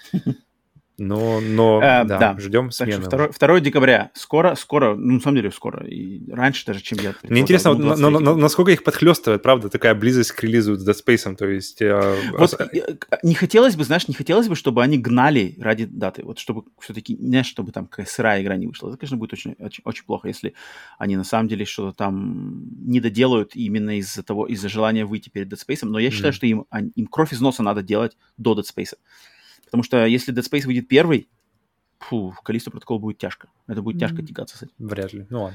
Но да, ждем смены. 2 декабря. Скоро, ну, на самом деле, скоро. И раньше даже, чем я предполагал. Мне интересно, насколько их подхлестывает, правда, такая близость к релизу с Dead Space. То есть... Вот не хотелось бы, чтобы они гнали ради даты. Вот чтобы все-таки, не чтобы там какая сырая игра не вышла. Это, конечно, будет очень, очень, очень плохо, если они на самом деле что-то там не доделают именно из-за желания выйти перед Dead Space. Но я считаю, что им кровь из носа надо делать до Dead Space. Потому что если Dead Space выйдет первый, Callisto Protocol будет тяжко. Это будет тяжко тягаться с этим. Вряд ли. Ну ладно.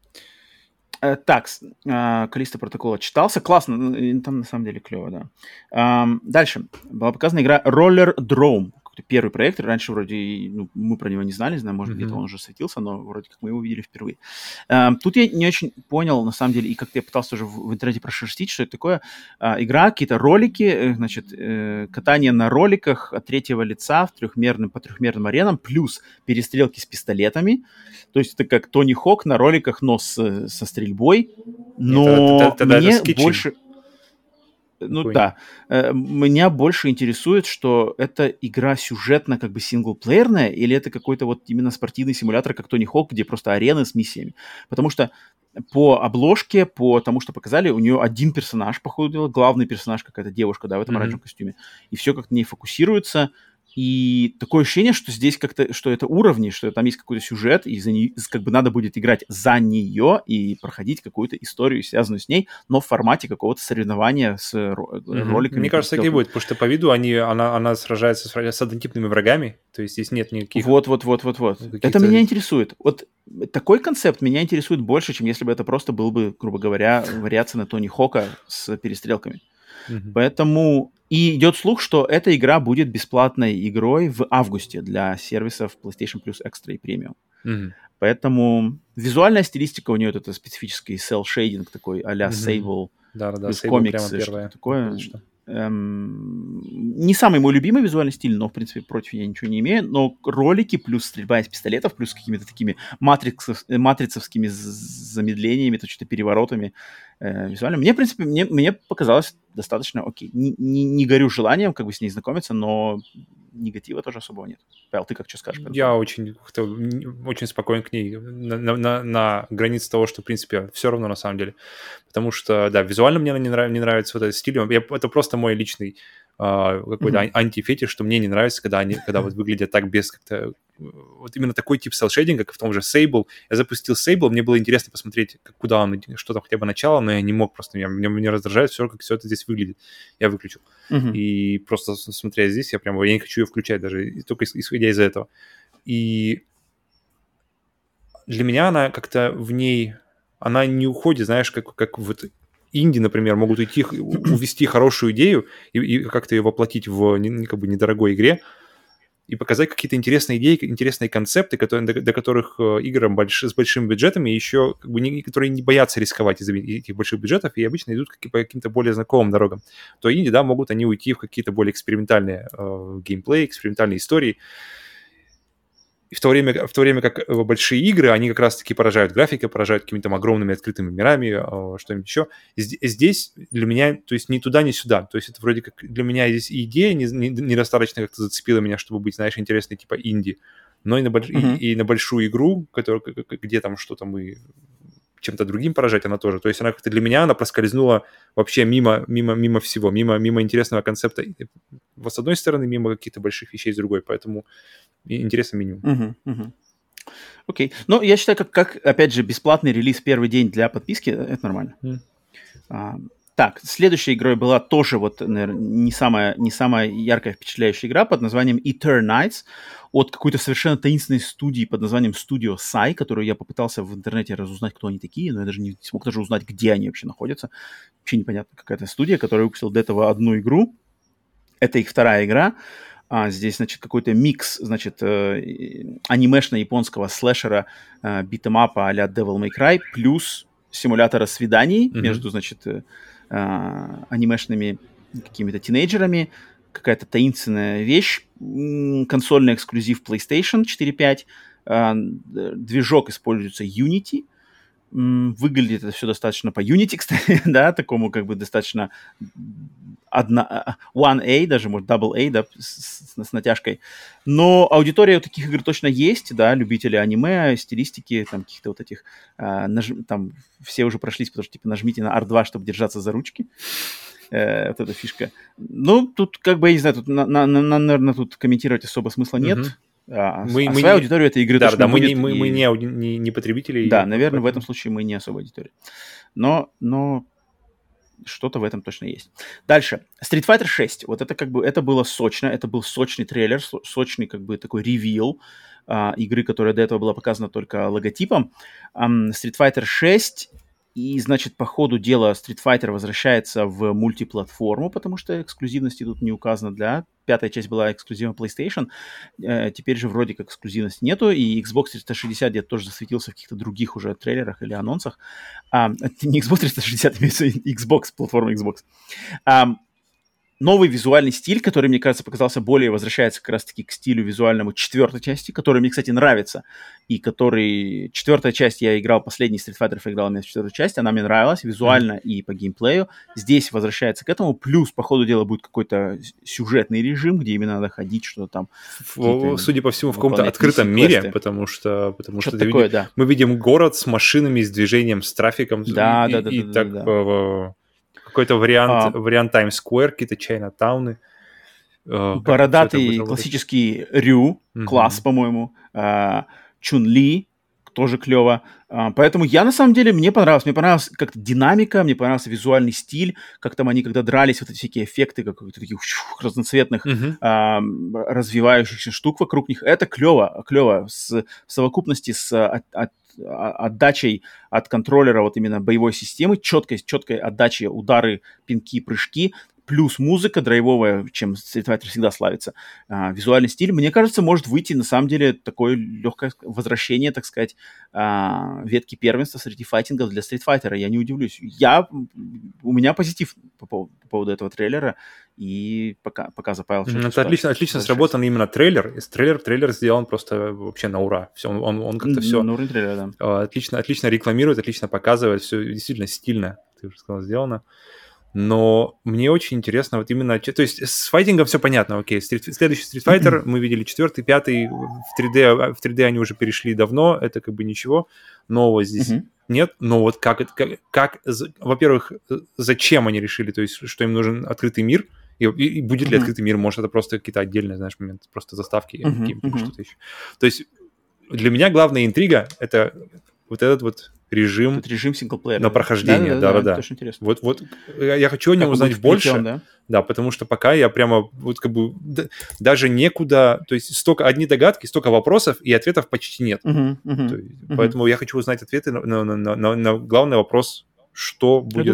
Так, Callisto Protocol читался. Классно. Там на самом деле клево, да. Дальше. Была показана игра Roller Drome. Первый проект. Раньше вроде мы про него не знали, может, где-то он уже светился, но вроде как мы его видели впервые. Тут я не очень понял, на самом деле, и как-то я пытался уже в интернете прошерстить, что это такое. Игра, какие-то ролики, значит, катание на роликах от третьего лица по трехмерным аренам, плюс перестрелки с пистолетами. То есть это как Тони Хок на роликах, но со стрельбой. Но мне больше... Ну да, меня больше интересует, что это игра сюжетно как бы синглплеерная, или это какой-то вот именно спортивный симулятор, как Тони Хок, где просто арены с миссиями. Потому что по обложке, по тому, что показали, у нее один персонаж, по ходу дела, главный персонаж, какая-то девушка, да, в этом оранжевом костюме. И все как-то не фокусируется. И такое ощущение, что здесь как-то, что это уровни, что там есть какой-то сюжет, и как бы надо будет играть за нее и проходить какую-то историю, связанную с ней, но в формате какого-то соревнования с роликами. Мне кажется, так и будет, потому что по виду она сражается с однотипными врагами, то есть здесь нет никаких... Вот. Это меня интересует. Вот такой концепт меня интересует больше, чем если бы это просто был бы, грубо говоря, вариация на Тони Хока с перестрелками. Поэтому и идет слух, что эта игра будет бесплатной игрой в августе для сервисов PlayStation Plus Extra и Premium. Поэтому визуальная стилистика у нее это специфический cel-shading такой а-ля Sable плюс комикс, что такое. Не самый мой любимый визуальный стиль, но, в принципе, против я ничего не имею. Но ролики плюс стрельба из пистолетов, плюс какими-то такими матрицовскими замедлениями, то что-то переворотами визуально. Мне, в принципе, мне показалось достаточно окей. Не горю желанием как бы с ней знакомиться, но негатива тоже особого нет. Павел, ты как что скажешь? Я очень спокоен к ней на границе того, что, в принципе, все равно на самом деле. Потому что, да, визуально мне не нравится вот этот стиль. Это просто мой личный какой-то антифетиш, что мне не нравится, когда вот выглядят так без как-то... Вот именно такой тип селшейдинга, как в том же Sable. Я запустил Sable, мне было интересно посмотреть, куда он, что там хотя бы начало, но я не мог просто. Меня раздражает все, как все это здесь выглядит. Я выключил. И просто смотря здесь, я не хочу ее включать даже, только исходя из этого. И для меня она как-то в ней... Она не уходит, знаешь, как вот... Инди, например, могут увести хорошую идею и как-то ее воплотить в как бы недорогой игре и показать какие-то интересные идеи, интересные концепты, до которых играм с большими бюджетами еще как бы которые не боятся рисковать из-за этих больших бюджетов и обычно идут по каким-то более знакомым дорогам. То инди, да, могут они уйти в какие-то более экспериментальные геймплей, экспериментальные истории. И в то время как большие игры, они как раз-таки поражают графикой, поражают какими-то огромными открытыми мирами, что-нибудь еще. Здесь для меня, то есть ни туда, ни сюда. То есть это вроде как для меня здесь и идея недостаточно как-то зацепила меня, чтобы быть, знаешь, интересной типа инди, но и на большую игру, где там что-то мы чем-то другим поражать, она тоже. То есть она как-то для меня, она проскользнула вообще мимо всего, мимо интересного концепта. Вот с одной стороны, мимо каких-то больших вещей с другой, поэтому интересный минимум. Окей. Ну, я считаю, как, опять же, бесплатный релиз первый день для подписки, это нормально. Так, следующей игрой была тоже вот, наверное, не самая яркая впечатляющая игра под названием Eternights от какой-то совершенно таинственной студии под названием Studio Sai, которую я попытался в интернете разузнать, кто они такие, но я даже не смог даже узнать, где они вообще находятся. Вообще непонятно, какая-то студия, которая выпустила до этого одну игру. Это их вторая игра. Здесь, значит, какой-то микс, значит, анимешно-японского слэшера, битэмапа а-ля Devil May Cry, плюс симулятора свиданий между, значит, анимешными какими-то тинейджерами, какая-то таинственная вещь, консольный эксклюзив PlayStation 4.5, движок используется Unity, выглядит это все достаточно по Unity, кстати, да, такому как бы достаточно 1A, даже, может, Double A, да, с натяжкой. Но аудитория у таких игр точно есть, да, любители аниме, стилистики, там, каких-то вот этих, там, все уже прошлись, потому что, типа, нажмите на R2, чтобы держаться за ручки. Вот эта фишка. Ну, тут, как бы, я не знаю, тут, наверное, тут комментировать особо смысла нет. Своя аудитория этой игры точно будет. Мы не потребители. Да, наверное, в этом случае мы не особо аудитория. Но что-то в этом точно есть. Дальше. Street Fighter 6. Вот это как бы, это было сочно, это был сочный трейлер, сочный как бы такой ревил игры, которая до этого была показана только логотипом. Street Fighter 6. И, значит, по ходу дела Street Fighter возвращается в мультиплатформу, потому что эксклюзивности тут не указано для. Пятая часть была эксклюзивом PlayStation, теперь же вроде как эксклюзивности нету, и Xbox 360 где-то тоже засветился в каких-то других уже трейлерах или анонсах. Не Xbox 360, имеется Xbox, платформа Xbox. Новый визуальный стиль, который, мне кажется, показался более, возвращается как раз-таки к стилю визуальному четвертой части, который мне, кстати, нравится, и который... Четвертая часть я играл, последний Street Fighter играл именно в четвертую часть, она мне нравилась визуально и по геймплею. Здесь возвращается к этому, плюс, по ходу дела, будет какой-то сюжетный режим, где именно надо ходить, что-то там... Судя по всему, в каком-то открытом мире, потому что такое, да. Мы видим город с машинами, с движением, с трафиком. Да. Какой-то вариант Times Square, какие-то Чайнатауны. Бородатый классический Рю, класс, по-моему. Чун-Ли, тоже клево. Поэтому я, на самом деле, мне понравилась как-то динамика, мне понравился визуальный стиль, как там они, когда дрались, вот эти всякие эффекты, каких-то таких разноцветных развивающихся штук вокруг них. Это клево. В совокупности с отдачей от контроллера вот именно боевой системы, четкой отдачи, удары, пинки, прыжки, плюс музыка драйвовая, чем Street Fighter всегда славится. Визуальный стиль, мне кажется, может выйти, на самом деле, такое легкое возвращение, так сказать, ветки первенства среди файтингов для Street Fighter. Я не удивлюсь. У меня позитив по поводу этого трейлера, и пока запаял. Это отлично сработан именно трейлер. Трейлер сделан просто вообще на ура. Все, он как-то все... На уровне трейлера, да. Отлично рекламирует, отлично показывает, все действительно стильно, ты уже сказал, сделано. Но мне очень интересно вот именно... То есть с файтингом все понятно, окей. Следующий Street Fighter, мы видели 4-й, 5-й, в 3D они уже перешли давно, это как бы ничего. Нового здесь нет. Но вот как во-первых, зачем они решили, то есть что им нужен открытый мир, и будет ли открытый мир, может, это просто какие-то отдельные, знаешь, моменты, просто заставки, что-то еще. То есть для меня главная интрига — это вот этот вот режим синглплеера на прохождение. Да. Очень интересно. Вот я хочу о нем узнать больше. Да, потому что пока я прямо вот как бы даже некуда, то есть столько одни догадки, столько вопросов, и ответов почти нет. Поэтому я хочу узнать ответы на главный вопрос, что будет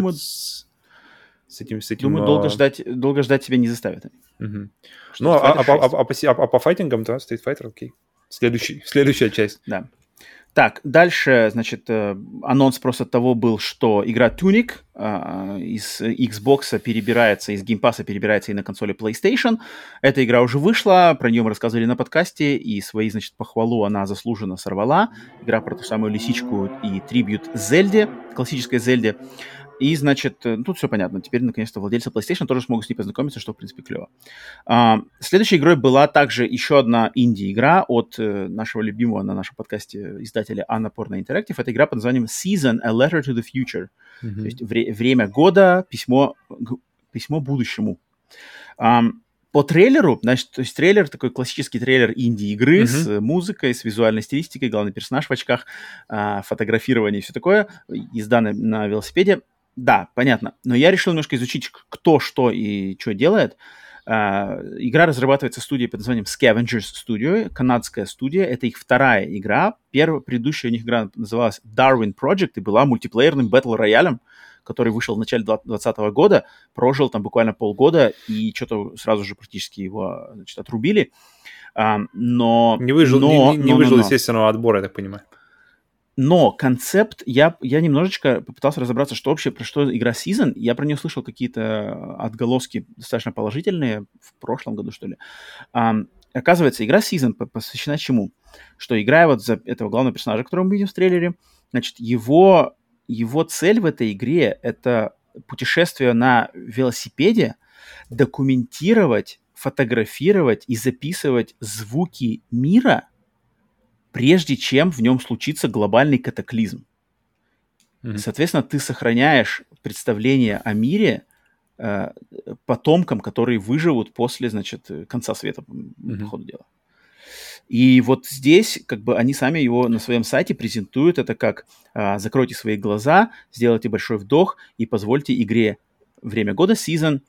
с этим. Думаю, долго ждать тебя не заставят. Ну, по файтингам, да, Street Fighter, окей. Следующая часть. Да. Так, дальше, значит, анонс просто того был, что игра Tunic из Xbox перебирается, из Game Pass перебирается и на консоли PlayStation. Эта игра уже вышла, про нее мы рассказывали на подкасте, и свои, значит, похвалу она заслуженно сорвала. Игра про ту самую лисичку и трибьют Зельде, классической Зельде. И, значит, тут все понятно. Теперь, наконец-то, владельцы PlayStation тоже смогут с ней познакомиться, что, в принципе, клево. Следующей игрой была также еще одна инди-игра от нашего любимого на нашем подкасте издателя Annapurna Interactive. Это игра под названием Season, A Letter to the Future. То есть время года, письмо будущему. По трейлеру, значит, то есть трейлер, такой классический трейлер инди-игры с музыкой, с визуальной стилистикой, главный персонаж в очках, фотографирование и все такое, езда на велосипеде. Да, понятно. Но я решил немножко изучить, кто что и что делает. Игра разрабатывается студией под названием Scavengers Studio, канадская студия. Это их вторая игра. Предыдущая у них игра называлась Darwin Project и была мультиплеерным батл-роялем, который вышел в начале 2020 года, прожил там буквально полгода, и что-то сразу же практически его, значит, отрубили. Не выжил естественного отбора, я так понимаю. Но концепт, я немножечко попытался разобраться, что вообще, про что игра Season. Я про нее слышал какие-то отголоски достаточно положительные в прошлом году, что ли. Оказывается, игра Season посвящена чему? Что играя вот за этого главного персонажа, которого мы видим в трейлере, значит, его цель в этой игре — это путешествие на велосипеде, документировать, фотографировать и записывать звуки мира, прежде чем в нем случится глобальный катаклизм. Mm-hmm. Соответственно, ты сохраняешь представление о мире потомкам, которые выживут после, значит, конца света, по ходу дела. И вот здесь, как бы, они сами его на своем сайте презентуют это как закройте свои глаза, сделайте большой вдох и позвольте игре время года, season,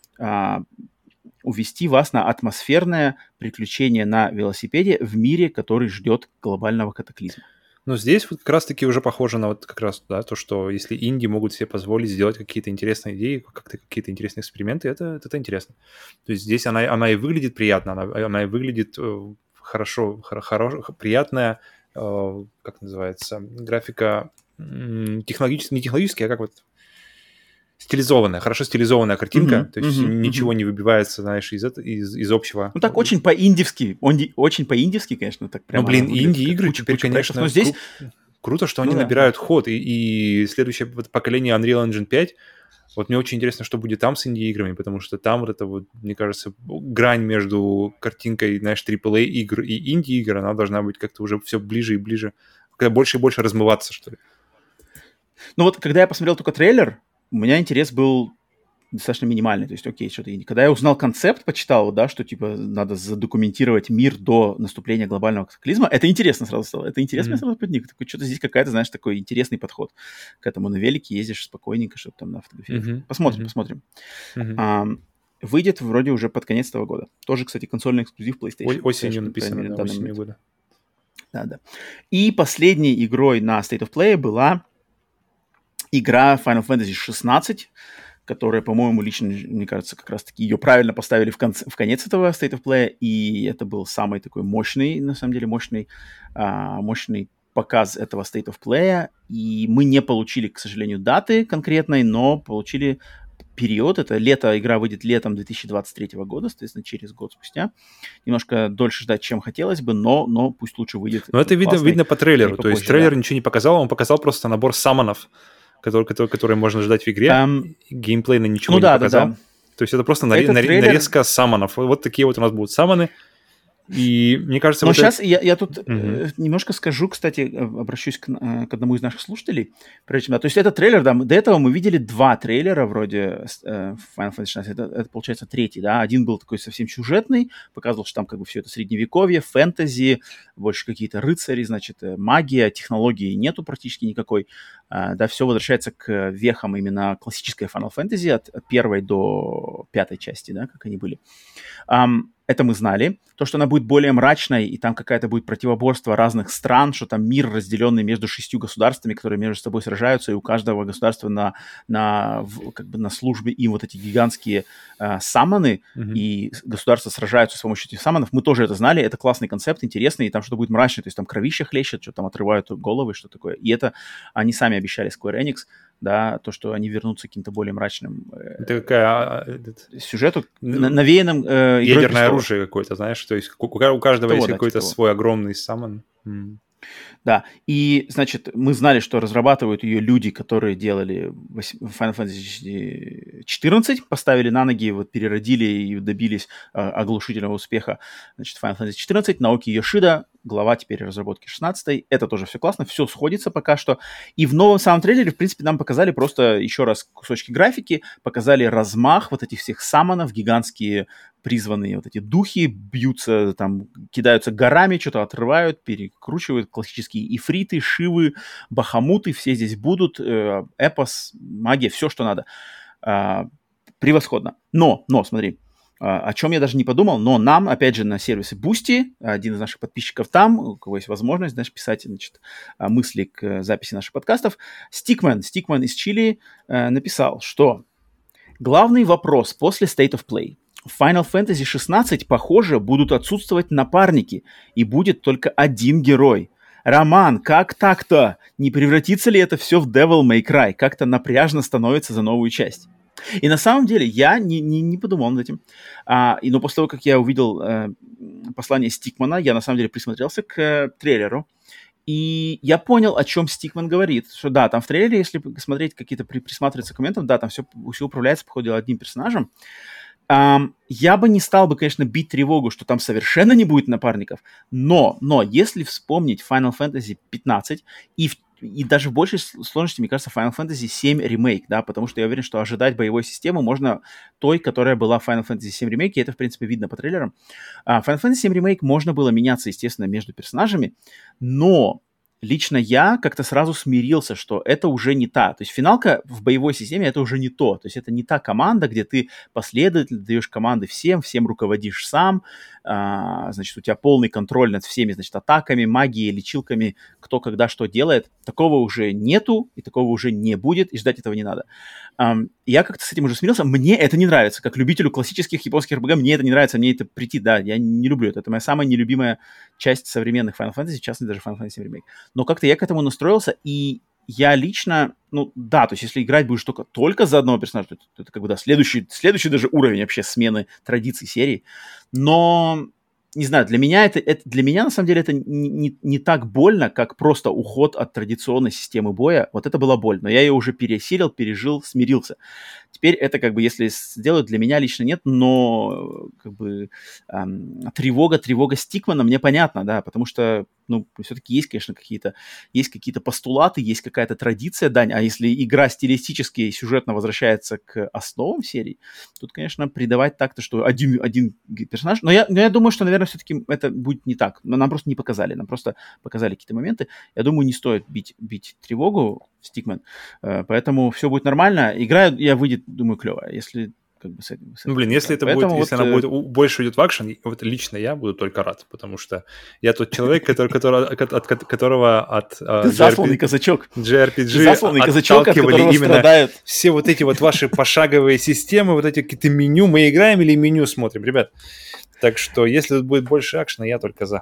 увести вас на атмосферное приключение на велосипеде в мире, который ждет глобального катаклизма. Но здесь вот как раз-таки уже похоже на вот как раз, да, то, что если инди могут себе позволить сделать какие-то интересные идеи, какие-то интересные эксперименты, это интересно. То есть здесь она и выглядит приятно, она и выглядит хорошо, приятная, как называется, графика не технологическая, а как вот стилизованная, хорошо стилизованная картинка, то есть ничего не выбивается, знаешь, из общего. Ну так очень по-индивски, очень по-индивски, конечно, так прямо. Ну блин, инди-игры теперь, конечно, но здесь круто, что они набирают ход, и следующее поколение Unreal Engine 5, вот мне очень интересно, что будет там с инди-играми, потому что там вот это вот, мне кажется, грань между картинкой, знаешь, AAA игр и инди-игр, она должна быть как-то уже все ближе и ближе, когда больше и больше размываться, что ли. Ну вот, когда я посмотрел только трейлер, у меня интерес был достаточно минимальный. То есть, окей, что-то... Когда я узнал концепт, почитал, да, что, типа, надо задокументировать мир до наступления глобального катаклизма, это интересно сразу стало. Это интересно сразу подник. Такой, что-то здесь какая-то, знаешь, такой интересный подход к этому. На велике ездишь спокойненько, чтобы там на фотографии. Посмотрим. Выйдет вроде уже под конец этого года. Тоже, кстати, консольный эксклюзив PlayStation. Осенью написано, да, осенью года. Да. И последней игрой на State of Play была игра Final Fantasy 16, которая, по-моему, лично, мне кажется, как раз-таки ее правильно поставили в конец этого State of Play, и это был самый такой мощный, на самом деле, мощный показ этого State of Play, и мы не получили, к сожалению, даты конкретной, но получили период, это игра выйдет летом 2023 года, соответственно, через год спустя. Немножко дольше ждать, чем хотелось бы, но пусть лучше выйдет. Но это видно по трейлеру, то есть трейлер ничего не показал, он показал просто набор саммонов, который можно ждать в игре. Геймплейно ничего не показал. То есть это просто нарезка саммонов. Вот такие вот у нас будут саммоны. И мне кажется... Но сейчас я тут немножко скажу, кстати, обращусь к одному из наших слушателей. То есть это трейлер, да, до этого мы видели 2 трейлера вроде Final Fantasy 16. Это получается 3-й, да. Один был такой совсем сюжетный, показывал, что там как бы все это средневековье, фэнтези, больше какие-то рыцари, значит, магия, технологии нету практически никакой. Да, все возвращается к вехам именно классической Final Fantasy от 1 до 5 части, да, как они были. Это мы знали. То, что она будет более мрачной, и там какая-то будет противоборство разных стран, что там мир, разделенный между 6 государствами, которые между собой сражаются, и у каждого государства на службе им вот эти гигантские саммоны, и государства сражаются с помощью этих саммонов. Мы тоже это знали, это классный концепт, интересный, и там что-то будет мрачное, то есть там кровища хлещет, что там отрывают головы, что такое. И это они сами обещали, Square Enix, да, то, что они вернутся к каким-то более мрачным сюжету, навеянным ядерное оружие какое-то, знаешь, то есть у каждого есть какой-то свой огромный саммон. Да, и, значит, мы знали, что разрабатывают ее люди, которые делали Final Fantasy 14, поставили на ноги, вот переродили и добились оглушительного успеха, значит, Final Fantasy 14, Наоки Йошида, глава теперь разработки 16-й. Это тоже все классно, все сходится пока что. И в новом самом трейлере, в принципе, нам показали просто еще раз кусочки графики, показали размах вот этих всех саммонов, гигантские призванные вот эти духи бьются, там, кидаются горами, что-то отрывают, перекручивают. Классические ифриты, шивы, бахамуты, все здесь будут. Эпос, магия, все, что надо. Превосходно. Но, смотри, о чем я даже не подумал, но нам, опять же, на сервисе Boosty, один из наших подписчиков там, у кого есть возможность, знаешь, писать, значит, мысли к записи наших подкастов, Stickman из Чили написал, что главный вопрос после State of Play. В Final Fantasy 16, похоже, будут отсутствовать напарники, и будет только один герой. Роман, как так-то? Не превратится ли это все в Devil May Cry? Как-то напряжно становится за новую часть. И на самом деле я не подумал над этим. Но после того, как я увидел послание Стикмана, я на самом деле присмотрелся к трейлеру. И я понял, о чем Стикман говорит. Что да, там в трейлере, если смотреть какие-то, присматриваться к комментам, да, там все управляется, походу, одним персонажем. Я бы не стал бы, конечно, бить тревогу, что там совершенно не будет напарников. Но если вспомнить Final Fantasy 15 и даже в большей сложности, мне кажется, Final Fantasy 7 ремейк, да, потому что я уверен, что ожидать боевой системы можно той, которая была в Final Fantasy 7 ремейке, это, в принципе, видно по трейлерам. Final Fantasy 7 ремейк можно было меняться, естественно, между персонажами, но лично я как-то сразу смирился, что это уже не та. То есть финалка в боевой системе это уже не то. То есть это не та команда, где ты последовательно даешь команды всем руководишь сам, значит, у тебя полный контроль над всеми, значит, атаками, магией, лечилками, кто когда что делает. Такого уже нету, и такого уже не будет, и ждать этого не надо. Я как-то с этим уже смирился. Мне это не нравится. Как любителю классических японских РПГ, мне это не нравится, мне это претит, да, я не люблю это. Это моя самая нелюбимая часть современных Final Fantasy, в частности, даже Final Fantasy Remake. Но как-то я к этому настроился, и я лично, ну да, то есть если играть будешь только за одного персонажа, то это как бы, да, следующий даже уровень вообще смены традиций серии. Но, не знаю, для меня для меня на самом деле это не так больно, как просто уход от традиционной системы боя. Вот это была боль, но я ее уже пересилил, пережил, смирился. Теперь это как бы, если сделают, для меня лично нет, но как бы тревога Стикмана мне понятна, да, потому что, ну, все-таки есть, конечно, какие-то постулаты, есть какая-то традиция, Дань, а если игра стилистически и сюжетно возвращается к основам серии, тут, конечно, придавать так-то, что один персонаж, но я думаю, что, наверное, все-таки это будет не так, но нам просто не показали, нам просто показали какие-то моменты, я думаю, не стоит бить тревогу, Стикман, поэтому все будет нормально, игра, выйдет, думаю, клевая, если как бы с этим. Ну, блин, если это будет, если она будет больше идет в акшен, вот лично я буду только рад, потому что я тот человек, которого от Ты засланный казачок. JRPG отталкивали именно все вот эти вот ваши пошаговые системы, вот эти какие-то меню, мы играем или меню смотрим, ребят. Так что, если тут будет больше акшена, я только за.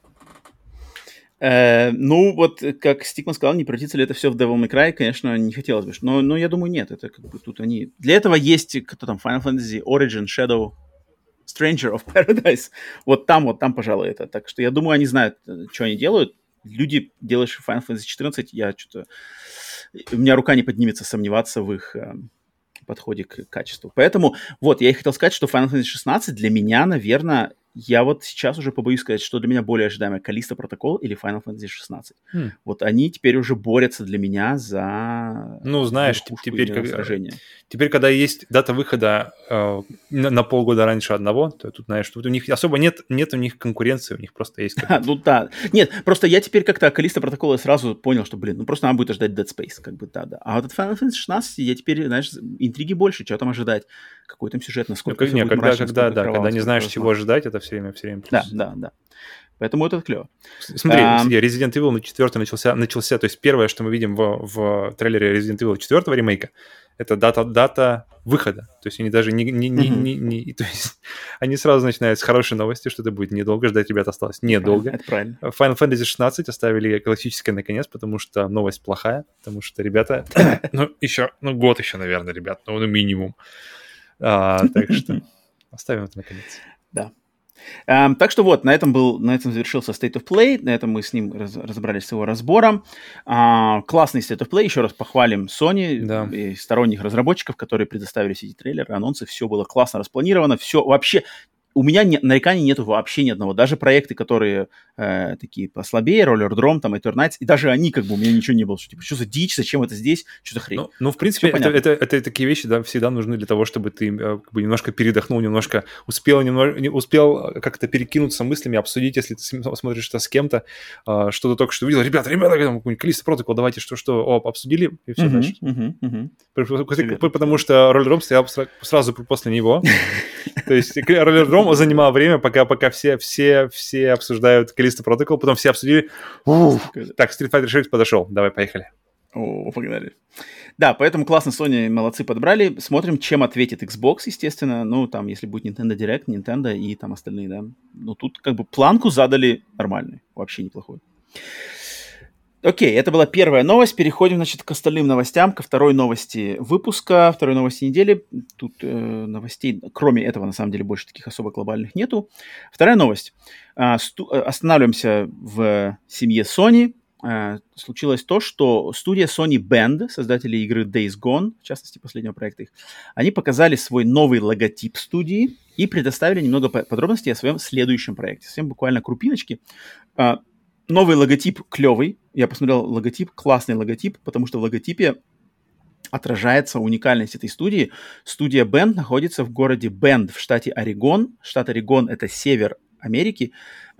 Ну, вот, как Стикман сказал, не превратится ли это все в Devil May Cry, конечно, не хотелось бы. Но я думаю, нет. Это как бы тут они... Для этого есть, кто там, Final Fantasy Origin, Shadow, Stranger of Paradise. Вот там, пожалуй, это. Так что я думаю, они знают, что они делают. Люди, делающие Final Fantasy 14, у меня рука не поднимется сомневаться в их подходе к качеству. Поэтому, вот, я и хотел сказать, что Final Fantasy 16 для меня, наверное... Я вот сейчас уже побоюсь сказать, что для меня более ожидаемое Callisto Protocol или Final Fantasy 16. Вот они теперь уже борются для меня за... Ну, знаешь, теперь, когда есть дата выхода на полгода раньше одного, то тут, знаешь, тут у них особо нет у них конкуренции, у них просто есть... Ну да. Нет, просто я теперь как-то Callisto Protocol сразу понял, что, блин, ну просто надо будет ждать Dead Space, как бы, да. А вот от Final Fantasy 16 я теперь, знаешь, интриги больше, что там ожидать, какой там сюжет, насколько все будет мрачно, когда не знаешь, чего ожидать, это все время Да. Поэтому это клево. Смотри, Resident Evil 4 начался, то есть первое, что мы видим в трейлере Resident Evil 4 ремейка, это дата выхода. То есть они даже то есть они сразу начинают с хорошей новости, что это будет недолго, ждать ребят осталось недолго. Это правильно. Final Fantasy 16 оставили классическое наконец, потому что новость плохая, потому что ребята, год еще, наверное, ребят, ну минимум. Так что оставим это наконец. Да. Так что вот, на этом завершился State of Play, на этом мы с ним разобрались с его разбором. Классный State of Play, еще раз похвалим Sony и сторонних разработчиков, которые предоставили все эти трейлеры, анонсы, все было классно распланировано, все вообще... у меня нареканий нету вообще ни одного. Даже проекты, которые такие послабее, Rollerdrome, там, Eternights, и даже они, как бы, у меня ничего не было. Что, типа, что за дичь, зачем это здесь, что за хрень? Ну, в принципе, это такие вещи, да, всегда нужны для того, чтобы ты как бы немножко передохнул, немножко успел как-то перекинуться мыслями, обсудить, если ты смотришь это с кем-то, что-то только что увидел. Ребята, какой-нибудь Callisto Protocol, давайте обсудили, и все дальше. Потому что Rollerdrome стоял сразу после него. То есть Rollerdrome занимал время, пока все обсуждают Callisto Protocol, потом все обсудили. Так, Street Fighter 6 подошел, давай, поехали. О, погнали. Да, поэтому классно, Sony молодцы, подобрали. Смотрим, чем ответит Xbox, естественно. Ну, там, если будет Nintendo Direct, Nintendo и там остальные, да. Ну, тут как бы планку задали нормальную, вообще неплохой. Окей, это была первая новость. Переходим, значит, к остальным новостям, ко второй новости выпуска, второй новости недели. Тут новостей, кроме этого, на самом деле, больше таких особо глобальных нету. Вторая новость. Останавливаемся в семье Sony. Случилось то, что студия Sony Bend, создатели игры Days Gone, в частности, последнего проекта их, они показали свой новый логотип студии и предоставили немного подробностей о своем следующем проекте. Совсем буквально крупиночки. Новый логотип клевый. Я посмотрел логотип, классный логотип, потому что в логотипе отражается уникальность этой студии. Студия Bend находится в городе Бенд в штате Орегон. Штат Орегон — это север Америки,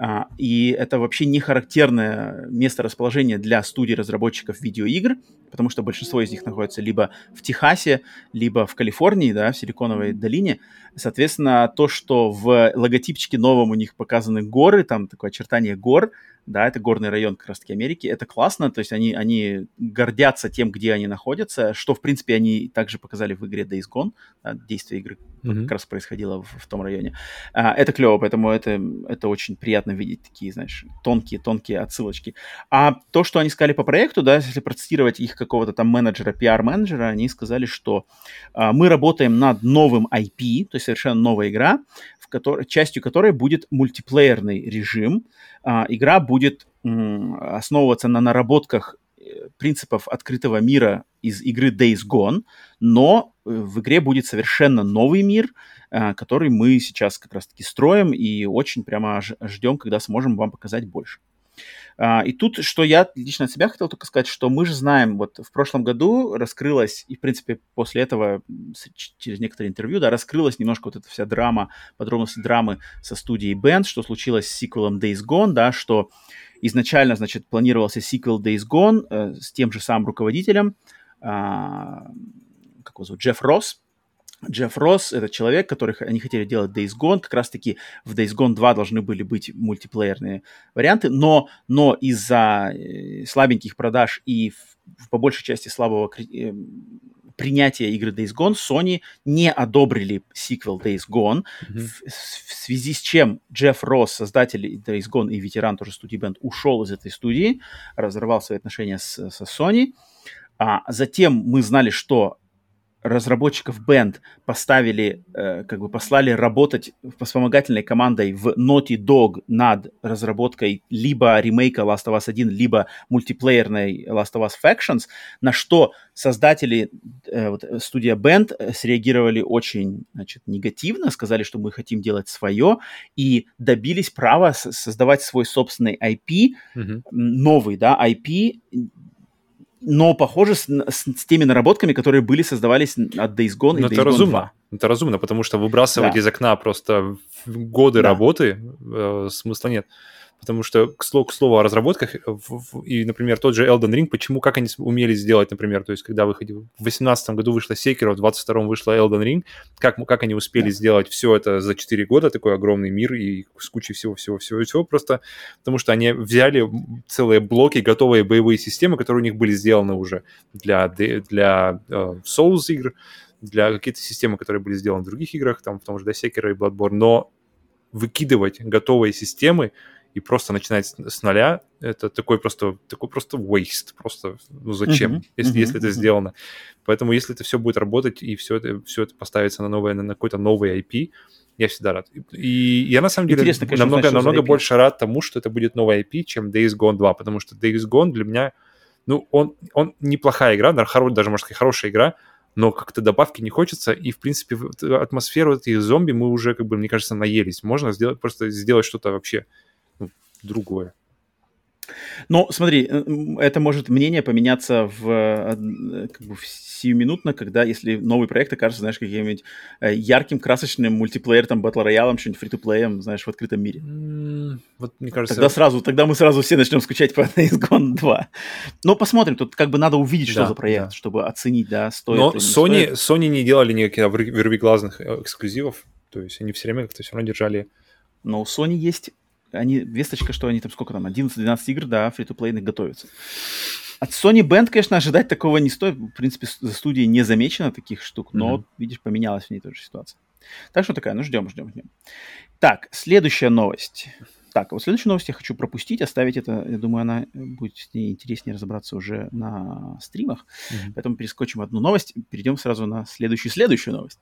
и это вообще не характерное место расположения для студий разработчиков видеоигр, потому что большинство из них находится либо в Техасе, либо в Калифорнии, да, в Силиконовой долине. Соответственно, то, что в логотипчике новом у них показаны горы, там такое очертание гор, да, это горный район как раз-таки Америки, это классно, то есть они гордятся тем, где они находятся, что, в принципе, они также показали в игре Days Gone, да, действие игры как раз происходило в том районе. Это клево, поэтому это очень приятно видеть такие, знаешь, тонкие отсылочки. А то, что они сказали по проекту, да, если процитировать их какого-то там менеджера, пиар-менеджера, они сказали, что мы работаем над новым IP, то есть совершенно новая игра, частью которой будет мультиплеерный режим. Игра будет основываться на наработках принципов открытого мира из игры Days Gone, но в игре будет совершенно новый мир, который мы сейчас как раз-таки строим и очень прямо ждем, когда сможем вам показать больше. И тут, что я лично от себя хотел только сказать, что мы же знаем, вот в прошлом году раскрылась, и в принципе после этого, через некоторые интервью, да, раскрылась немножко вот эта вся драма, подробности драмы со студией Bend, что случилось с сиквелом Days Gone, да, что изначально, значит, планировался сиквел Days Gone с тем же самым руководителем, как его зовут, Джефф Росс. Джефф Росс — это человек, который они хотели делать Days Gone. Как раз-таки в Days Gone 2 должны были быть мультиплеерные варианты, но из-за слабеньких продаж и по большей части слабого принятия игры Days Gone Sony не одобрили сиквел Days Gone, в связи с чем Джефф Росс, создатель Days Gone и ветеран тоже студии Bend, ушел из этой студии, разорвал свои отношения со Sony. Затем мы знали, что разработчиков Bend поставили, послали работать вспомогательной командой в Naughty Dog над разработкой либо ремейка Last of Us 1, либо мультиплеерной Last of Us Factions, на что создатели студия Bend среагировали очень, значит, негативно, сказали, что мы хотим делать свое, и добились права создавать свой собственный IP, новый, да, IP, но похоже с теми наработками, которые создавались от Days Gone и Days Gone 2. Это разумно, потому что выбрасывать из окна просто годы работы смысла нет. Потому что, к слову о разработках, и, например, тот же Elden Ring, как они умели сделать, например, то есть, когда выходил, в 2018 году вышла Sekiro, в 2022 вышла Elden Ring, как они успели сделать все это за 4 года, такой огромный мир и с кучей всего, просто потому что они взяли целые блоки, готовые боевые системы, которые у них были сделаны уже для Souls игр, для каких-то систем, которые были сделаны в других играх, там, в том же Sekiro и Bloodborne, но выкидывать готовые системы и просто начинать с нуля, это такой просто waste, просто, зачем, если это сделано. Поэтому если это все будет работать и все это поставится на какой-то новый IP, я всегда рад. И я на самом деле намного больше рад тому, что это будет новый IP, чем Days Gone 2, потому что Days Gone для меня, он неплохая игра, даже, можно сказать, хорошая игра, но как-то добавки не хочется, и, в принципе, атмосферу этих зомби мы уже, как бы, мне кажется, наелись. Можно просто сделать что-то вообще другое. Ну, смотри, это может мнение поменяться как бы сиюминутно, когда, если новый проект окажется, знаешь, каким-нибудь ярким, красочным мультиплеер, там, батл роялом, что-нибудь фри-то-плеем, знаешь, в открытом мире. Вот, мне кажется... Тогда мы сразу все начнем скучать по Days Gone 2. Но посмотрим, тут как бы надо увидеть, что за проект, чтобы оценить, да, стоит Но или не стоит. Sony не делали никаких вырвиглазных эксклюзивов, то есть они все время как-то все равно держали... Но у Sony есть... весточка, что они там, сколько там, 11-12 игр, да, фри-то-плейных готовятся. От Sony Band, конечно, ожидать такого не стоит. В принципе, за студией не замечено таких штук, но, видишь, поменялась в ней тоже ситуация. Так что такая, ждем. Так, следующая новость. Так, вот следующую новость я хочу пропустить, оставить это, я думаю, она будет с ней интереснее разобраться уже на стримах. Поэтому перескочим одну новость, перейдем сразу на следующую новость.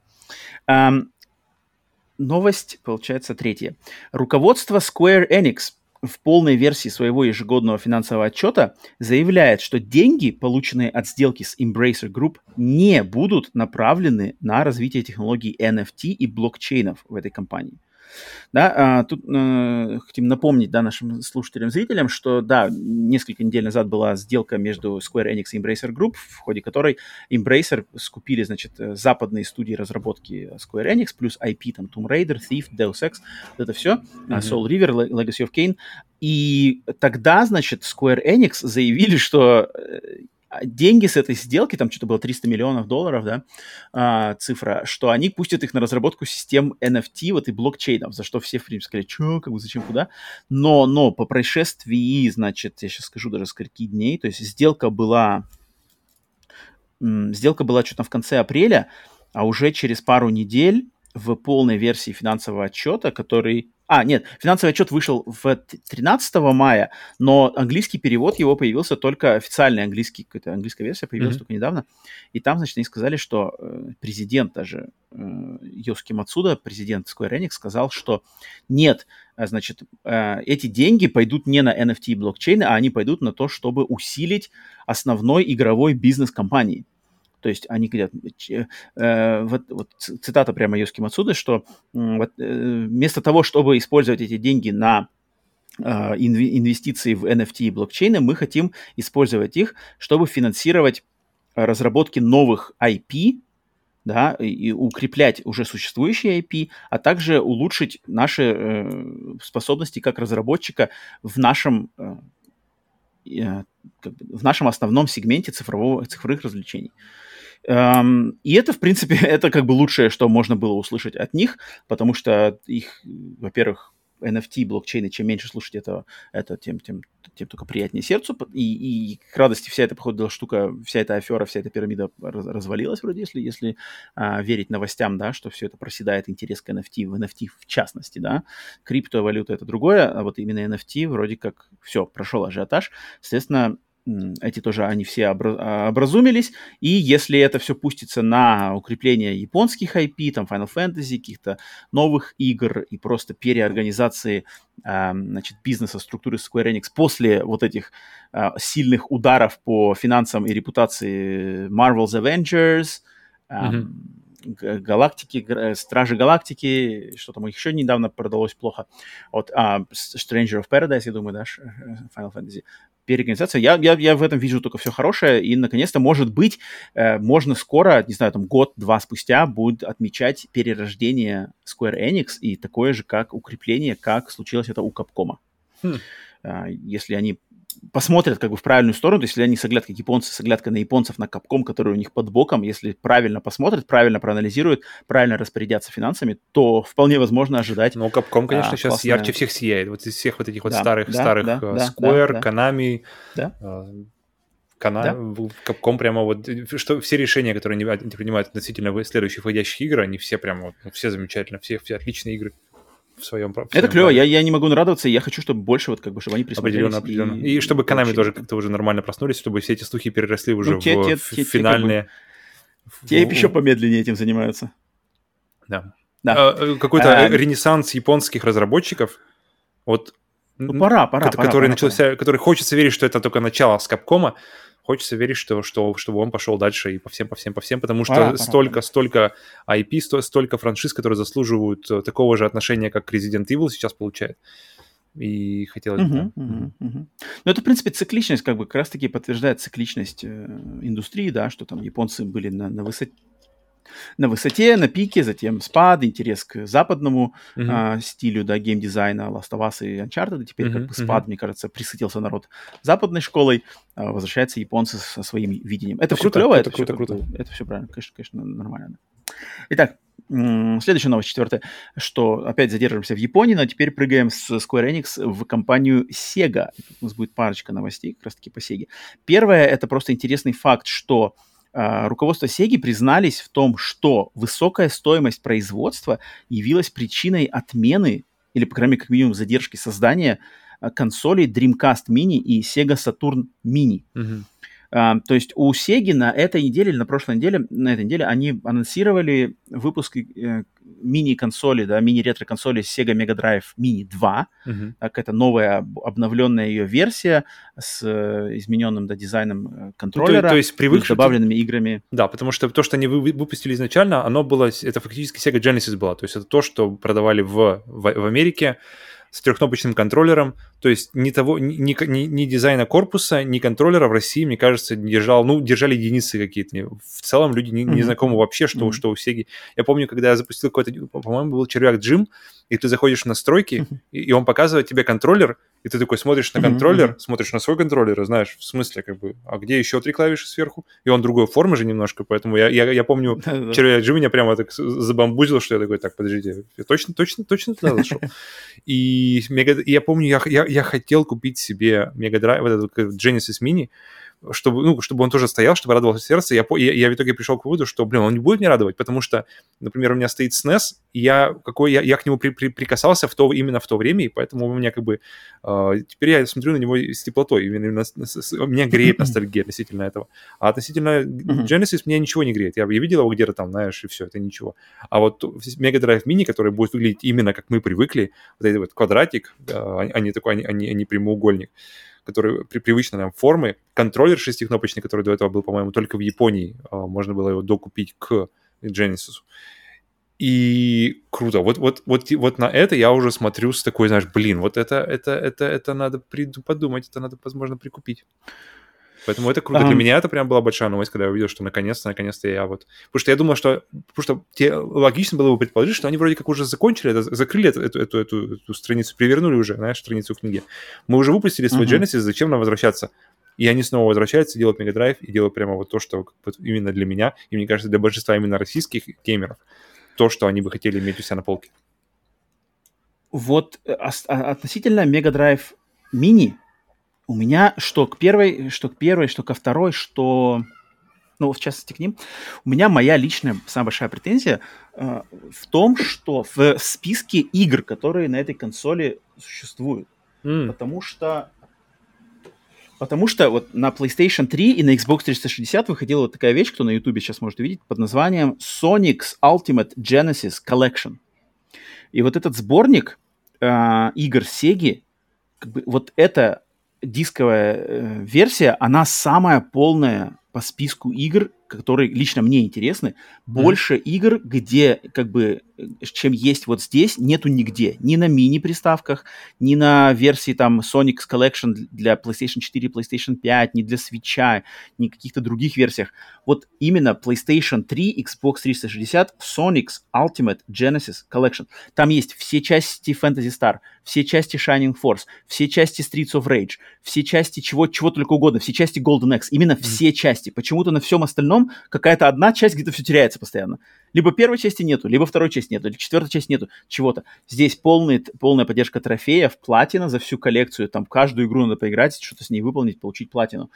Новость, получается, третья. Руководство Square Enix в полной версии своего ежегодного финансового отчета заявляет, что деньги, полученные от сделки с Embracer Group, не будут направлены на развитие технологий NFT и блокчейнов в этой компании. Да, тут хотим напомнить, да, нашим слушателям, зрителям, что, да, несколько недель назад была сделка между Square Enix и Embracer Group, в ходе которой Embracer скупили, значит, западные студии разработки Square Enix, плюс IP, там, Tomb Raider, Thief, Deus Ex, вот это все, Soul River, Legacy of Kain. И тогда, значит, Square Enix заявили, что деньги с этой сделки, там что-то было $300 миллионов, да, цифра, что они пустят их на разработку систем NFT вот и блокчейнов, за что все, в принципе, сказали, что, как бы, зачем, куда. Но по прошествии, значит, я сейчас скажу даже скольки дней, то есть сделка была что-то в конце апреля, а уже через пару недель в полной версии финансового отчета, который... нет, финансовый отчет вышел 13 мая, но английский перевод его появился только, официальный английский, какая-то английская версия появилась только недавно. И там, значит, они сказали, что президент даже Йосуки Мацуда, президент Square Enix, сказал, что нет, значит, эти деньги пойдут не на NFT и блокчейны, а они пойдут на то, чтобы усилить основной игровой бизнес компании. То есть они говорят, вот цитата прямо Йосуки Мацуды, что вместо того, чтобы использовать эти деньги на инвестиции в NFT и блокчейны, мы хотим использовать их, чтобы финансировать разработки новых IP, да, и укреплять уже существующие IP, а также улучшить наши способности как разработчика в нашем основном сегменте цифровых развлечений. И это, в принципе, это как бы лучшее, что можно было услышать от них, потому что их, во-первых, NFT, блокчейны, чем меньше слушать этого, это тем только приятнее сердцу. И к радости вся эта, походу, штука, вся эта афера, вся эта пирамида развалилась вроде, если верить новостям, да, что все это проседает интерес к NFT, в NFT в частности, да. Криптовалюта — это другое, а вот именно NFT вроде как все, прошел ажиотаж. Соответственно, эти тоже, они все образумились, и если это все пустится на укрепление японских IP, там, Final Fantasy, каких-то новых игр и просто переорганизации, значит, бизнеса, структуры Square Enix после вот этих сильных ударов по финансам и репутации Marvel's Avengers, Галактики, Стражи Галактики, что там еще недавно продалось плохо, вот, Stranger of Paradise, я думаю, да, Final Fantasy, переорганизация. Я в этом вижу только все хорошее, и, наконец-то, может быть, можно скоро, не знаю, там, год-два спустя будет отмечать перерождение Square Enix и такое же, как укрепление, как случилось это у Capcom. Если они посмотрят как бы в правильную сторону, то есть если они с оглядкой японцы, с оглядкой на японцев, на Capcom, который у них под боком, если правильно посмотрят, правильно проанализируют, правильно распорядятся финансами, то вполне возможно ожидать. Ну, Capcom, конечно, сейчас классная... ярче всех сияет. Вот из всех вот этих вот старых Square, Konami, Capcom прямо вот, что все решения, которые они принимают относительно следующих выходящих игр, они все прямо, все замечательно, все отличные игры. В своем это клево, я не могу нарадоваться, я хочу, чтобы больше, вот как бы, чтобы они присмотрелись. Определенно. И чтобы Konami тоже как-то уже нормально проснулись, чтобы все эти слухи переросли уже в финальные... Те еще помедленнее этим занимаются. Да. Какой-то ренессанс японских разработчиков, вот... Пора. Который хочется верить, что это только начало с Capcom. хочется верить, чтобы он пошел дальше и по всем, потому что столько IP, столько франшиз, которые заслуживают такого же отношения, как Resident Evil сейчас получает. И хотелось бы, Ну, это, в принципе, цикличность, как раз-таки подтверждает цикличность индустрии, да, что там японцы были на высоте, на пике, затем спад, интерес к западному стилю, да, геймдизайна, Last of Us и Uncharted, и теперь спад, мне кажется, присытился народ западной школой, возвращаются японцы со своим видением. Это все клево, это круто. Это все правильно, конечно, нормально. Итак, следующая новость, 4, что опять задерживаемся в Японии, но теперь прыгаем с Square Enix в компанию Sega. У нас будет парочка новостей как раз-таки по Sega. Первое, это просто интересный факт, что руководство Sega признались в том, что высокая стоимость производства явилась причиной отмены, или, по крайней мере, как минимум, задержки создания консолей Dreamcast Mini и Sega Saturn Mini. То есть у Sega на этой неделе или на прошлой неделе, они анонсировали выпуск мини-консоли, да, мини-ретро-консоли Sega Mega Drive Mini 2. Так, это новая обновленная ее версия с измененным, да, дизайном контроллера, то есть с добавленными играми. Да, потому что то, что они выпустили изначально, оно было, это фактически Sega Genesis было. То есть это то, что продавали в Америке с трехкнопочным контроллером, то есть ни дизайна корпуса, ни контроллера в России, мне кажется, держали единицы какие-то. В целом люди не знакомы вообще, что у Sega. Я помню, когда я запустил какой-то, по-моему, был червяк Джим, и ты заходишь в настройки, и он показывает тебе контроллер, и ты такой смотришь на контроллер, смотришь на свой контроллер, и знаешь, в смысле, а где еще 3 клавиши сверху? И он другой формы же немножко, поэтому я помню, червяк Джим меня прямо так забамбузил, что я такой, так, подождите, я точно туда зашел? И я помню, я хотел купить себе Mega Drive, вот этот Genesis Mini, чтобы он тоже стоял, чтобы радовало сердце. Я в итоге пришел к выводу, что, он не будет меня радовать, потому что, например, у меня стоит SNES, и я к нему прикасался именно в то время, и поэтому у меня теперь я смотрю на него с теплотой. Именно меня греет ностальгия относительно этого. А относительно Genesis меня ничего не греет. Я видел его где-то там, знаешь, и все, это ничего. А вот Mega Drive Mini, который будет выглядеть именно как мы привыкли, вот этот вот квадратик, а не прямоугольник, который привычной нам формы, контроллер шестикнопочный, который до этого был, по-моему, только в Японии, можно было его докупить к Genesis. И круто. Вот на это я уже смотрю с такой, знаешь, вот это надо подумать, это надо, возможно, прикупить. Поэтому это круто. Для меня это прям была большая новость, когда я увидел, что наконец-то я вот... Потому что я думал, логично было бы предположить, что они вроде как уже закончили, закрыли эту страницу, перевернули уже, знаешь, страницу книги. Мы уже выпустили свой Genesis, зачем нам возвращаться? И они снова возвращаются, делают Mega Drive и делают прямо вот то, что именно для меня, и мне кажется, для большинства именно российских геймеров, то, что они бы хотели иметь у себя на полке. Вот относительно Mega Drive Mini, у меня что к первой, что ко второй, в частности, к ним, у меня моя личная самая большая претензия в том, что в списке игр, которые на этой консоли существуют, потому что вот на PlayStation 3 и на Xbox 360 выходила вот такая вещь, кто на YouTube сейчас может увидеть, под названием Sonic's Ultimate Genesis Collection. И вот этот сборник игр Sega, вот эта дисковая версия, она самая полная по списку игр, которые лично мне интересны. Больше игр, где, чем есть вот здесь, нету нигде. Ни на мини-приставках, ни на версии там Sonic's Collection для PlayStation 4, PlayStation 5, ни для Switch'а, ни каких-то других версиях. Вот именно PlayStation 3, Xbox 360, Sonic's Ultimate Genesis Collection. Там есть все части Phantasy Star, все части Shining Force, все части Streets of Rage, все части чего только угодно, все части Golden Axe. Именно все части. Почему-то на всем остальном какая-то одна часть где-то все теряется постоянно. Либо первой части нету, либо второй части нету, или четвертой части нету, чего-то. Здесь полная поддержка трофеев, платина за всю коллекцию. Там каждую игру надо поиграть, что-то с ней выполнить, получить платину.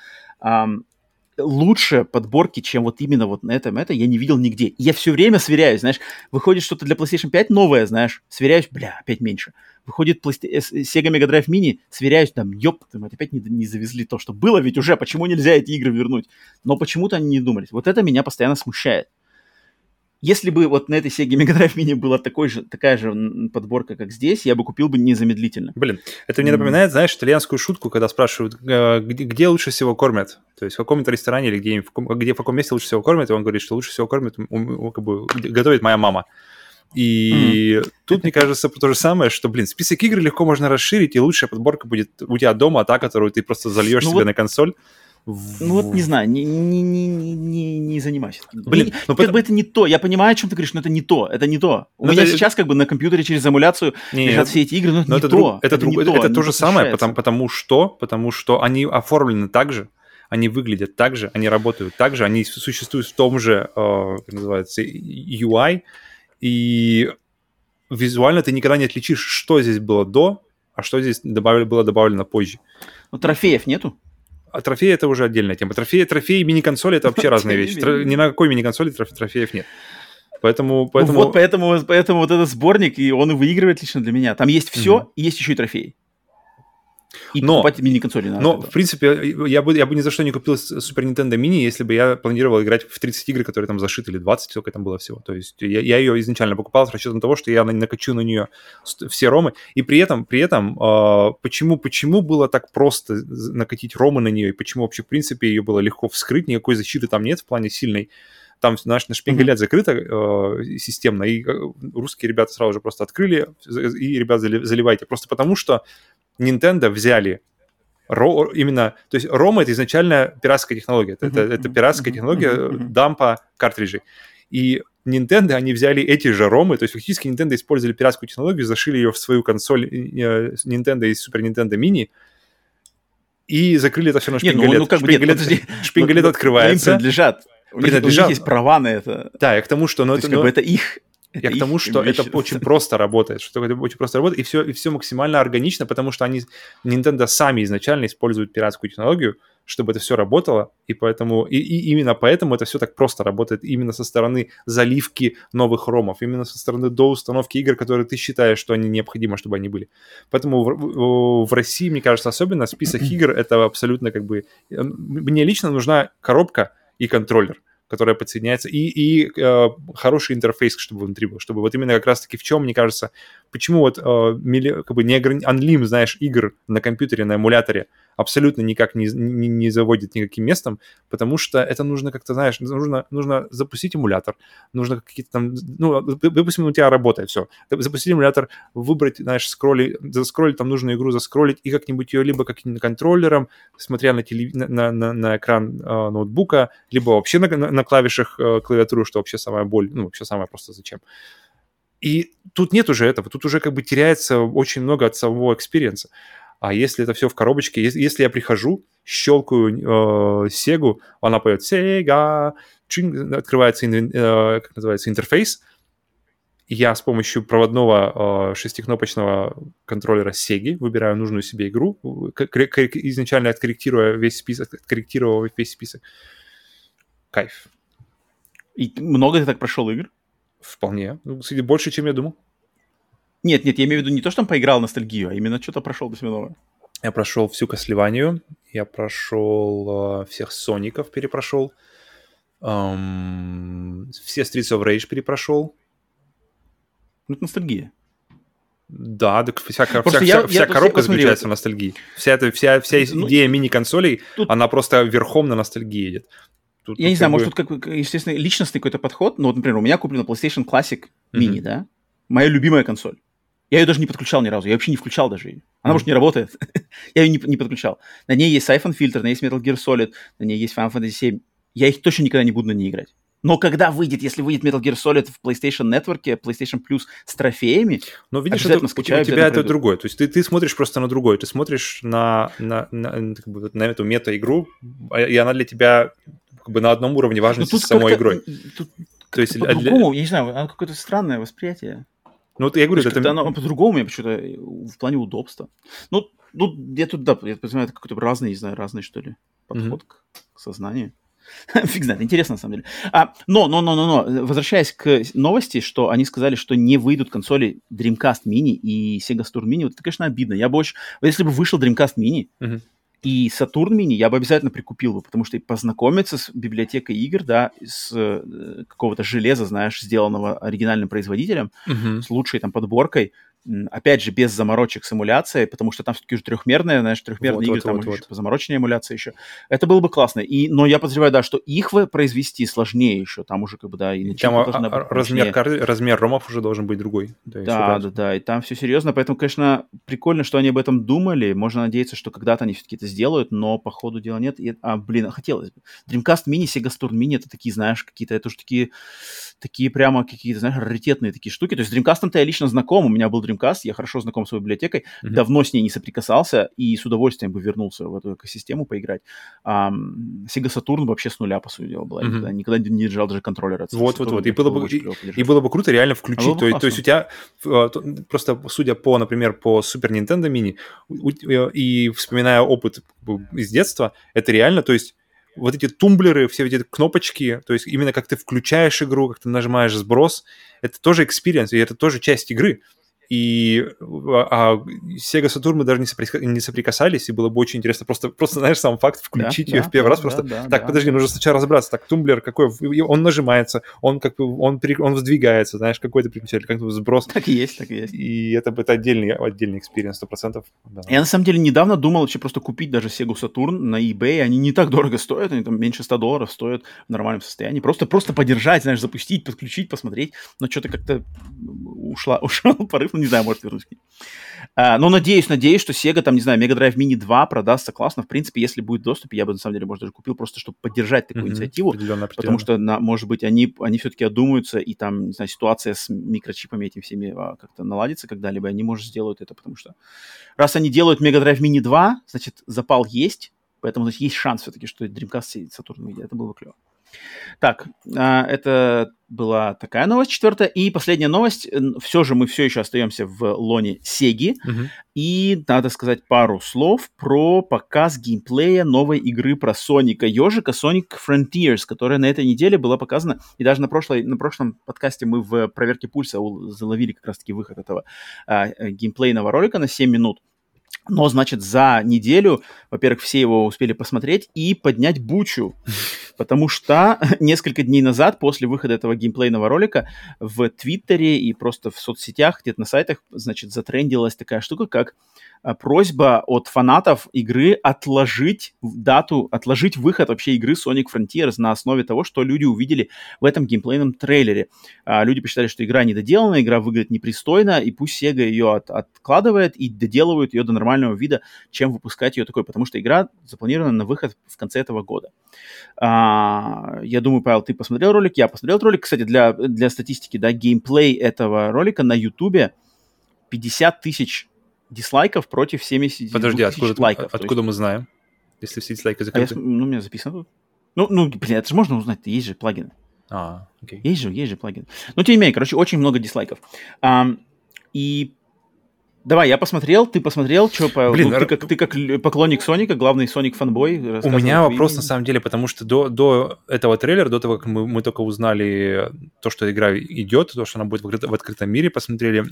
Лучше подборки, чем вот именно вот на этом, я не видел нигде. И я все время сверяюсь, знаешь, выходит что-то для PlayStation 5 новое, знаешь, сверяюсь, опять меньше. Выходит Sega Mega Drive Mini, сверяюсь, опять не завезли то, что было, ведь уже, почему нельзя эти игры вернуть? Но почему-то они не думались. Вот это меня постоянно смущает. Если бы вот на этой Sega Mega Drive Mini была такая же подборка, как здесь, я бы купил бы незамедлительно. Блин, это мне напоминает, знаешь, итальянскую шутку, когда спрашивают, где лучше всего кормят. То есть в каком-то ресторане или где в каком месте лучше всего кормят, и он говорит, что лучше всего кормят, как бы, готовит моя мама. И тут, мне кажется, то же самое, что, блин, список игр легко можно расширить, и лучшая подборка будет у тебя дома, та, которую ты просто зальешь себе на консоль. Ну вот, не знаю, не занимайся. Блин, как бы это не то. Я понимаю, о чем ты говоришь, но это не то. Это не то. У меня сейчас как бы на компьютере через эмуляцию лежат все эти игры, но это не то. Это то же самое, потому что они оформлены так же, они выглядят так же, они работают так же, они существуют в том же, как называется, UI, и визуально ты никогда не отличишь, что здесь было до, а что здесь было добавлено позже. Но трофеев нету? А трофеи — это уже отдельная тема. Трофеи и мини-консоли — это вообще разные вещи. Ни на какой мини-консоли трофеев нет. Поэтому... Ну вот поэтому вот этот сборник, и он и выигрывает лично для меня. Там есть все, и есть еще и трофеи. И покупать мини-консоли надо. Но, в принципе, я бы ни за что не купил Super Nintendo Mini, если бы я планировал играть в 30 игр, которые там зашиты, или 20, сколько там было всего. То есть я ее изначально покупал с расчетом того, что я накачу на нее все ромы. И при этом почему было так просто накатить ромы на нее, и почему вообще, в принципе, ее было легко вскрыть, никакой защиты там нет в плане сильной. Там, знаешь, на шпингалет закрыто системно, и русские ребята сразу же просто открыли, и, ребят, заливайте. Просто потому, что Nintendo взяли именно... То есть ROM — это изначально пиратская технология. Это пиратская технология дампа картриджей. И Nintendo, они взяли эти же ROM, то есть фактически Nintendo использовали пиратскую технологию, зашили ее в свою консоль Nintendo и Super Nintendo Mini, и закрыли это все на шпингалет. Шпингалет открывается. Им принадлежат. У них есть права на это. Да, я к тому, что... это их... Я к тому, что это очень просто работает, и все максимально органично, потому что Nintendo сами изначально используют пиратскую технологию, чтобы это все работало, и поэтому и именно поэтому это все так просто работает именно со стороны заливки новых ромов, именно со стороны доустановки игр, которые ты считаешь, что они необходимы, чтобы они были. Поэтому в России, мне кажется, особенно список игр — это абсолютно как бы... Мне лично нужна коробка и контроллер, которая подсоединяется, и хороший интерфейс, чтобы внутри был, чтобы вот именно как раз-таки в чем, мне кажется, почему вот как бы unlim, знаешь, игр на компьютере, на эмуляторе абсолютно никак не заводит никаким местом, потому что это нужно как-то, знаешь, нужно запустить эмулятор, нужно какие-то там, ну, допустим, у тебя работает все, запустить эмулятор, выбрать, знаешь, заскроллить там нужную игру, заскроллить и как-нибудь ее либо каким-нибудь контроллером, смотря на экран ноутбука, либо вообще на клавишах клавиатуры, что вообще самая боль, ну, вообще самое просто зачем. И тут нет уже этого, тут уже как бы теряется очень много от самого экспириенса. А если это все в коробочке, если я прихожу, щелкаю Сегу, она поет Sega, открывается, как называется, интерфейс, я с помощью проводного шестикнопочного контроллера Сеги выбираю нужную себе игру, изначально откорректировав весь список. Кайф. И много ты так прошел игр? Вполне. Кстати, больше, чем я думал. Нет, я имею в виду не то, что там поиграл ностальгию, а именно что-то прошел до себя новое. Я прошел всю Castlevania, я прошел всех Соников, перепрошел, все Streets of Rage перепрошел. Ну, это ностальгия. Да, так вся коробка заключается в ностальгии. Вся идея мини-консолей, она просто верхом на ностальгии едет. Я не знаю, может, тут, естественно, личностный какой-то подход. Ну, вот, например, у меня куплена PlayStation Classic Mini, да? Моя любимая консоль. Я ее даже не подключал ни разу. Я вообще не включал даже ее. Она, может, не работает. Я ее не подключал. На ней есть Siphon Filter, на ней есть Metal Gear Solid, на ней есть Final Fantasy 7. Я их точно никогда не буду на ней играть. Но когда если выйдет Metal Gear Solid в PlayStation Network, PlayStation Plus с трофеями, но видишь, у тебя это другое. То есть ты смотришь просто на другое. Ты смотришь на эту мета-игру, и она для тебя как бы на одном уровне важности с самой игрой. То есть по-другому, я не знаю, оно какое-то странное восприятие. Ну, вот я говорю, это оно по-другому, я почему-то в плане удобства. Ну, я понимаю, это какой-то разный, что ли, подход к сознанию. Фиг знает, интересно на самом деле. Но, возвращаясь к новости, что они сказали, что не выйдут консоли Dreamcast Mini и Sega Saturn Mini, вот это, конечно, обидно. Я бы если бы вышел Dreamcast Mini, И Saturn Mini я бы обязательно прикупил бы, потому что и познакомиться с библиотекой игр, да, с какого-то железа, знаешь, сделанного оригинальным производителем, с лучшей там подборкой, опять же, без заморочек с эмуляцией, потому что там все-таки уже трехмерные, знаешь, трехмерные игры, там еще позамороченная эмуляция еще. Это было бы классно. Но я подозреваю, да, что их произвести сложнее еще, там уже как бы, да, и начинка должна быть размер ромов уже должен быть другой. Да, и там все серьезно, поэтому, конечно, прикольно, что они об этом думали, можно надеяться, что когда-то они все-таки это сделают, но по ходу дела нет. Хотелось бы. Dreamcast Mini, Sega Saturn Mini, это такие, знаешь, какие-то, это уж такие прямо какие-то, знаешь, раритетные такие штуки. То есть с Dreamcast-то я лично знаком, у меня был Dreamcast, я хорошо знаком с его библиотекой, давно с ней не соприкасался и с удовольствием бы вернулся в эту экосистему поиграть. Sega Saturn вообще с нуля, по сути дела, была. Никогда не держал даже контроллера. Вот. И было бы круто реально включить. То есть у тебя, просто судя по, например, по Super Nintendo Mini, и вспоминая опыт из детства, это реально, то есть вот эти тумблеры, все эти кнопочки, то есть именно как ты включаешь игру, как ты нажимаешь сброс, это тоже экспириенс, и это тоже часть игры. Sega Saturn мы даже не соприкасались, и было бы очень интересно просто знаешь, сам факт включить ее в первый раз, подожди, нужно сначала разобраться, так, тумблер какой, он нажимается, он сдвигается, знаешь, какой-то переключатель, как-то сброс. Так и есть. И это отдельный экспириенс, 100%. Да. Я, на самом деле, недавно думал вообще просто купить даже Sega Saturn на eBay, они не так дорого стоят, они там меньше $100 стоят в нормальном состоянии, просто подержать, знаешь, запустить, подключить, посмотреть, но что-то как-то ушел порыв, не знаю, может вернусь к ней. Но надеюсь, что Sega, там, не знаю, Mega Drive Mini 2 продастся классно. В принципе, если будет доступ, я бы, на самом деле, может, даже купил просто, чтобы поддержать такую инициативу. Определенно. Потому что, может быть, они все-таки одумаются, и там, не знаю, ситуация с микрочипами этими всеми как-то наладится когда-либо, они, может, сделают это, потому что раз они делают Mega Drive Mini 2, значит, запал есть, поэтому, значит, есть шанс все-таки, что Dreamcast и Saturn выйдет. Это было бы клево. Так, это была такая новость, 4-я. И последняя новость. Все же мы все еще остаемся в лоне Сеги. И надо сказать пару слов про показ геймплея новой игры про Соника Ежика, Sonic Frontiers, которая на этой неделе была показана. И даже на прошлом подкасте мы в проверке пульса заловили как раз-таки выход этого геймплейного ролика на 7 минут. Но, значит, за неделю, во-первых, все его успели посмотреть и поднять бучу, потому что несколько дней назад, после выхода этого геймплейного ролика, в Твиттере и просто в соцсетях, где-то на сайтах, значит, затрендилась такая штука, как просьба от фанатов игры отложить выход вообще игры Sonic Frontiers на основе того, что люди увидели в этом геймплейном трейлере. Люди посчитали, что игра недоделана, игра выглядит непристойно, и пусть Sega ее откладывает и доделывает ее до нормального вида, чем выпускать ее такой, потому что игра запланирована на выход в конце этого года. Я думаю, Павел, ты посмотрел ролик, я посмотрел ролик. Кстати, для статистики, да, геймплей этого ролика на Ютубе 50 тысяч дизлайков против 70 тысяч лайков. Откуда мы знаем, если все дизлайки закрыты? У меня записано тут. Блин, это же можно узнать, есть же плагины. Окей. Есть же плагины. Но тем не менее, короче, очень много дизлайков. И давай, я посмотрел, ты посмотрел, что, Павел? Блин, ты как поклонник Соника, главный Соник-фанбой. У меня вопрос, на самом деле, потому что до этого трейлера, до того, как мы только узнали то, что игра идет, то, что она будет в открытом мире, посмотрели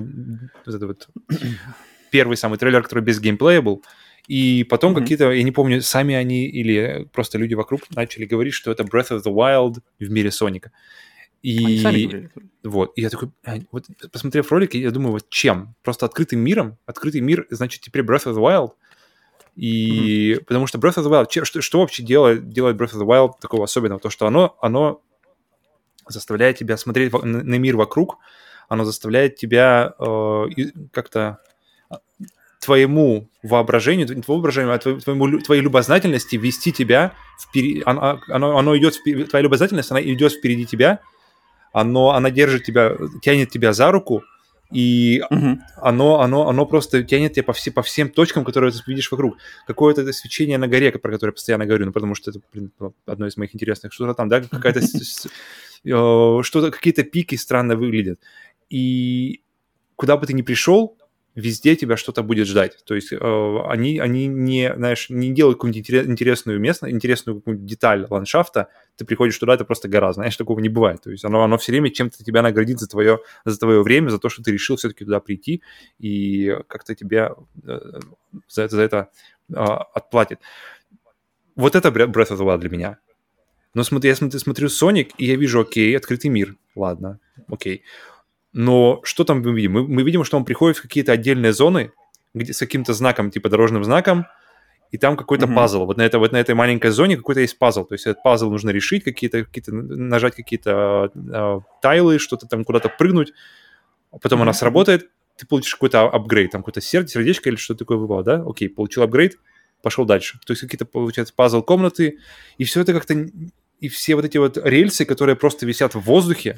первый самый трейлер, который без геймплея был, и потом какие-то, я не помню, сами они или просто люди вокруг начали говорить, что это Breath of the Wild в мире Соника. И я такой, вот посмотрев ролик, я думаю, вот чем? Просто открытый мир, значит, теперь Breath of the Wild. И потому что Breath of the Wild, что вообще делает Breath of the Wild такого особенного? То, что оно заставляет тебя смотреть на мир вокруг, оно заставляет тебя как-то твоему воображению, твоей любознательности вести тебя впереди. Оно идет впереди, твоя любознательность, она идет впереди тебя, она держит тебя, тянет тебя за руку, и оно просто тянет тебя по всем точкам, которые ты видишь вокруг. Какое-то это свечение на горе, про которое я постоянно говорю, потому что это одно из моих интересных, что-то там, да, что-то, какие-то пики странно выглядят. И куда бы ты ни пришел, везде тебя что-то будет ждать. То есть они не, знаешь, не делают какую-нибудь интересную какую-нибудь деталь ландшафта, ты приходишь туда, это просто гора, знаешь, такого не бывает. То есть оно все время чем-то тебя наградит за твое время, за то, что ты решил все-таки туда прийти, и как-то тебя за это отплатит. Вот это Breath of the Wild для меня. Но я смотрю Sonic, и я вижу, окей, открытый мир, ладно, окей. Но что там мы видим? Мы видим, что он приходит в какие-то отдельные зоны, где с каким-то знаком, типа дорожным знаком, и там какой-то пазл. Вот на этой маленькой зоне какой-то есть пазл. То есть этот пазл нужно решить, нажать какие-то тайлы, что-то там куда-то прыгнуть. Потом она сработает, ты получишь какой-то апгрейд, там какое-то сердечко или что-то такое выпало, да? Окей, получил апгрейд, пошел дальше. То есть какие-то, получается, пазл-комнаты, и все это как-то... И все вот эти вот рельсы, которые просто висят в воздухе,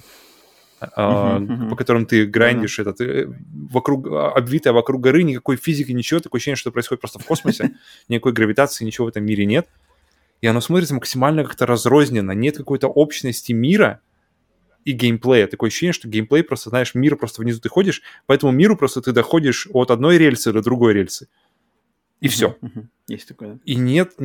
по которым ты грандишь, обвитая вокруг горы, никакой физики, ничего, такое ощущение, что происходит просто в космосе, никакой гравитации, ничего в этом мире нет. И оно смотрится максимально как-то разрозненно, нет какой-то общности мира и геймплея. Такое ощущение, что геймплей просто, знаешь, мир просто внизу ты ходишь, по этому миру просто ты доходишь от одной рельсы до другой рельсы. И все. Есть такое. И нет,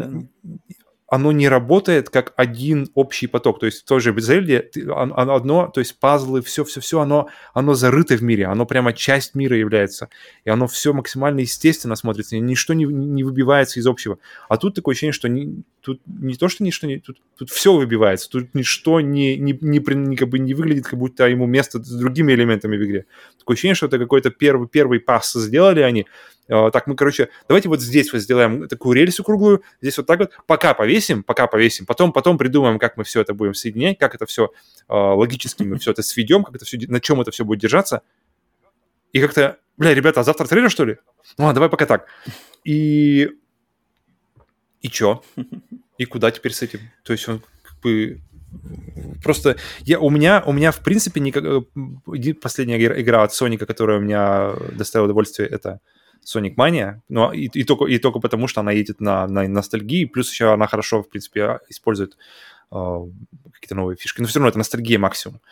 оно не работает как один общий поток. То есть в той же Зельде одно, то есть пазлы, все, оно зарыто в мире, оно прямо часть мира является. И оно все максимально естественно смотрится, ничто не выбивается из общего. А тут такое ощущение, что тут не то, что ничто не... Тут все выбивается, тут ничто как бы не выглядит, как будто ему место с другими элементами в игре. Такое ощущение, что это какой-то первый пас сделали они. Так, мы, давайте вот здесь вот сделаем такую рельсу круглую, здесь вот так вот, пока повесим, потом придумаем, как мы все это будем соединять, как это все логически мы все это сведем, как это все, на чем это все будет держаться. И как-то, ребята, а завтра трейлер, что ли? Ну ладно, давай пока так. И чё? И куда теперь с этим? То есть он как бы... Просто у меня в принципе, последняя игра от Sonic, которая у меня доставила удовольствие, это Sonic Mania, но и только потому, что она едет на ностальгии, плюс еще она хорошо, в принципе, использует какие-то новые фишки, но все равно это ностальгия максимум.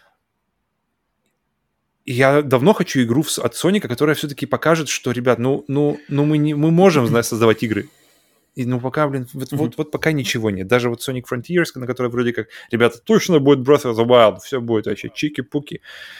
И я давно хочу игру от Sonic, которая все-таки покажет, что, ребят, мы можем, знаешь, создавать игры. И пока, вот пока ничего нет. Даже вот Sonic Frontiers, на которой вроде как, ребята, точно будет Breath of the Wild, все будет вообще чики-пуки.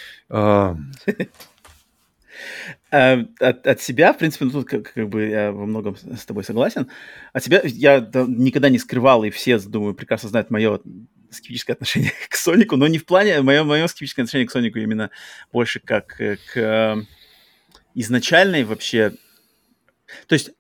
От себя, в принципе, тут как бы я во многом с тобой согласен. От себя я никогда не скрывал, и все, думаю, прекрасно знают мое скептическое отношение к Сонику, но не в плане... Мое скептическое отношение к Сонику именно больше как к изначальной вообще... То есть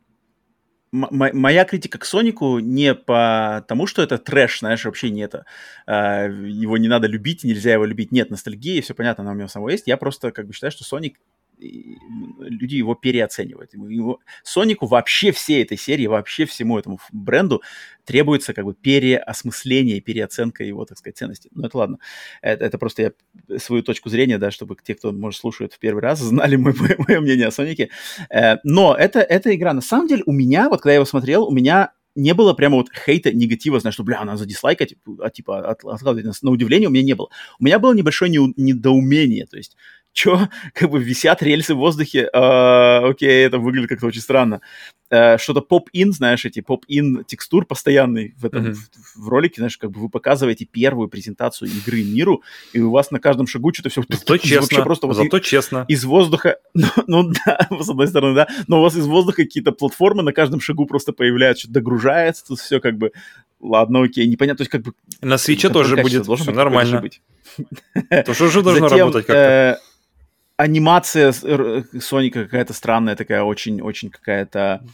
моя критика к Сонику не потому, что это трэш, знаешь, вообще не это. Его не надо любить, нельзя его любить. Нет, ностальгия, все понятно, она у меня самого есть. Я просто как бы считаю, что Соник... люди его переоценивают. Сонику вообще всей этой серии, вообще всему этому бренду требуется как бы переосмысление, переоценка его, так сказать, ценностей. Но это ладно. Это просто я свою точку зрения, да, чтобы те, кто, может, слушает в первый раз, знали мое мнение о Сонике. Но эта игра, на самом деле, у меня, вот когда я его смотрел, у меня не было прямо вот хейта, негатива, знаешь, что, надо задислайкать, типа, откладывать. На удивление у меня не было. У меня было небольшое недоумение, то есть чё, как бы висят рельсы в воздухе, окей, это выглядит как-то очень странно. Что-то поп-ин, знаешь, эти поп-ин текстур постоянный в этом в ролике, знаешь, как бы вы показываете первую презентацию игры миру, и у вас на каждом шагу что-то все... Зато честно, просто вот честно. Из воздуха, ну да, с одной стороны, да, но у вас из воздуха какие-то платформы на каждом шагу просто появляются, что-то догружается, тут все как бы, ладно, окей, непонятно, то есть как бы... На свитче тоже будет все нормально. Тоже уже должно работать как-то. Анимация Соника какая-то странная, такая очень-очень какая-то...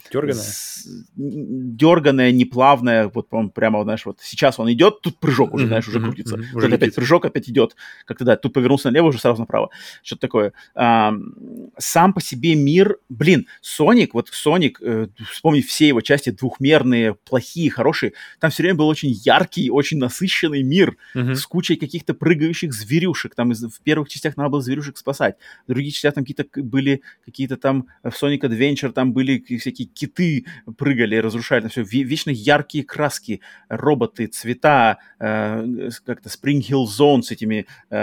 Дерганая, неплавная. Вот он прямо, знаешь, вот сейчас он идет, тут прыжок уже, знаешь, уже крутится. Тут опять прыжок, опять идет. Как-то, да, тут повернулся налево, уже сразу направо. Что-то такое. Сам по себе мир... Соник, вспомни все его части, двухмерные, плохие, хорошие. Там все время был очень яркий, очень насыщенный мир с кучей каких-то прыгающих зверюшек. Там в первых частях надо было зверюшек спасать. В других частях там были какие-то там в Sonic Adventure там были всякие киты прыгали, разрушали, там все вечно яркие краски, роботы, цвета, как-то Spring Hill Zone с этими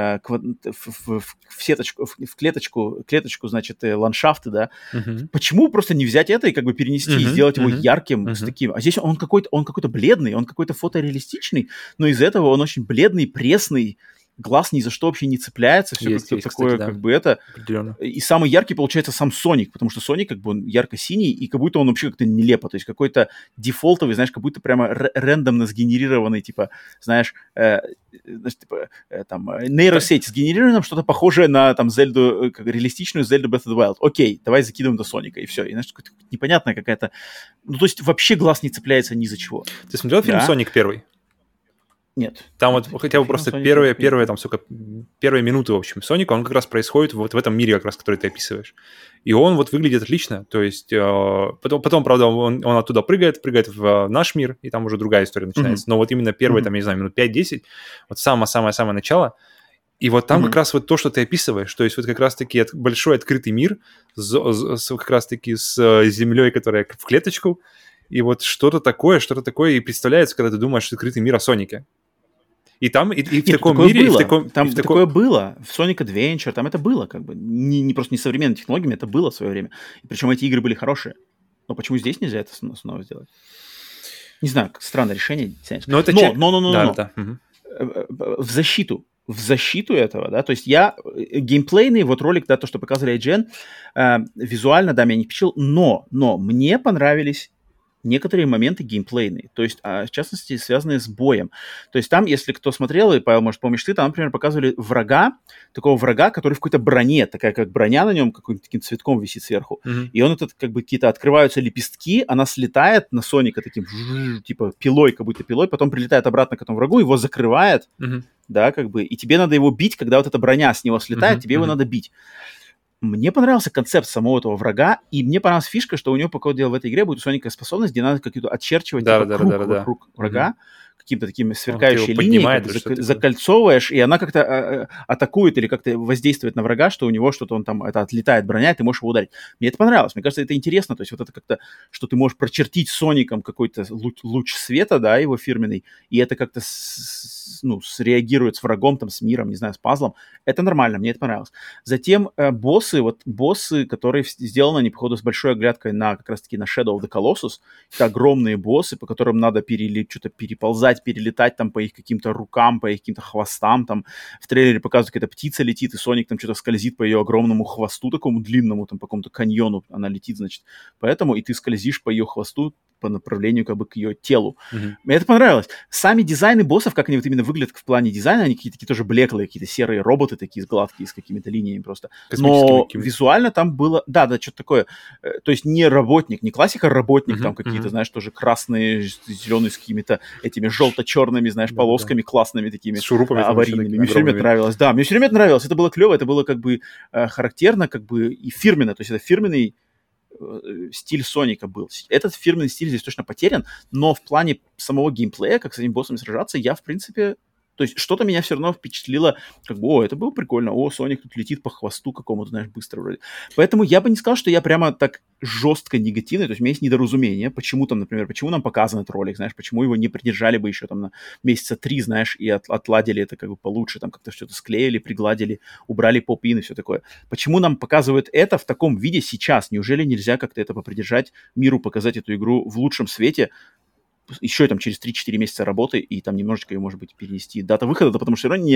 в сеточку, в клеточку, значит, ландшафты, да. Почему просто не взять это и как бы перенести и сделать его ярким с таким? А здесь он какой-то бледный, он какой-то фотореалистичный, но из этого он очень бледный, пресный, глаз ни за что вообще не цепляется, все как-то такое, кстати, как бы это... Определенно. И самый яркий получается сам Соник, потому что Соник как бы он ярко-синий, и как будто он вообще как-то нелепо, то есть какой-то дефолтовый, знаешь, как будто прямо рандомно сгенерированный, типа, знаешь, там, нейросеть сгенерирована, что-то похожее на там Зельду, как реалистичную Зельду Breath of the Wild. Окей, давай закидываем до Соника, и все. И, знаешь, непонятная какая-то... Ну, то есть вообще глаз не цепляется ни за чего. Ты смотрел фильм «Соник» первый? Нет. Там вот хотя бы просто первые там, сука, первые минуты, в общем, Соника, он как раз происходит вот в этом мире, как раз, который ты описываешь. И он вот выглядит отлично, то есть потом, правда, он оттуда прыгает в наш мир, и там уже другая история начинается. Но вот именно первые, там, я не знаю, минут 5-10, вот самое-самое начало, и вот там как раз вот то, что ты описываешь, то есть вот как раз-таки большой открытый мир как раз-таки с землей, которая в клеточку, и вот что-то такое, и представляется, когда ты думаешь, открытый мир о Сонике. И там, и в таком мире... Такое было. В Sonic Adventure там это было, как бы. Не просто не современными технологиями, это было в свое время. И причем эти игры были хорошие. Но почему здесь нельзя это снова сделать? Не знаю, странное решение. Но в защиту этого, да, то есть геймплейный вот ролик, да, то, что показывали IGN, визуально, да, меня не впечатлил, но мне понравились некоторые моменты геймплейные, то есть, в частности, связанные с боем. То есть там, если кто смотрел, и, Павел, может, помнишь ты, там, например, показывали такого врага, который в какой-то броне, такая как броня на нем, каким-то таким цветком висит сверху, и он как бы какие-то открываются лепестки, она слетает на Соника таким, типа пилой, как будто пилой, потом прилетает обратно к этому врагу, его закрывает, да, как бы, и тебе надо его бить, когда вот эта броня с него слетает, тебе его надо бить. Мне понравился концепт самого этого врага, и мне понравилась фишка, что у него, по ходу дела, в этой игре будет у Соника способность, где надо какие-то отчерчивать круг вокруг врага, каким-то таким сверкающей линией, закольцовываешь, и она как-то атакует или как-то воздействует на врага, что у него что-то он там это отлетает, броня, и ты можешь его ударить. Мне это понравилось, мне кажется, это интересно, то есть вот это как-то, что ты можешь прочертить Соником какой-то луч света, да, его фирменный, и это как-то среагирует с врагом, там, с миром, не знаю, с пазлом. Это нормально, мне это понравилось. Затем боссы, которые сделаны, они, походу, с большой оглядкой на как раз-таки на Shadow of the Colossus. Это огромные боссы, по которым надо что-то переползать, перелетать там по их каким-то рукам, по их каким-то хвостам. Там в трейлере показывают, какая-то птица летит, и Соник там что-то скользит по ее огромному хвосту, такому длинному, там по какому-то каньону она летит, значит. Поэтому и ты скользишь по ее хвосту, по направлению как бы к ее телу. Мне это понравилось. Сами дизайны боссов, как они вот именно выглядят в плане дизайна, они какие-то такие тоже блеклые, какие-то серые роботы такие гладкие, с какими-то линиями просто. Но визуально там было... Да, что-то такое. То есть не работник, не классика работник, там какие-то, знаешь, тоже красные, зеленые с какими-то этими желто-черными, знаешь, полосками классными такими, аварийными. Мне все время нравилось. Да, мне все время нравилось. Это было клево, это было как бы характерно, как бы и фирменно. То есть это фирменный стиль Соника был. Этот фирменный стиль здесь точно потерян, но в плане самого геймплея, как с этими боссами сражаться, я, в принципе... То есть что-то меня все равно впечатлило, как бы, это было прикольно, Соник тут летит по хвосту какому-то, знаешь, быстро вроде. Поэтому я бы не сказал, что я прямо так жестко негативный, то есть у меня есть недоразумение, почему там, например, почему нам показан этот ролик, знаешь, почему его не придержали бы еще там на месяца 3, знаешь, и отладили это как бы получше, там как-то что-то склеили, пригладили, убрали поп-ин и все такое. Почему нам показывают это в таком виде сейчас? Неужели нельзя как-то это попридержать, миру показать эту игру в лучшем свете, еще там через 3-4 месяца работы, и там немножечко ее, может быть, перенести. Дата выхода, да, потому что все равно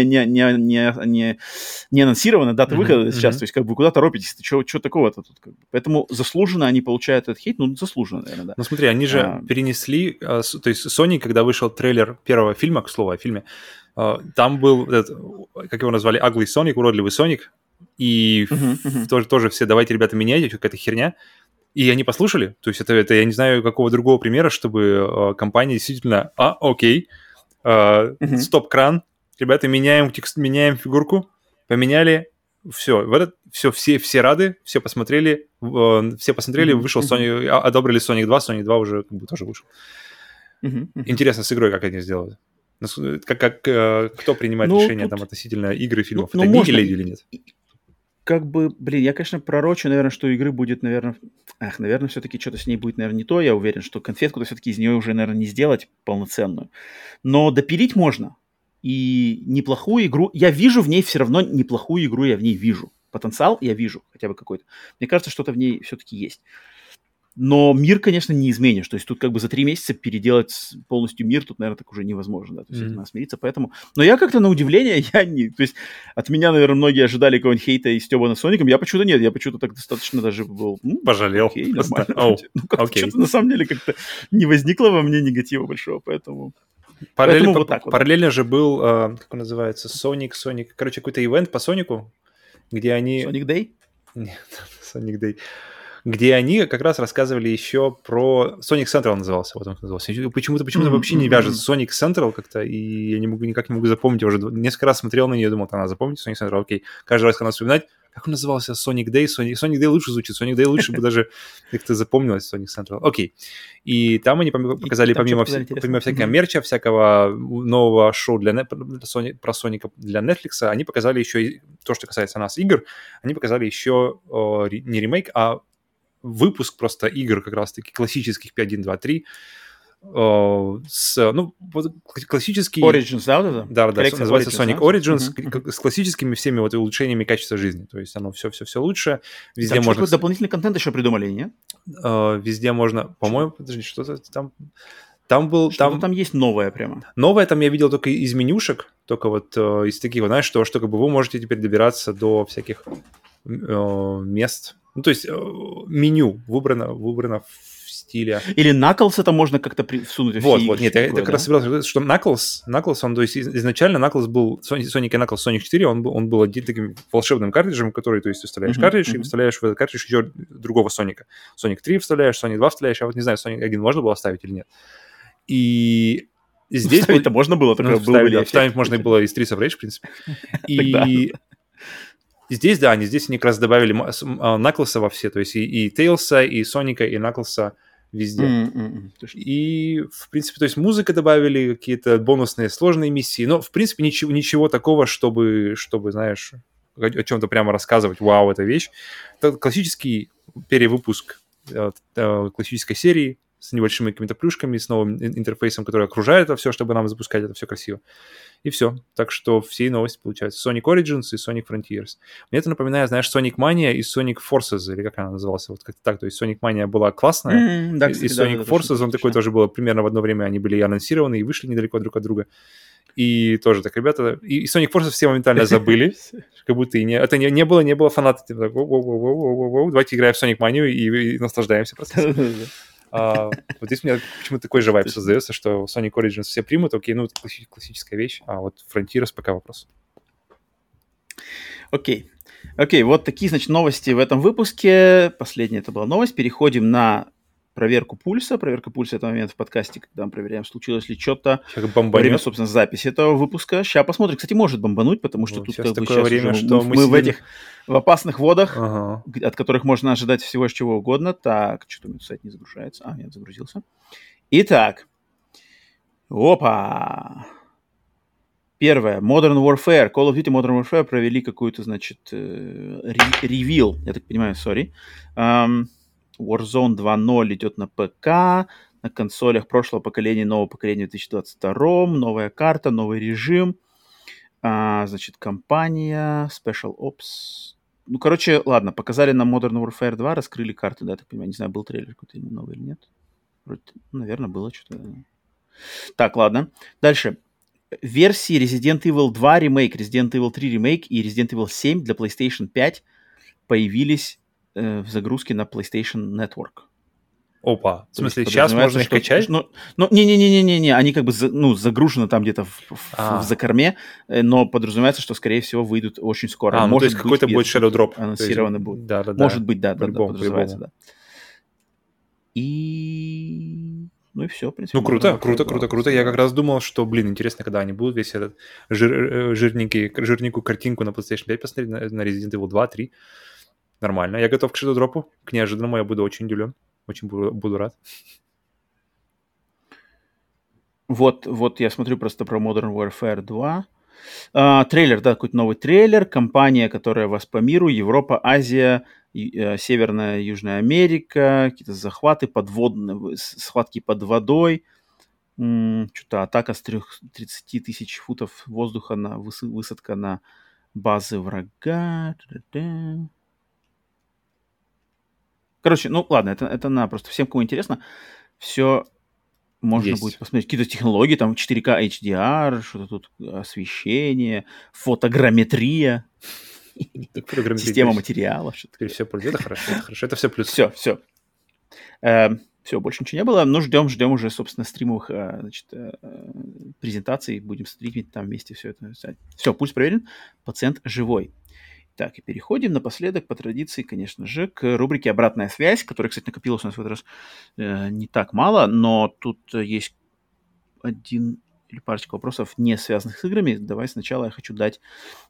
не анонсирована дата выхода сейчас, то есть как бы куда торопитесь, что такого-то тут? Как бы. Поэтому заслуженно они получают этот хейт, заслуженно, наверное, да. Ну смотри, они же перенесли, то есть Sony, когда вышел трейлер первого фильма, к слову о фильме, там был, как его назвали, Ugly Sonic, уродливый Соник, и тоже все, давайте, ребята, меняйте, какая-то херня. И они послушали, то есть это я не знаю какого другого примера, чтобы компания действительно, окей, стоп-кран, ребята, меняем фигурку, поменяли, все рады, все посмотрели, вышел Sonic, одобрили Sonic 2, Sonic 2 уже как бы тоже вышел. Интересно с игрой, как они сделали. Кто принимает решение там относительно игр и фильмов? Это Гиги или нет? Как бы, я, конечно, пророчу, наверное, что у игры будет, наверное, все-таки что-то с ней будет, наверное, не то. Я уверен, что конфетку-то все-таки из нее уже, наверное, не сделать полноценную. Но допилить можно. И неплохую игру... Я вижу в ней все равно неплохую игру, я в ней вижу. Потенциал я вижу хотя бы какой-то. Мне кажется, что-то в ней все-таки есть. Но мир, конечно, не изменишь. То есть тут как бы за 3 месяца переделать полностью мир, тут, наверное, так уже невозможно, да. То есть это надо смириться, поэтому... Но я как-то, на удивление, я не... То есть от меня, наверное, многие ожидали какого-нибудь хейта и стёба над Соником. Я почему-то нет. Я почему-то так достаточно даже был... Пожалел. Окей, нормально. Оу, Ну, как-то окей. что-то на самом деле как-то не возникло во мне негатива большого, поэтому... Параллельно, вот так вот. параллельно же был, как он называется, Sonic. Короче, какой-то ивент по Сонику, где они... Sonic Day? Нет, Sonic Day. Где они как раз рассказывали еще про... Sonic Central назывался, вот он назывался. Почему-то вообще не вяжется Sonic Central как-то, и я никак не могу запомнить. Я уже несколько раз смотрел на нее и думал, она запомнит Sonic Central, окей. Каждый раз, когда вспоминать, как он назывался? Sonic Day? Sonic Day лучше звучит. Sonic Day лучше бы даже как-то запомнилось Sonic Central. Окей. И там они показали помимо всякого мерча, всякого нового шоу про Соника для Netflix, они показали еще и то, что касается нас игр, они показали еще не ремейк, а выпуск просто игр как раз-таки классических 5, 1, 2, 3, классический... Origins, да, вот это? Да, называется Sonic Origins, с классическими всеми вот улучшениями качества жизни. То есть оно все лучше. Везде там можно... дополнительный контент еще придумали, нет? Везде можно... По-моему, подожди, что-то там... Там есть новое прямо. Новое там я видел только из менюшек, только вот из таких, знаешь, что как бы вы можете теперь добираться до всяких мест. Ну, то есть меню выбрано в стиле... Или Knuckles это можно как-то всунуть. Вот, нет, я как раз собирался сказать, что Knuckles, он, то есть изначально Knuckles был, Sonic и Knuckles Sonic 4, он был один таким волшебным картриджем, который, то есть, вставляешь картридж, и вставляешь в этот картридж еще другого Соника. Sonic 3 вставляешь, Sonic 2 вставляешь, я вот не знаю, Sonic 1 можно было ставить или нет. И здесь... Вставить-то можно было, только вставить можно было из Streets of Rage, в принципе. И... Здесь они как раз добавили Наклса во все, то есть и Тейлса, и Соника, и Наклса везде. И, в принципе, то есть музыка добавили, какие-то бонусные сложные миссии, но, в принципе, ничего такого, чтобы, знаешь, о чем-то прямо рассказывать, вау, эта вещь. Это классический перевыпуск классической серии с небольшими какими-то плюшками, с новым интерфейсом, который окружает это все, чтобы нам запускать это все красиво. И все. Так что все новости получаются. Sonic Origins и Sonic Frontiers. Мне это напоминает, знаешь, Sonic Mania и Sonic Forces, или как она называлась, вот как-то так. То есть Sonic Mania была классная, да, кстати, и Sonic Forces, он такой тоже был, примерно в одно время они были и анонсированы, и вышли недалеко друг от друга. И тоже так, ребята... И Sonic Forces все моментально забыли, как будто и это не было фанатов. Давайте играем в Sonic Mania и наслаждаемся просто. Вот здесь у меня почему-то такой же вайб создается, что Sonic Origins все примут, окей, ну, это классическая вещь, а вот Frontiers пока вопрос. Окей, вот такие, значит, новости в этом выпуске. Последняя это была новость. Переходим на проверку пульса. Проверка пульса — это момент в подкасте, когда мы проверяем, случилось ли что-то во время, собственно, записи этого выпуска. Сейчас посмотрим. Кстати, может бомбануть, потому что тут как бы сейчас время, что мы в этих в опасных водах, от которых можно ожидать всего чего угодно. Так, что-то у меня сайт не загружается. Нет, загрузился. Итак. Опа! Первое. Modern Warfare. Call of Duty Modern Warfare провели какую-то, значит, ревил. Я так понимаю, Warzone 2.0 идет на ПК, на консолях прошлого поколения, нового поколения в 2022, новая карта, новый режим, значит, кампания, Special Ops. Ну, короче, ладно, показали нам Modern Warfare 2, раскрыли карты, да, я так понимаю, не знаю, был трейлер какой-то новый или нет. Вроде, наверное, было что-то. Так, ладно. Дальше. Версии Resident Evil 2 ремейк, Resident Evil 3 ремейк и Resident Evil 7 для PlayStation 5 появились в загрузке на PlayStation Network. Опа, в смысле, сейчас можно их качать? Не, они как бы загружены там где-то в закорме, но подразумевается, что, скорее всего, выйдут очень скоро. Ну, то есть какой-то будет Shadow Drop. Анонсированы будут. Да. Может быть, да, подразумевается, да. И... Ну и все, в принципе. Ну, круто. Я как раз думал, что, интересно, когда они будут весь этот жирненькую картинку на PlayStation 5 посмотреть, на Resident Evil 2, 3. Нормально. Я готов к Shadow Drop. К неожиданному я буду очень удивлен. Очень буду рад. Вот я смотрю просто про Modern Warfare 2. Трейлер, да, какой-то новый трейлер. Компания, которая вас по миру. Европа, Азия, Северная, Южная Америка. Какие-то захваты подводные, схватки под водой. Что-то атака с 30 тысяч футов воздуха, на высадка на базы врага. Короче, ну ладно, это на просто всем, кому интересно, все можно будет Есть. посмотреть. Какие-то технологии, там 4К HDR, что-то тут освещение, фотограмметрия, система материалов. Теперь все пойдет, это хорошо, это все плюс. Все. Все, больше ничего не было. Но ждем уже, собственно, стримовых презентаций. Будем стримить там вместе все это. Все, пульс проверен, пациент живой. Так, и переходим напоследок, по традиции, конечно же, к рубрике «Обратная связь», которая, кстати, накопилась у нас в этот раз не так мало, но тут есть один или парочка вопросов, не связанных с играми. Давай сначала я хочу дать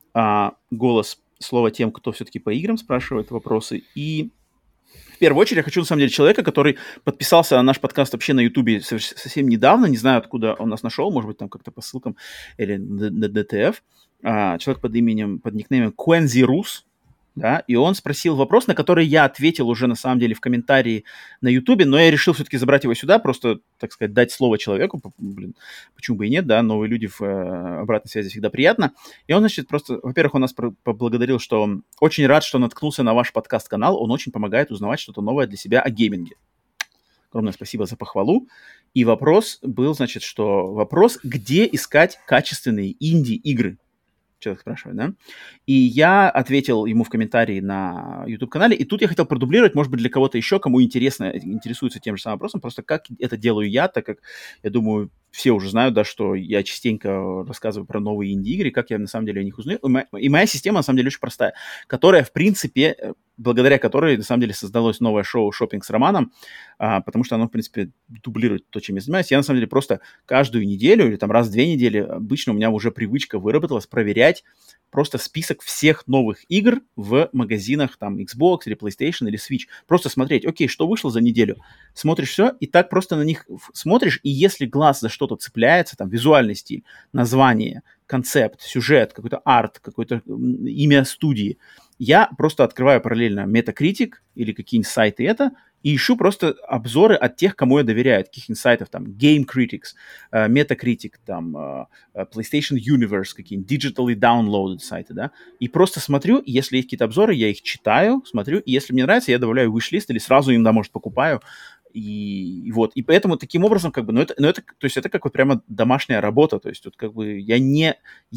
слово тем, кто все-таки по играм спрашивает вопросы. И в первую очередь я хочу, на самом деле, человека, который подписался на наш подкаст вообще на Ютубе совсем недавно, не знаю, откуда он нас нашел, может быть, там как-то по ссылкам или на DTF. Человек под никнеймом Quenzi Rus, да, и он спросил вопрос, на который я ответил уже, на самом деле, в комментарии на Ютубе, но я решил все-таки забрать его сюда, просто, так сказать, дать слово человеку, почему бы и нет, да, новые люди в обратной связи всегда приятно. И он, значит, просто, во-первых, он нас поблагодарил, что он очень рад, что наткнулся на ваш подкаст-канал, он очень помогает узнавать что-то новое для себя о гейминге. Огромное спасибо за похвалу. И вопрос был, значит, где искать качественные инди-игры? Человек спрашивает, да? И я ответил ему в комментарии на YouTube-канале, и тут я хотел продублировать, может быть, для кого-то еще, кому интересуется тем же самым вопросом, просто как это делаю я, так как, я думаю, все уже знают, да, что я частенько рассказываю про новые инди-игры, как я на самом деле о них узнаю. И моя система, на самом деле, очень простая, которая, в принципе, благодаря которой, на самом деле, создалось новое шоу «Шоппинг с Романом», потому что оно, в принципе, дублирует то, чем я занимаюсь. Я, на самом деле, просто каждую неделю или там раз в 2 недели обычно у меня уже привычка выработалась проверять просто список всех новых игр в магазинах там Xbox или PlayStation или Switch. Просто смотреть, окей, что вышло за неделю. Смотришь все, и так просто на них смотришь, и если глаз за что-то цепляется, там визуальный стиль, название, концепт, сюжет, какой-то арт, какое-то имя студии, я просто открываю параллельно Metacritic или какие-нибудь сайты и ищу просто обзоры от тех, кому я доверяю, таких инсайтов, там, Game Critics, Metacritic, там, PlayStation Universe, какие-нибудь digitally downloaded сайты, да, и просто смотрю, и если есть какие-то обзоры, я их читаю, смотрю, и если мне нравится, я добавляю в wish-list или сразу им, да, может, покупаю, и вот, и поэтому таким образом, как бы, то есть это как вот прямо домашняя работа, то есть тут как бы я не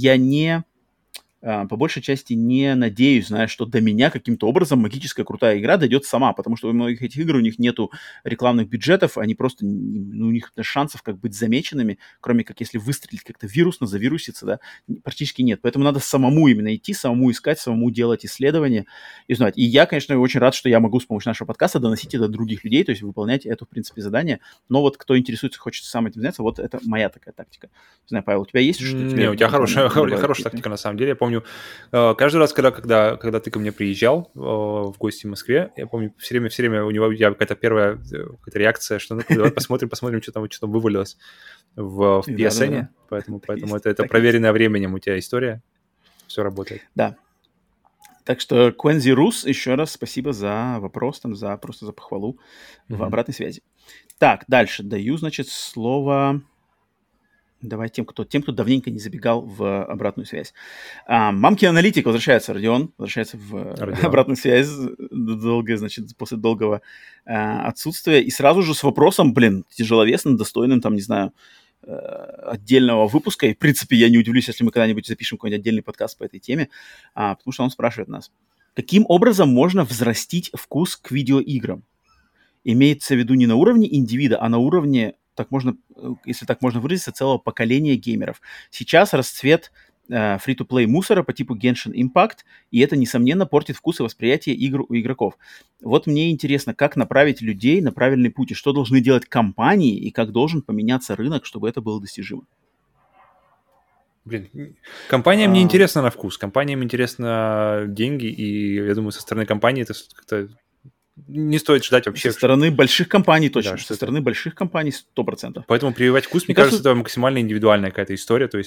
по большей части не надеюсь, знаешь, что до меня каким-то образом магическая крутая игра дойдет сама, потому что у многих этих игр у них нету рекламных бюджетов, они просто, у них шансов как быть замеченными, кроме как если выстрелить как-то вирусно, завируситься, да, практически нет. Поэтому надо самому именно идти, самому искать, самому делать исследования и знать. И я, конечно, очень рад, что я могу с помощью нашего подкаста доносить это до других людей, то есть выполнять это, в принципе, задание. Но вот кто интересуется, хочет сам этим заняться, вот это моя такая тактика. Не знаю, Павел, у тебя есть что-то? Не, у тебя хорошая тактика, на самом деле. Я помню, каждый раз, когда ты ко мне приезжал в гости в Москве, я помню, все время у него какая-то первая какая-то реакция, что ну давай посмотрим, что там вывалилось в PSN. Да. Поэтому это проверенная временем у тебя история. Все работает. Да. Так что Quenzi Rus, еще раз спасибо за вопрос, просто за похвалу в обратной связи. Так, дальше даю, значит, слово... Давай тем, кто давненько не забегал в обратную связь. Мамки аналитик возвращается в обратную связь после долгого отсутствия. И сразу же с вопросом, тяжеловесным, достойным, там, не знаю, отдельного выпуска. И, в принципе, я не удивлюсь, если мы когда-нибудь запишем какой-нибудь отдельный подкаст по этой теме, потому что он спрашивает нас, каким образом можно взрастить вкус к видеоиграм? Имеется в виду не на уровне индивида, а на уровне, если так можно выразиться, целого поколения геймеров. Сейчас расцвет фри-то-плей мусора по типу Genshin Impact, и это, несомненно, портит вкус и восприятие игр у игроков. Вот мне интересно, как направить людей на правильный путь, и что должны делать компании, и как должен поменяться рынок, чтобы это было достижимо. Компаниям не интересно на вкус, компаниям интересно деньги, и я думаю, со стороны компании это как-то не стоит ждать вообще. Со стороны больших компаний точно. Да, со стороны больших компаний 100%. Поэтому прививать вкус, мне кажется, это максимально индивидуальная какая-то история. То есть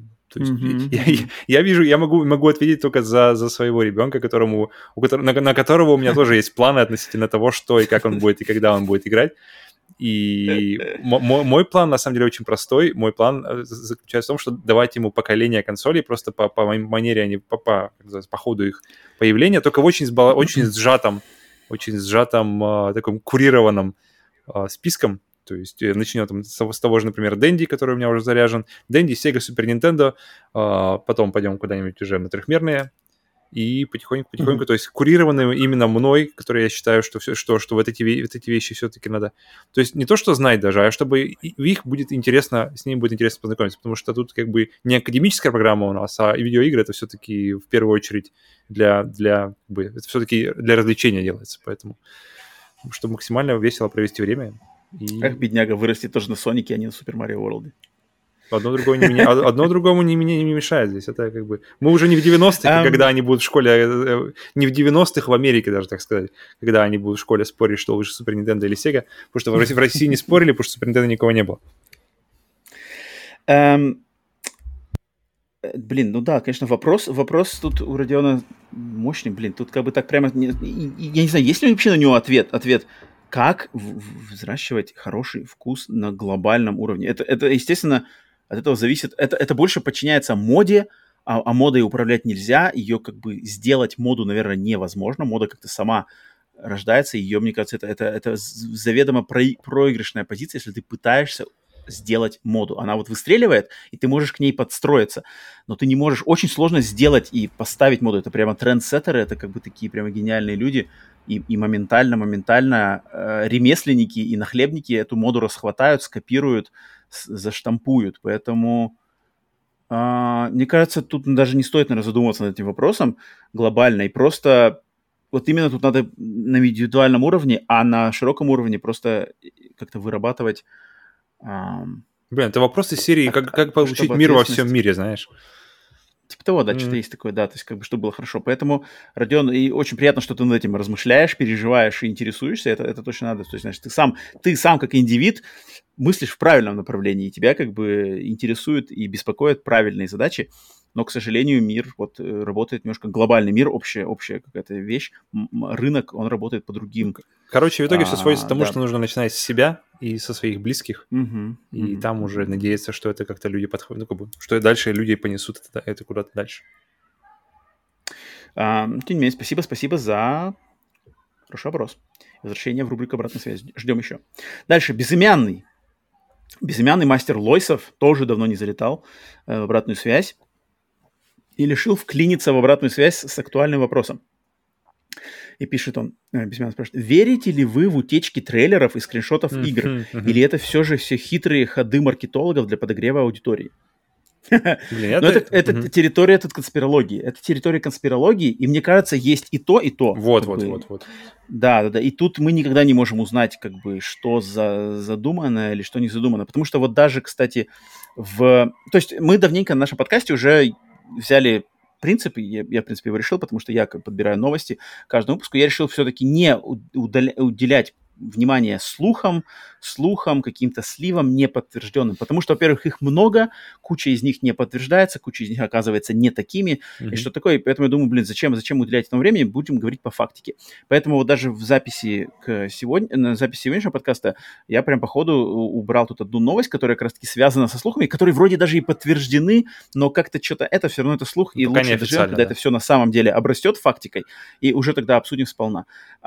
я могу ответить только за своего ребенка, на которого у меня тоже есть планы относительно того, что и как он будет, и когда он будет играть. И мой план, на самом деле, очень простой. Мой план заключается в том, что давать ему поколение консолей просто по манере, по ходу их появления, только в очень сжатом очень сжатым, таком курированным списком. То есть начнем там с того же, например, Dendy, который у меня уже заряжен. Dendy, Sega, Super Nintendo. Потом пойдем куда-нибудь уже на трехмерные. И потихоньку, то есть курированные именно мной, которые я считаю, что вот эти вещи все-таки надо... То есть не то, что знать даже, а чтобы их будет интересно, с ними будет интересно познакомиться, потому что тут как бы не академическая программа у нас, а видеоигры это все-таки в первую очередь это все-таки для развлечения делается, поэтому чтобы максимально весело провести время. Эх, бедняга, вырастет тоже на Сонике, а не на Супер Марио Ворлде. Одно другому не мешает здесь. Это как бы... Мы уже не в 90-х, когда они будут в школе... Не в 90-х в Америке даже, так сказать, когда они будут в школе спорить, что лучше Супер Nintendo или Sega, потому что в России не спорили, потому что Супер Nintendo никого не было. Блин, ну да, конечно, вопрос тут у Родиона мощный, блин, тут как бы так прямо... Я не знаю, есть ли вообще на него ответ? Как взращивать хороший вкус на глобальном уровне? Это естественно... От этого зависит, это больше подчиняется моде, а модой управлять нельзя, ее как бы сделать моду, наверное, невозможно, мода как-то сама рождается, ее, мне кажется, это заведомо проигрышная позиция, если ты пытаешься сделать моду. Она вот выстреливает, и ты можешь к ней подстроиться, но ты не можешь, очень сложно сделать и поставить моду, это прямо трендсеттеры, это как бы такие прямо гениальные люди, и моментально ремесленники и нахлебники эту моду расхватают, скопируют, заштампуют. Поэтому, мне кажется, тут даже не стоит, наверное, задумываться над этим вопросом глобально. И просто вот именно тут надо на индивидуальном уровне, а на широком уровне просто как-то вырабатывать... Блин, это вопрос из серии, как получить мир во всем мире, знаешь. Типа того, да, что-то есть такое, да, то есть как бы, чтобы было хорошо. Поэтому, Родион, и очень приятно, что ты над этим размышляешь, переживаешь и интересуешься, это точно надо. То есть, значит, ты сам как индивид мыслишь в правильном направлении, и тебя как бы интересуют и беспокоят правильные задачи, но, к сожалению, мир вот работает немножко, глобальный мир, общая какая-то вещь, рынок, он работает по другим. Короче, в итоге все сводится к тому, что нужно начинать с себя и со своих близких, и там уже надеяться, что это как-то люди подходят, ну, как бы, что дальше люди понесут это куда-то дальше. Тем не менее, спасибо за хороший вопрос. Возвращение в рубрику «Обратная связь». Ждем еще. Дальше. Безымянный мастер Лойсов тоже давно не залетал в обратную связь и решил вклиниться в обратную связь с актуальным вопросом. И пишет он, Безымянный спрашивает, верите ли вы в утечки трейлеров и скриншотов игр? Или это все хитрые ходы маркетологов для подогрева аудитории? Но это территория конспирологии. Это территория конспирологии, и мне кажется, есть и то, и то. Вот. Да. И тут мы никогда не можем узнать, как бы, что задумано или что не задумано. Потому что вот даже, кстати, то есть мы давненько на нашем подкасте уже взяли принцип, я, в принципе, его решил, потому что я подбираю новости каждому выпуску, я решил все-таки не уделять внимание слухам, каким-то сливам неподтвержденным. Потому что, во-первых, их много, куча из них не подтверждается, куча из них оказывается не такими. И что такое? И поэтому я думаю, блин, зачем уделять этому времени? Будем говорить по фактике. Поэтому вот даже в записи сегодняшнего подкаста я прям по ходу убрал тут одну новость, которая как раз-таки связана со слухами, которые вроде даже и подтверждены, но как-то что-то это все равно это слух, и лучше дождем, когда это все на самом деле обрастет фактикой, и уже тогда обсудим сполна.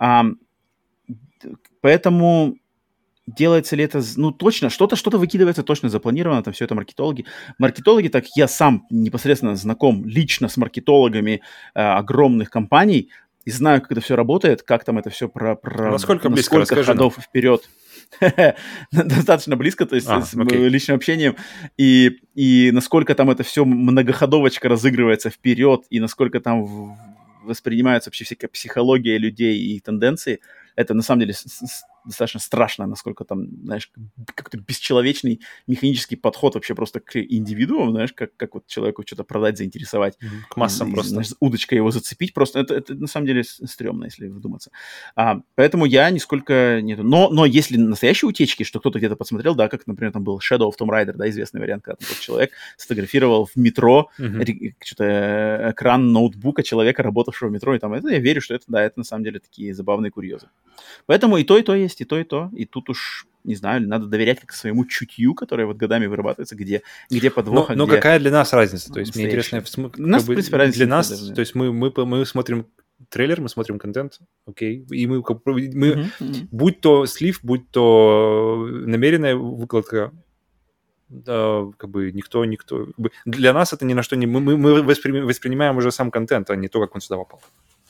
Поэтому делается ли это... Ну, точно, что-то выкидывается точно запланировано, там все это маркетологи. Маркетологи, так я сам непосредственно знаком лично с маркетологами огромных компаний и знаю, как это все работает, как там это все насколько близко, расскажи ходов вперед. Достаточно близко, то есть с личным общением, и насколько там это все многоходовочка разыгрывается вперед, и насколько там воспринимается вообще всякая психология людей и их тенденции. Это на самом деле достаточно страшно, насколько там, знаешь, как-то бесчеловечный механический подход вообще просто к индивидууму, знаешь, как вот человеку что-то продать, заинтересовать. К массам просто. Знаешь, удочкой его зацепить. Просто это на самом деле стрёмно, если вдуматься. Поэтому я нисколько нету. Но если настоящие утечки, что кто-то где-то подсмотрел, да, как, например, там был Shadow of Tomb Raider, да, известный вариант, когда тот человек сфотографировал в метро что-то экран ноутбука человека, работавшего в метро, и там это я верю, что это на самом деле такие забавные курьезы. Поэтому и то есть, и то. И тут уж, не знаю, надо доверять как своему чутью, которое вот годами вырабатывается, где подвох, но какая для нас разница? То есть мне интересно, у нас, в принципе, разница для нас, то есть мы смотрим трейлер, мы смотрим контент, окей. И мы будь то слив, будь то намеренная выкладка, да, как бы никто... как бы для нас это ни на что не... Мы воспринимаем уже сам контент, а не то, как он сюда попал.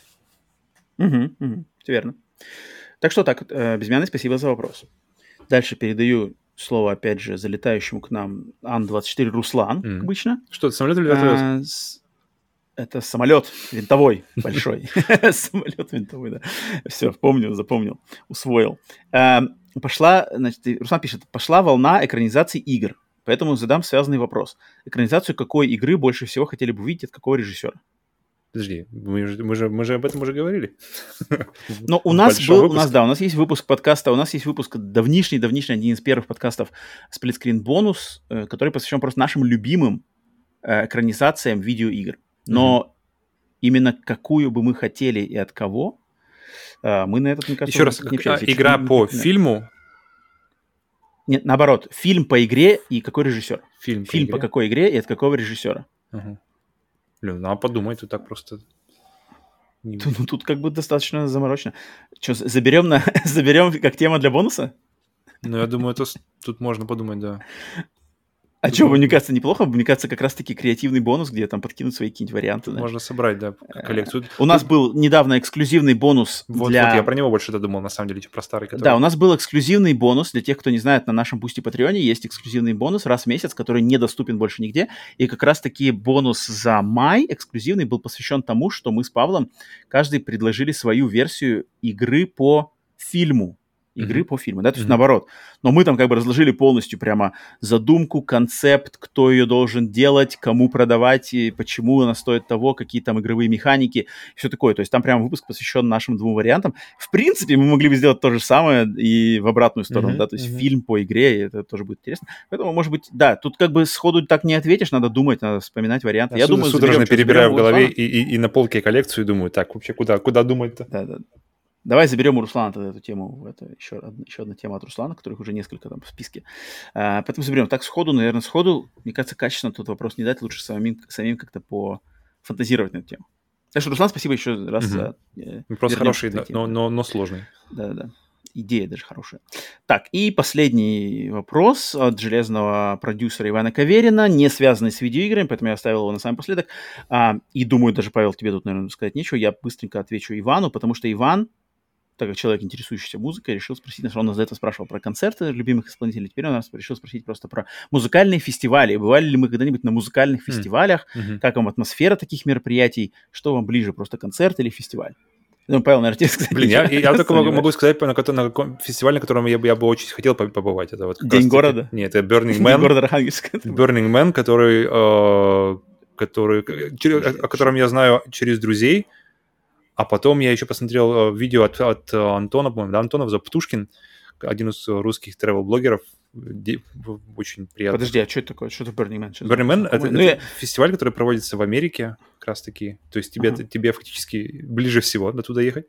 Все верно. Так что так, Безымянный, спасибо за вопрос. Дальше передаю слово, опять же, залетающему к нам Ан-24 Руслан, как обычно. Что, это самолет или вертолет? Это самолет винтовой большой. Самолет винтовой, да. Все, помню, запомнил, усвоил. Пошла, значит, Руслан пишет, пошла волна экранизаций игр. Поэтому задам связанный вопрос. Экранизацию какой игры больше всего хотели бы увидеть от какого режиссера? Подожди, мы же об этом уже говорили. Но у нас есть выпуск подкаста, у нас есть выпуск давнишний, один из первых подкастов Splitscreen Bonus, который посвящен просто нашим любимым экранизациям видеоигр. Но именно какую бы мы хотели и от кого, мы на этот, мне кажется, еще раз, игра по фильму? Нет, наоборот, фильм по игре и какой режиссер? Фильм по какой игре и от какого режиссера? Блин, надо подумать, тут так просто... Тут как бы достаточно заморочено. Что, заберем как тема для бонуса? Ну, я думаю, тут можно подумать, да. А что, мне кажется, неплохо? Мне кажется, как раз-таки креативный бонус, где там подкинуть свои какие-нибудь варианты. Можно собрать, да, коллекцию. У нас был недавно эксклюзивный бонус Вот я про него больше думал, на самом деле, про старый. Да, у нас был эксклюзивный бонус. Для тех, кто не знает, на нашем Boosty Патреоне есть эксклюзивный бонус раз в месяц, который недоступен больше нигде. И как раз-таки бонус за май эксклюзивный был посвящен тому, что мы с Павлом каждый предложили свою версию игры по фильму. По фильму, да, то есть наоборот. Но мы там как бы разложили полностью прямо задумку, концепт, кто ее должен делать, кому продавать, и почему она стоит того, какие там игровые механики, все такое. То есть там прямо выпуск посвящен нашим двум вариантам. В принципе, мы могли бы сделать то же самое и в обратную сторону, да, то есть фильм по игре, и это тоже будет интересно. Поэтому, может быть, да, тут как бы сходу так не ответишь, надо думать, надо вспоминать варианты. Я думаю, судорожно перебираю в голове и на полке коллекцию, думаю, так, вообще куда думать-то? Да. Давай заберем у Руслана тогда эту тему. Это еще одна тема от Руслана, которых уже несколько там в списке. Поэтому заберем. Так, наверное, сходу. Мне кажется, качественно тут вопрос не дать. Лучше самим как-то пофантазировать на эту тему. Так что, Руслан, спасибо еще раз за... Вопрос хороший, да, но сложный. Да. Идея даже хорошая. Так, и последний вопрос от железного продюсера Ивана Каверина, не связанный с видеоиграми, поэтому я оставил его на самый последок. И думаю, даже, Павел, тебе тут, наверное, сказать нечего. Я быстренько отвечу Ивану, потому что Иван, так как человек, интересующийся музыкой, решил спросить, он нас до этого спрашивал про концерты любимых исполнителей, теперь он нас решил спросить просто про музыкальные фестивали. Бывали ли мы когда-нибудь на музыкальных фестивалях? Как вам атмосфера таких мероприятий? Что вам ближе, просто концерт или фестиваль? Ну, Павел, наверное, тебе сказать. Блин, я только могу сказать, на каком фестивале, на котором я бы очень хотел побывать. Это вот День города? Нет, это Burning Man. День города Архангельска. Burning Man, о котором я знаю через друзей. А потом я еще посмотрел видео от Антона, по-моему, да, Антонов, Птушкин, один из русских travel-блогеров. Очень приятно. Подожди, а что это такое? Что это Burning Man? Burning Man — это фестиваль, который проводится в Америке, как раз-таки. То есть тебе фактически ближе всего до туда ехать.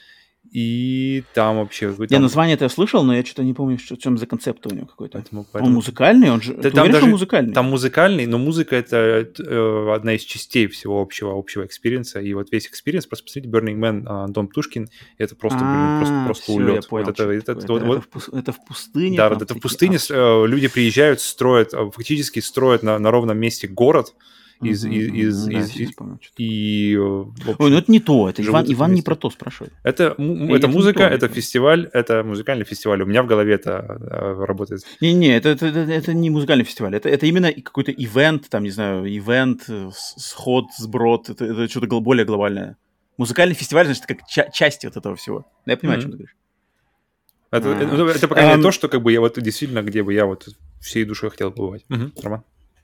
И там вообще... Я название-то слышал, но я что-то не помню, что там за концепт у него какой-то. Поэтому... Он музыкальный? Он же... Ты уверен, что музыкальный? Там музыкальный, но музыка — это одна из частей всего общего экспириенса. И вот весь экспириенс, просто посмотрите, Burning Man, Антон Птушкин, это просто улет. Я понял, это в пустыне? Да, это в пустыне. Люди приезжают, фактически строят на ровном месте город. Ой, ну это не то, это Иван не про то спрашивает. Это музыка, это фестиваль, это музыкальный фестиваль. У меня в голове это работает. Не, это не музыкальный фестиваль, это именно какой-то ивент, там, не знаю, сход, сброд, это что-то более глобальное. Музыкальный фестиваль, значит, как часть вот этого всего. Я понимаю, о чем ты говоришь. Это пока не то, что как бы я вот действительно, где бы я вот всей душой хотел побывать. Роман?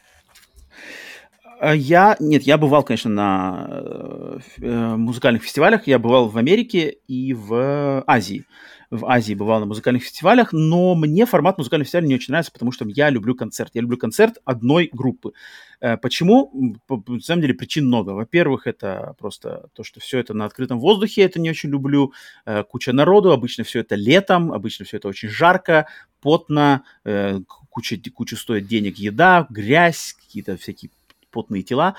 Я бывал, конечно, на музыкальных фестивалях. Я бывал в Америке и в Азии. В Азии бывал на музыкальных фестивалях, но мне формат музыкального фестиваля не очень нравится, потому что я люблю концерт. Я люблю концерт одной группы. Почему? На самом деле причин много. Во-первых, это просто то, что все это на открытом воздухе, это не очень люблю. Куча народу, обычно все это летом, обычно все это очень жарко, потно, куча стоит денег еда, грязь, какие-то всякие потные тела,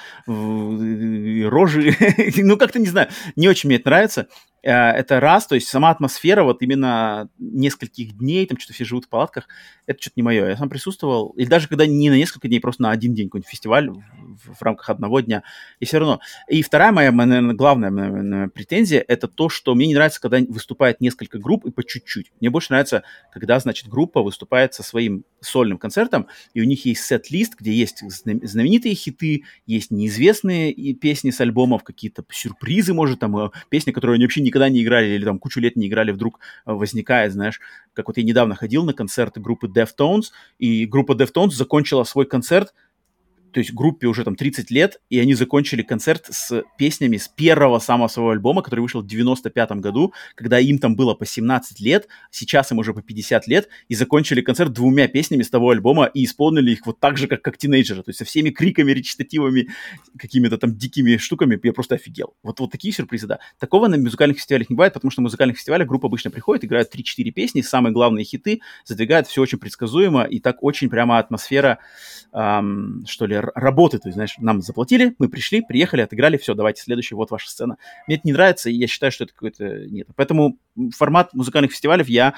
рожи, ну, как-то, не знаю, не очень мне это нравится. Это раз, то есть сама атмосфера вот именно нескольких дней, там что-то все живут в палатках, это что-то не мое. Я сам присутствовал, или даже когда не на несколько дней, просто на один день какой-нибудь фестиваль в рамках одного дня, и все равно. И вторая моя, наверное, главная наверное, претензия, это то, что мне не нравится, когда выступает несколько групп и по чуть-чуть. Мне больше нравится, когда, значит, группа выступает со своим сольным концертом, и у них есть сет-лист, где есть знаменитые хиты, есть неизвестные песни с альбомов, какие-то сюрпризы, может, там, песни, которые они вообще никогда не играли или там кучу лет не играли, вдруг возникает, знаешь, как вот я недавно ходил на концерт группы Deftones, и группа Deftones закончила свой концерт, то есть группе уже там 30 лет, и они закончили концерт с песнями с первого самого своего альбома, который вышел в 95-м году, когда им там было по 17 лет, сейчас им уже по 50 лет, и закончили концерт 2 песнями с того альбома и исполнили их вот так же, как тинейджеры, то есть со всеми криками, речитативами, какими-то там дикими штуками, я просто офигел. Вот такие сюрпризы, да. Такого на музыкальных фестивалях не бывает, потому что на музыкальных фестивалях группа обычно приходит, играют 3-4 песни, самые главные хиты, задвигают все очень предсказуемо, и так очень прямо атмосфера, что ли, работы, то есть, знаешь, нам заплатили, мы пришли, приехали, отыграли, все, давайте следующий, вот ваша сцена. Мне это не нравится, и я считаю, что это какой-то нет. Поэтому формат музыкальных фестивалей, я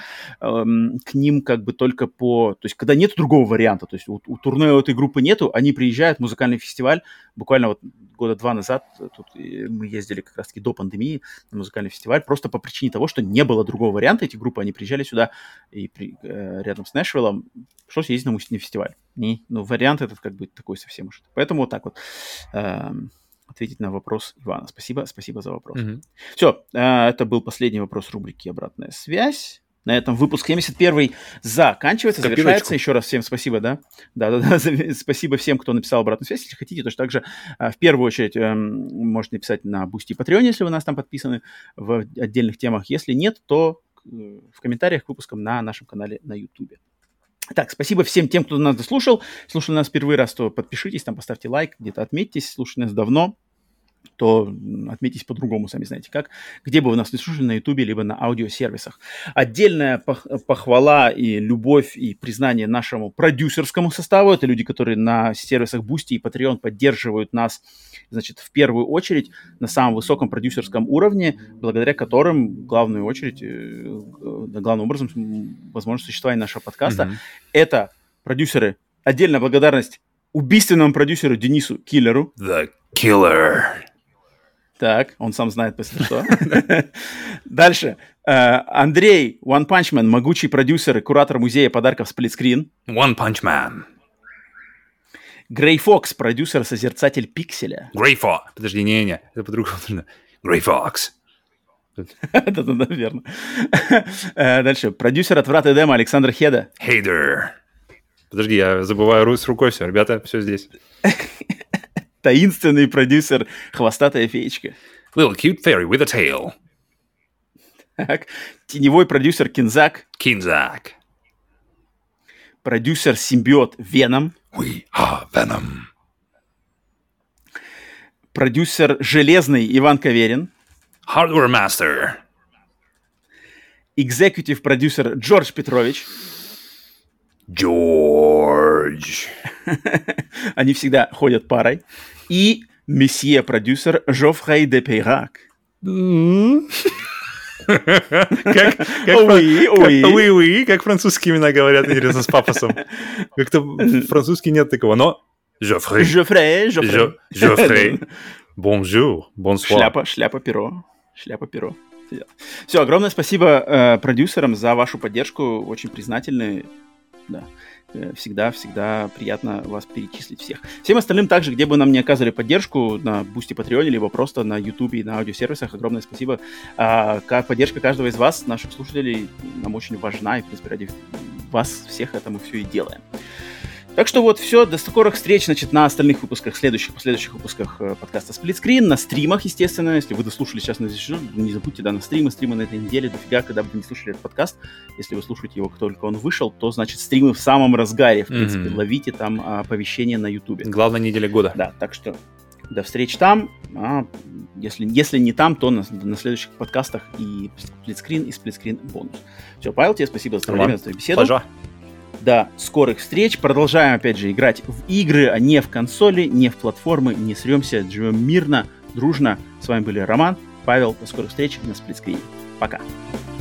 к ним как бы только то есть, когда нет другого варианта, то есть у турне у этой группы нету, они приезжают в музыкальный фестиваль, буквально вот года 2 назад, тут мы ездили как раз-таки до пандемии на музыкальный фестиваль, просто по причине того, что не было другого варианта, эти группы, они приезжали сюда, и рядом с Нэшвиллом пришлось ездить на фестиваль. Вариант этот как бы такой совсем уж. Поэтому вот так вот ответить на вопрос Ивана. Спасибо за вопрос. Все, это был последний вопрос рубрики «Обратная связь». На этом выпуск 71 заканчивается, завершается. Еще раз всем спасибо, да? Да. Спасибо всем, кто написал обратную связь. Если хотите, то также в первую очередь можете написать на Boosty и Patreon, если вы у нас там подписаны в отдельных темах. Если нет, то в комментариях к выпускам на нашем канале на YouTube. Так, спасибо всем тем, кто нас дослушал. Слушали нас первый раз, то подпишитесь, там поставьте лайк, где-то отметьтесь. Слушали нас давно, то отметьтесь по-другому, сами знаете как. Где бы вы нас не слушали, на Ютубе, либо на аудиосервисах. Отдельная похвала и любовь и признание нашему продюсерскому составу. Это люди, которые на сервисах Boosty и Patreon поддерживают нас, значит, в первую очередь на самом высоком продюсерском уровне, благодаря которым, главным образом, возможно существование нашего подкаста. Это продюсеры. Отдельная благодарность убийственному продюсеру Денису Киллеру. The Killer. Так, он сам знает, если что. Дальше. Андрей One Punch Man, могучий продюсер и куратор музея подарков Splitscreen. One Punch Man. Грей Фокс, продюсер-созерцатель пикселя. Грей Фокс. Подожди, не, это по-другому. Грей Фокс. Да, верно. Дальше. Продюсер «Отврат Эдема» Александр Хеда. Хейдер. Подожди, я забываю с рукой все. Ребята, все здесь. Таинственный продюсер «Хвостатая феечка». Little cute fairy with a tail. Так. Теневой продюсер Кинзак. Кинзак. Продюсер «Симбиот» Веном. We are Venom. Продюсер «Железный» Иван Каверин. Hardware Master. Экзекутив продюсер Джордж Петрович. Джордж. Они всегда ходят парой. И месье-продюсер Жофрей де Пейрак. Как французские имена говорят, интересно, с пафосом. Как-то французский нет такого, но... Жофрей. Бонжур, бонсуар. Шляпа, перо. Все, огромное спасибо продюсерам за вашу поддержку. Очень признательны. Да. Всегда приятно вас перечислить всех. Всем остальным также, где бы нам не оказывали поддержку, на Boosty, Patreon, либо просто на YouTube и на аудиосервисах, огромное спасибо. Поддержка каждого из вас, наших слушателей, нам очень важна, и, в принципе, ради вас всех это мы все и делаем. Так что вот все, до скорых встреч, значит, на остальных выпусках, последующих выпусках подкаста Splitscreen, на стримах, естественно, если вы дослушали сейчас, не забудьте, да, на стримы на этой неделе, дофига, когда бы вы не слушали этот подкаст, если вы слушаете его, как только он вышел, то, значит, стримы в самом разгаре, в принципе, ловите там оповещения на Ютубе. Главная неделя года. Да, так что до встреч там, если не там, то на следующих подкастах и Splitscreen, и Splitscreen бонус. Все, Павел, тебе спасибо за твое время, за твою беседу. Пожалуйста. До скорых встреч. Продолжаем, опять же, играть в игры, а не в консоли, не в платформы. Не сремся, живем мирно, дружно. С вами были Роман, Павел. До скорых встреч на сплитскрине. Пока.